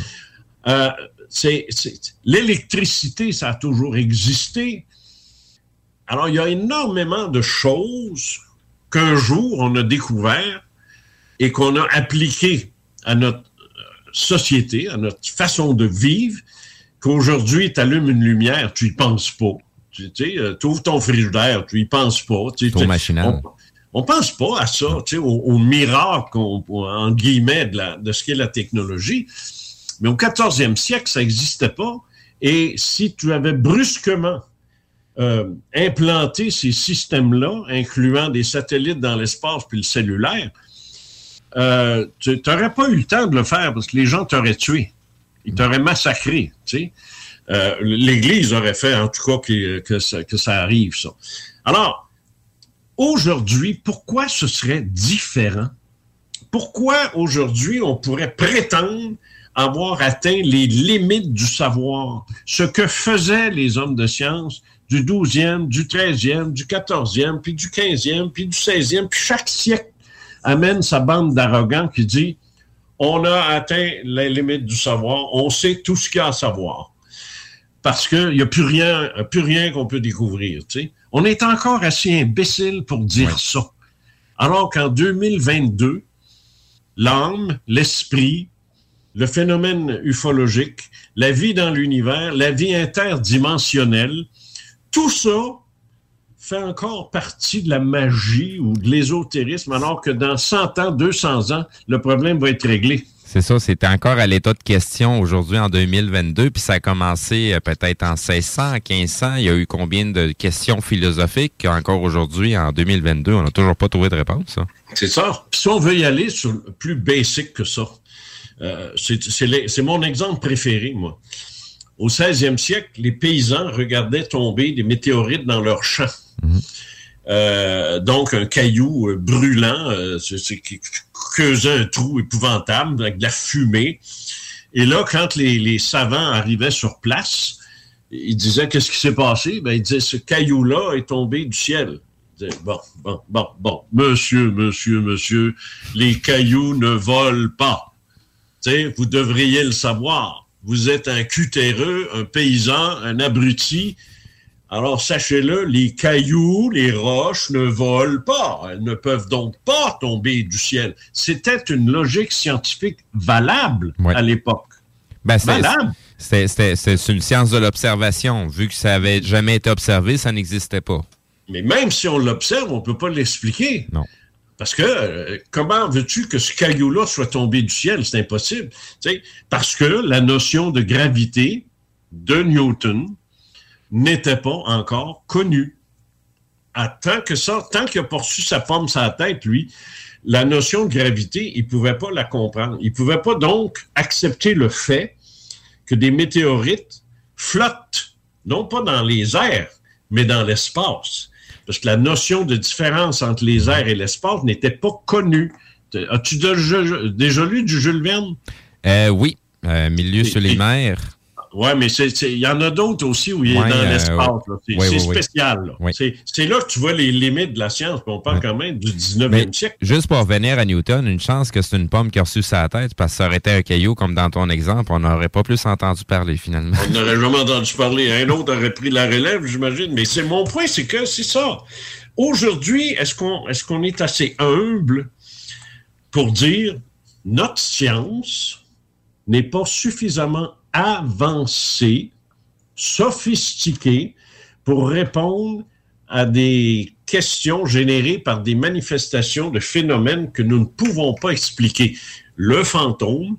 l'électricité, ça a toujours existé. Alors, il y a énormément de choses qu'un jour, on a découvert et qu'on a appliquées à notre société, à notre façon de vivre, qu'aujourd'hui, tu allumes une lumière, tu y penses pas. Tu ouvres ton frigidaire, tu y penses pas. Ton machinal. On pense pas à ça, au miracle, en guillemets, de ce qu'est la technologie. Mais au 14e siècle, ça n'existait pas. Et si tu avais brusquement implanté ces systèmes-là, incluant des satellites dans l'espace puis le cellulaire, tu n'aurais pas eu le temps de le faire parce que les gens t'auraient tué. Ils t'auraient massacré, tu sais. L'Église aurait fait, en tout cas, que ça arrive, ça. Alors, aujourd'hui, pourquoi ce serait différent? Pourquoi, aujourd'hui, on pourrait prétendre avoir atteint les limites du savoir? Ce que faisaient les hommes de science du 12e, du 13e, du 14e, puis du 15e, puis du 16e, puis chaque siècle amène sa bande d'arrogants qui dit « On a atteint les limites du savoir, on sait tout ce qu'il y a à savoir. » Parce qu'il n'y a plus rien qu'on peut découvrir. Tu sais. On est encore assez imbécile pour dire ça. Alors qu'en 2022, l'âme, l'esprit, le phénomène ufologique, la vie dans l'univers, la vie interdimensionnelle, tout ça fait encore partie de la magie ou de l'ésotérisme, alors que dans 100 ans, 200 ans, le problème va être réglé. C'est ça, c'était encore à l'état de question aujourd'hui en 2022, puis ça a commencé peut-être en 1600, 1500. Il y a eu combien de questions philosophiques encore aujourd'hui, en 2022? On n'a toujours pas trouvé de réponse. Hein? C'est ça. Puis si on veut y aller sur le plus basic que ça, c'est mon exemple préféré, moi. Au 16e siècle, les paysans regardaient tomber des météorites dans leurs champs. Donc, un caillou brûlant qui creusait un trou épouvantable avec de la fumée. Et là, quand les savants arrivaient sur place, ils disaient « Qu'est-ce qui s'est passé? » Ben, ils disaient « Ce caillou-là est tombé du ciel. » Ils disaient « Bon, monsieur, les cailloux ne volent pas. T'sais, vous devriez le savoir. Vous êtes un cutéreux, un paysan, un abruti. Alors, sachez-le, les cailloux, les roches ne volent pas. Elles ne peuvent donc pas tomber du ciel. C'était une logique scientifique valable à l'époque. Valable. C'est une science de l'observation. Vu que ça n'avait jamais été observé, ça n'existait pas. Mais même si on l'observe, on ne peut pas l'expliquer. Non. Parce que, comment veux-tu que ce caillou-là soit tombé du ciel? C'est impossible. T'sais, parce que la notion de gravité de Newton n'était pas encore connue. Tant qu'il n'a pas reçu sa forme sur la tête, lui, la notion de gravité, il ne pouvait pas la comprendre. Il ne pouvait pas donc accepter le fait que des météorites flottent, non pas dans les airs, mais dans l'espace. Parce que la notion de différence entre les airs et l'espace n'était pas connue. As-tu déjà lu du Jules Verne? Oui, Milieu sur les mers. Oui, mais il y en a d'autres aussi où il est dans l'espace. C'est spécial. Là. Oui. C'est là que tu vois les limites de la science. On parle quand même du 19e siècle. Juste pour revenir à Newton, une chance que c'est une pomme qui a reçu sa tête, parce que ça aurait été un caillou, comme dans ton exemple, on n'aurait pas plus entendu parler, finalement. On n'aurait jamais entendu parler. Un autre aurait pris la relève, j'imagine. Mais mon point, c'est que c'est ça. Aujourd'hui, est-ce qu'on est assez humble pour dire notre science n'est pas suffisamment avancée, sophistiquée pour répondre à des questions générées par des manifestations de phénomènes que nous ne pouvons pas expliquer. Le fantôme,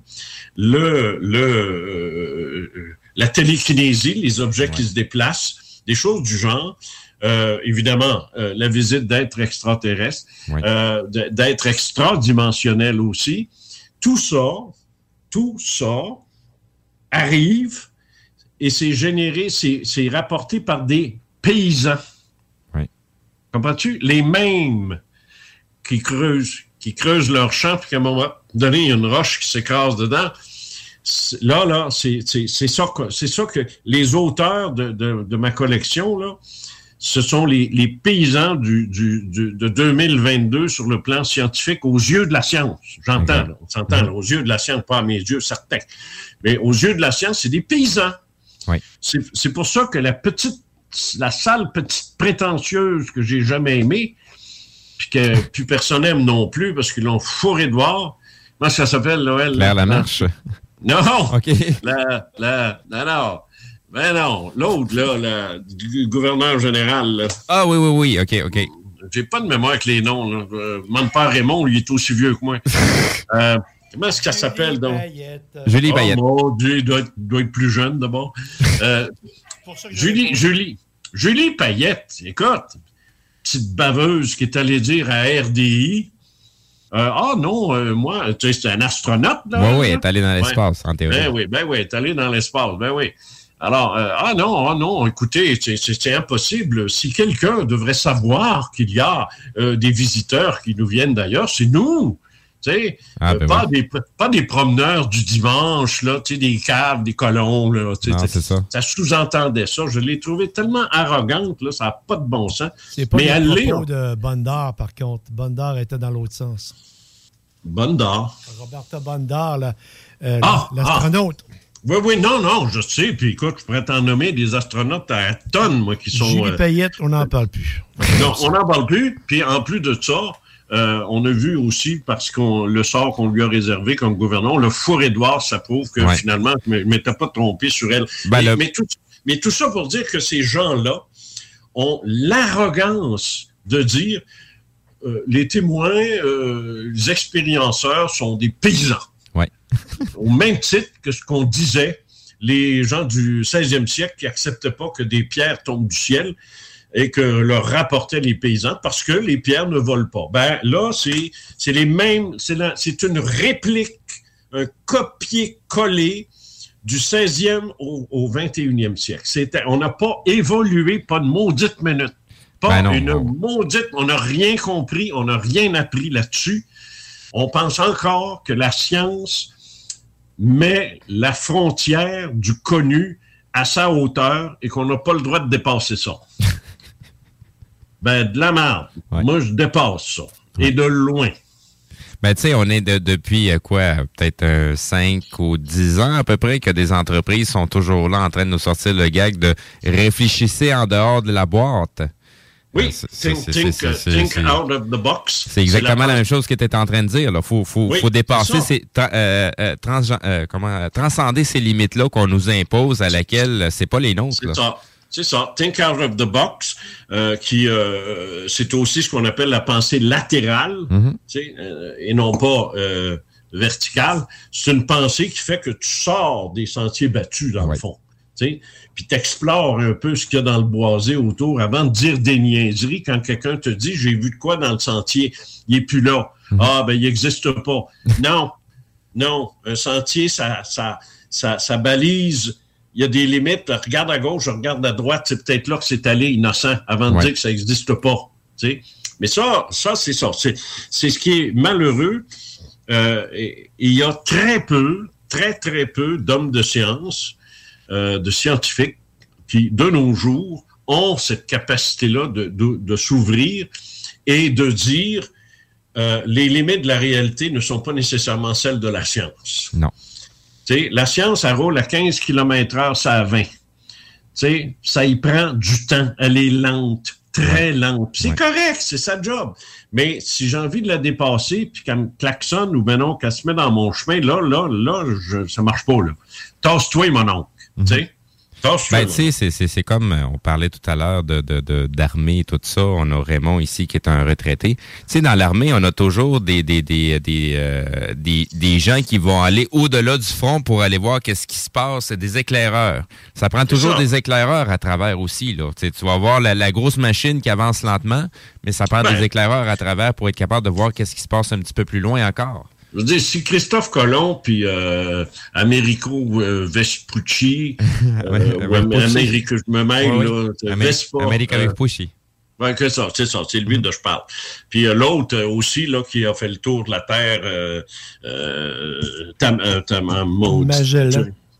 la télékinésie, les objets qui se déplacent, des choses du genre. Évidemment, la visite d'êtres extraterrestres, d'êtres extradimensionnels aussi. Tout ça arrive et c'est généré, c'est rapporté par des paysans. Oui. Comprends-tu? Les mêmes qui creusent leur champ puis qu'à un moment donné, il y a une roche qui s'écrase dedans. Là, c'est ça que les auteurs de ma collection là ce sont les paysans de 2022 sur le plan scientifique aux yeux de la science. J'entends, là, on s'entend, là, aux yeux de la science, pas à mes yeux, certains. Mais aux yeux de la science, c'est des paysans. Oui. C'est pour ça que la sale petite prétentieuse que j'ai jamais aimée, puis que plus personne n'aime non plus, parce qu'ils l'ont fourré de voir. Comment ça s'appelle, Noël? Claire Lamarche. Non! OK. Non. Ben non, l'autre, là, du gouverneur général. Là. Ah oui, OK. J'ai pas de mémoire avec les noms. Là. Mon père Raymond, lui, est aussi vieux que moi. Comment est-ce qu'elle s'appelle, donc? Julie Payette. Oh, mon Dieu, il doit être plus jeune, d'abord. Julie Payette, écoute, petite baveuse qui est allée dire à RDI, moi, tu sais, c'est un astronaute, là. Oui, elle est allée dans l'espace, en théorie. Ben oui, elle est allée dans l'espace, ben oui. Alors, non, écoutez, c'est impossible. Si quelqu'un devrait savoir qu'il y a des visiteurs qui nous viennent d'ailleurs, c'est nous. Tu sais, pas des promeneurs du dimanche, là, tu sais, des caves, des colons, là. Non, c'est ça. Ça sous-entendait ça. Je l'ai trouvé tellement arrogante, là, ça n'a pas de bon sens. C'est pas le propos de Bondar, par contre. Bondar était dans l'autre sens. Bondar? Roberta Bondar, l'astronaute. Oui, non, je sais. Puis écoute, je pourrais t'en nommer des astronautes à tonnes, moi, qui sont... Julie Payette, on n'en parle plus. Non, on n'en parle plus. Puis en plus de ça, on a vu aussi, parce que le sort qu'on lui a réservé comme gouverneur, le fourré de voir, ça prouve que finalement, je ne m'étais pas trompé sur elle. Mais tout ça pour dire que ces gens-là ont l'arrogance de dire les témoins, les expérienceurs sont des paysans. Ouais. Au même titre que ce qu'on disait, les gens du 16e siècle qui n'acceptaient pas que des pierres tombent du ciel et que leur rapportaient les paysans parce que les pierres ne volent pas. Ben là, c'est les mêmes, c'est une réplique, un copier-coller du 16e au 21e siècle. On n'a pas évolué, pas de maudite minute. Maudite, on n'a rien compris, on n'a rien appris là-dessus. On pense encore que la science met la frontière du connu à sa hauteur et qu'on n'a pas le droit de dépasser ça. De la merde. Ouais. Moi, je dépasse ça. Ouais. Et de loin. Tu sais, on est depuis peut-être 5 ou 10 ans à peu près que des entreprises sont toujours là en train de nous sortir le gag de réfléchissez en dehors de la boîte. Oui, think out of the box. C'est exactement la même chose que tu étais en train de dire. Il faut dépasser transcender ces limites-là qu'on nous impose à laquelle c'est pas les nôtres. C'est ça. Think out of the box, c'est aussi ce qu'on appelle la pensée latérale, et non pas verticale. C'est une pensée qui fait que tu sors des sentiers battus, dans le fond. Puis t'explores un peu ce qu'il y a dans le boisé autour avant de dire des niaiseries quand quelqu'un te dit « j'ai vu de quoi dans le sentier, il n'est plus là ». Il n'existe pas. Non, un sentier, ça balise, il y a des limites. Regarde à gauche, regarde à droite, c'est peut-être là que c'est allé innocent avant de dire que ça n'existe pas. T'sais. Mais ça, c'est ça. C'est ce qui est malheureux. Il y a très peu d'hommes de science, de scientifiques qui, de nos jours, ont cette capacité-là de s'ouvrir et de dire les limites de la réalité ne sont pas nécessairement celles de la science. Non. T'sais, la science, elle roule à 15 km/h, ça à 20. T'sais, ça y prend du temps. Elle est lente, très lente. C'est correct, c'est sa job. Mais si j'ai envie de la dépasser, puis qu'elle me klaxonne ou qu'elle se met dans mon chemin, ça marche pas, là. Tasse-toi, mon oncle. Tu sais, c'est comme on parlait tout à l'heure d'armée et tout ça. On a Raymond ici qui est un retraité. Tu sais, dans l'armée, on a toujours des gens qui vont aller au-delà du front pour aller voir qu'est-ce qui se passe. C'est des éclaireurs. Ça prend toujours des éclaireurs à travers aussi, là. Tu sais, tu vas voir la grosse machine qui avance lentement, mais ça prend des éclaireurs à travers pour être capable de voir qu'est-ce qui se passe un petit peu plus loin encore. Je veux dire, si Christophe Colomb puis Americo Vespucci, Americo, je me mêle, Vespa. Americo Vespucci. Oui, c'est ça, c'est lui dont je parle. Puis l'autre aussi, là, qui a fait le tour de la Terre, Magellan.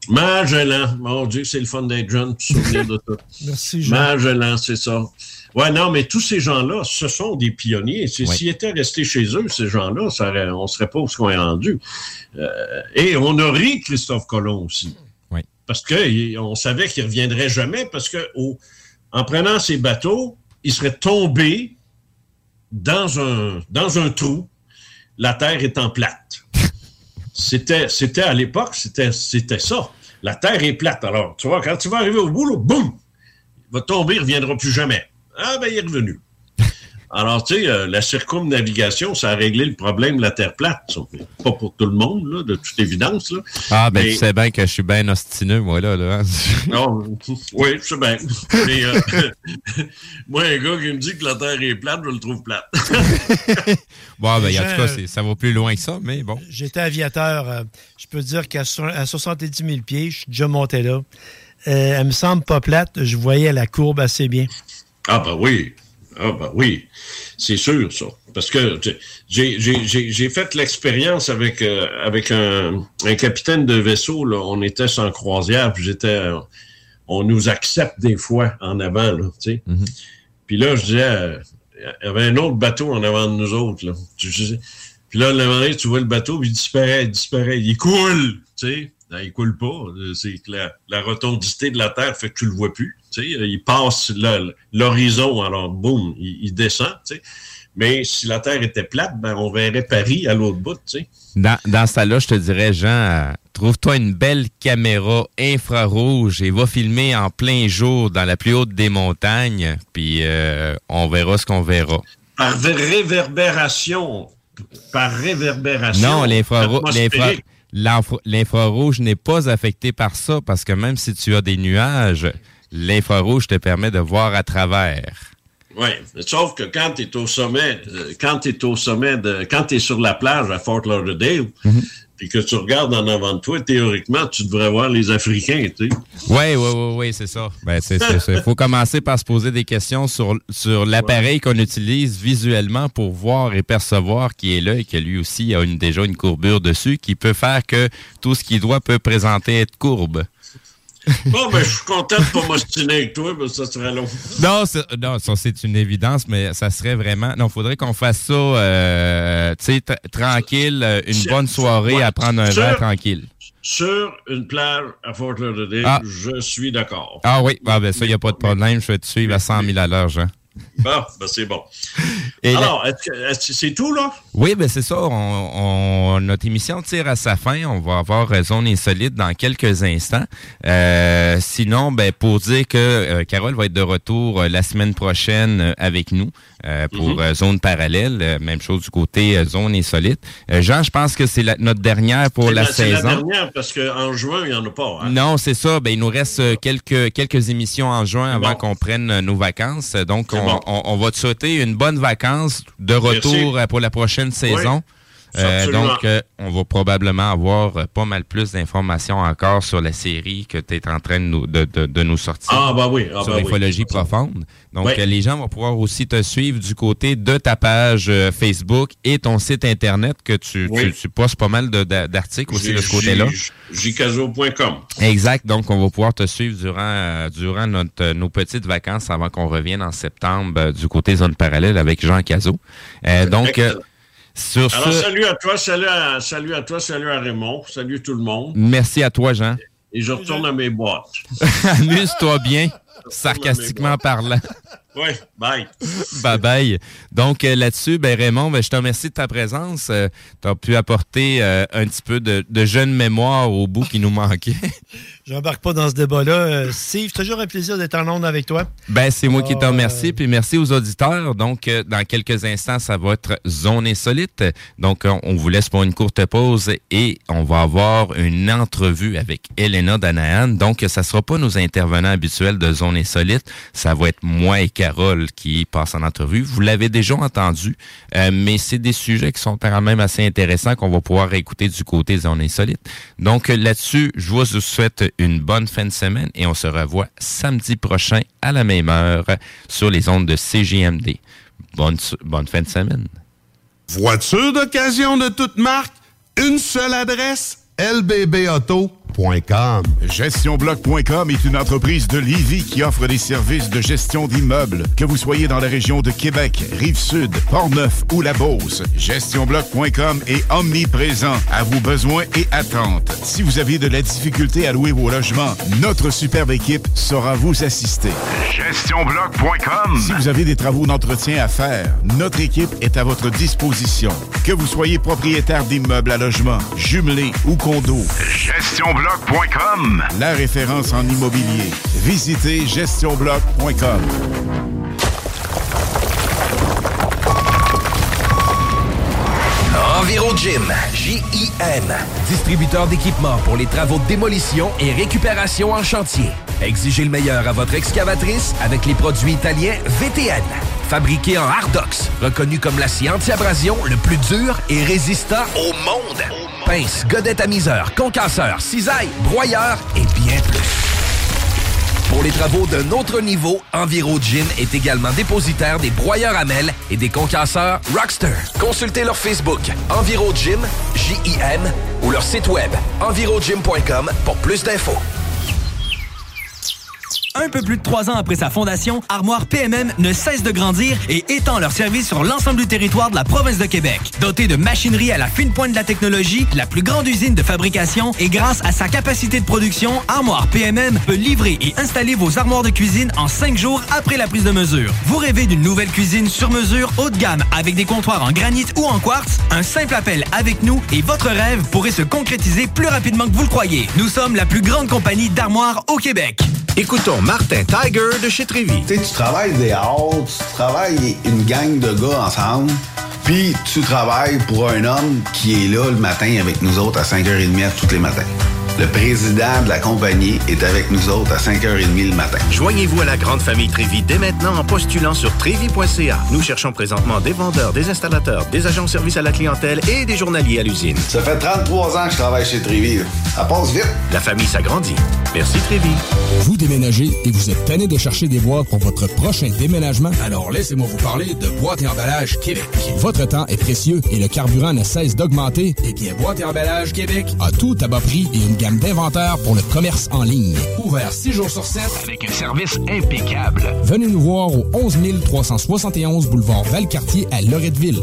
Magellan. Mon Dieu, c'est le fun d'être jeune, de se souvenir de tout. Merci, Jean. Magellan, c'est ça. Ouais, non, mais tous ces gens-là, ce sont des pionniers. S'ils étaient restés chez eux, ces gens-là, on ne serait pas où on est rendu. Et on a ri Christophe Colomb aussi. Oui. Parce qu'on savait qu'il ne reviendrait jamais, parce que en prenant ces bateaux, il serait tombé dans un trou, la Terre étant plate. C'était à l'époque, c'était ça. La Terre est plate. Alors, tu vois, quand tu vas arriver au bout, là, boum, il va tomber, il ne reviendra plus jamais. Ah, ben, il est revenu. Alors, tu sais, la circumnavigation, ça a réglé le problème de la Terre plate. Ça. Pas pour tout le monde, là, de toute évidence. Là. Ah, ben, tu sais bien que je suis bien ostineux, moi, là. Hein? Non, oui, je sais bien. Mais, moi, un gars qui me dit que la Terre est plate, je le trouve plate. Bon, ben, en tout cas, ça va plus loin que ça, mais bon. J'étais aviateur. Je peux dire qu'à 70 000 pieds, je suis déjà monté là. Elle me semble pas plate. Je voyais la courbe assez bien. Ah, ben oui. Ah, ben oui. C'est sûr, ça. Parce que j'ai fait l'expérience avec un capitaine de vaisseau, là. On était sans croisière, puis on nous accepte des fois en avant, là, tu sais. Mm-hmm. Puis là, je disais, il y avait un autre bateau en avant de nous autres, là. Puis là, le moment donné, tu vois le bateau, puis il disparaît. Il coule, tu sais. Non, il coule pas. C'est que la rotondité de la Terre fait que tu le vois plus. Tu sais, il passe l'horizon, alors boum, il descend. Tu sais. Mais si la Terre était plate, ben on verrait Paris à l'autre bout. Tu sais. Dans ce cas-là, je te dirais, Jean, trouve-toi une belle caméra infrarouge et va filmer en plein jour dans la plus haute des montagnes, puis on verra ce qu'on verra. Par réverbération. Non, l'infrarouge n'est pas affecté par ça parce que même si tu as des nuages, l'infrarouge te permet de voir à travers. Oui, sauf que quand tu es au sommet, quand tu es sur la plage à Fort Lauderdale, puis que tu regardes en avant de toi, théoriquement, tu devrais voir les Africains, tu sais. Oui, c'est ça. Ben, c'est ça. Il faut commencer par se poser des questions sur l'appareil qu'on utilise visuellement pour voir et percevoir qui est là et que lui aussi a déjà une courbure dessus qui peut faire que tout ce qu'il doit peut présenter être courbe. Bon, ben, je suis content de ne pas m'ostiner avec toi, mais ça serait long. Non, ça, c'est une évidence, mais ça serait vraiment... Non, il faudrait qu'on fasse ça, tu sais, tranquille, une bonne soirée à prendre un verre tranquille. Sur une plage à Fort Lauderdale, je suis d'accord. Ah oui, ben ça, il n'y a pas de problème. Je vais te suivre à 100 000 à l'heure, Jean. Bon, ben c'est bon. Alors, est-ce que c'est tout, là? Oui, ben c'est ça. Notre émission tire à sa fin. On va avoir Zone Insolite dans quelques instants. Sinon, ben pour dire que Carole va être de retour la semaine prochaine avec nous pour Zone Parallèle. Même chose du côté Zone Insolite. Jean, je pense que c'est notre dernière pour la saison. C'est la dernière parce qu'en juin, il n'y en a pas. Hein? Non, c'est ça. Ben, il nous reste quelques émissions en juin avant qu'on prenne nos vacances. Donc, on va te souhaiter une bonne vacance de retour pour la prochaine saison. Donc, on va probablement avoir pas mal plus d'informations encore sur la série que tu es en train de nous sortir. Sur Ufologie profonde. Donc, les gens vont pouvoir aussi te suivre du côté de ta page Facebook et ton site Internet que tu postes pas mal d'articles aussi de ce côté-là. jcazo.com. Exact. Donc, on va pouvoir te suivre durant nos petites vacances avant qu'on revienne en septembre du côté Zone Parallèle avec Jean Cazot. Donc... Alors, salut à toi, salut à Raymond, salut tout le monde. Merci à toi, Jean. Et je retourne à mes boîtes. Amuse-toi bien, sarcastiquement parlant. Oui, bye. Bye-bye. Donc, là-dessus, Raymond, je te remercie de ta présence. Tu as pu apporter un petit peu de jeune mémoire au bout qui nous manquait. J'embarque pas dans ce débat-là. Steve, toujours un plaisir d'être en onde avec toi. C'est moi qui te remercie, puis merci aux auditeurs. Donc, dans quelques instants, ça va être Zone Insolite. Donc, on vous laisse pour une courte pause et on va avoir une entrevue avec Elena Danahan. Donc, ça sera pas nos intervenants habituels de Zone Insolite. Ça va être moi et Carole qui passe en entrevue. Vous l'avez déjà entendu, mais c'est des sujets qui sont quand même assez intéressants qu'on va pouvoir écouter du côté Zone Insolite. Donc, là-dessus, je vous souhaite une bonne fin de semaine et on se revoit samedi prochain à la même heure sur les ondes de CJMD. Bonne fin de semaine. Voiture d'occasion de toute marque, une seule adresse, lbbauto.com. GestionBloc.com. GestionBloc.com est une entreprise de Lévis qui offre des services de gestion d'immeubles, que vous soyez dans la région de Québec, Rive-Sud, Portneuf ou la Beauce. GestionBloc.com est omniprésent à vos besoins et attentes. Si vous avez de la difficulté à louer vos logements, notre superbe équipe saura vous assister. GestionBloc.com. Si vous avez des travaux d'entretien à faire, notre équipe est à votre disposition. Que vous soyez propriétaire d'immeubles à logement, jumelés ou condos. GestionBloc.com. La référence en immobilier. Visitez GestionBloc.com. EnviroGym, J-I-M, distributeur d'équipements pour les travaux de démolition et récupération en chantier. Exigez le meilleur à votre excavatrice avec les produits italiens VTN. Fabriqué en Hardox, reconnu comme l'acier anti-abrasion le plus dur et résistant au monde. Pince, godette à miseur, concasseur, cisaille, broyeur et bien plus. Pour les travaux d'un autre niveau, EnviroGym est également dépositaire des broyeurs à mêles et des concasseurs Rockster. Consultez leur Facebook EnviroGym, J-I-M, ou leur site web envirogym.com pour plus d'infos. Un peu plus de 3 ans après sa fondation, Armoire PMM ne cesse de grandir et étend leur service sur l'ensemble du territoire de la province de Québec. Dotée de machinerie à la fine pointe de la technologie, la plus grande usine de fabrication et grâce à sa capacité de production, Armoire PMM peut livrer et installer vos armoires de cuisine en 5 jours après la prise de mesure. Vous rêvez d'une nouvelle cuisine sur mesure haut de gamme avec des comptoirs en granit ou en quartz? Un simple appel avec nous et votre rêve pourrait se concrétiser plus rapidement que vous le croyez. Nous sommes la plus grande compagnie d'armoires au Québec. Écoutons Martin Tiger de chez Trévis. Tu sais, tu travailles des heures, tu travailles une gang de gars ensemble, puis tu travailles pour un homme qui est là le matin avec nous autres à 5h30 tous les matins. Le président de la compagnie est avec nous autres à 5h30 le matin. Joignez-vous à la grande famille Trévis dès maintenant en postulant sur trévis.ca. Nous cherchons présentement des vendeurs, des installateurs, des agents de service à la clientèle et des journaliers à l'usine. Ça fait 33 ans que je travaille chez Trévis. Ça passe vite. La famille s'agrandit. Merci Trévis. Vous déménagez et vous êtes tanné de chercher des boîtes pour votre prochain déménagement? Alors laissez-moi vous parler de Boîte et Emballage Québec. Votre temps est précieux et le carburant ne cesse d'augmenter. Eh bien, Boîte et Emballage Québec a tout à bas prix et une gamme d'inventaire pour le commerce en ligne. Ouvert 6 jours sur 7 avec un service impeccable. Venez nous voir au 11 371 boulevard Valcartier à Loretteville.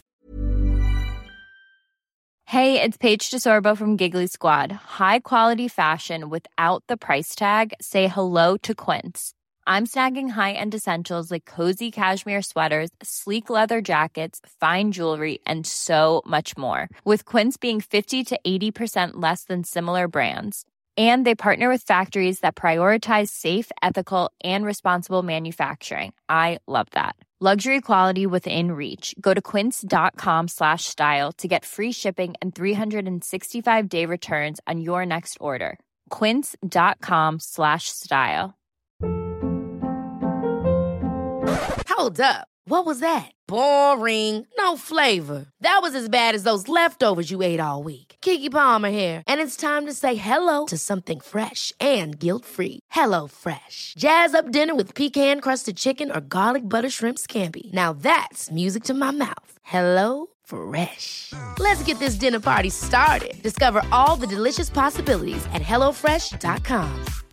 Hey, it's Paige DeSorbo from Giggly Squad. High quality fashion without the price tag. Say hello to Quince. I'm snagging high-end essentials like cozy cashmere sweaters, sleek leather jackets, fine jewelry, and so much more. With Quince being 50 to 80% less than similar brands. And they partner with factories that prioritize safe, ethical, and responsible manufacturing. I love that. Luxury quality within reach. Go to quince.com/style to get free shipping and 365-day returns on your next order. Quince.com/style. Hold up. What was that? Boring. No flavor. That was as bad as those leftovers you ate all week. Keke Palmer here, and it's time to say hello to something fresh and guilt-free. Hello Fresh. Jazz up dinner with pecan-crusted chicken or garlic butter shrimp scampi. Now that's music to my mouth. Hello Fresh. Let's get this dinner party started. Discover all the delicious possibilities at HelloFresh.com.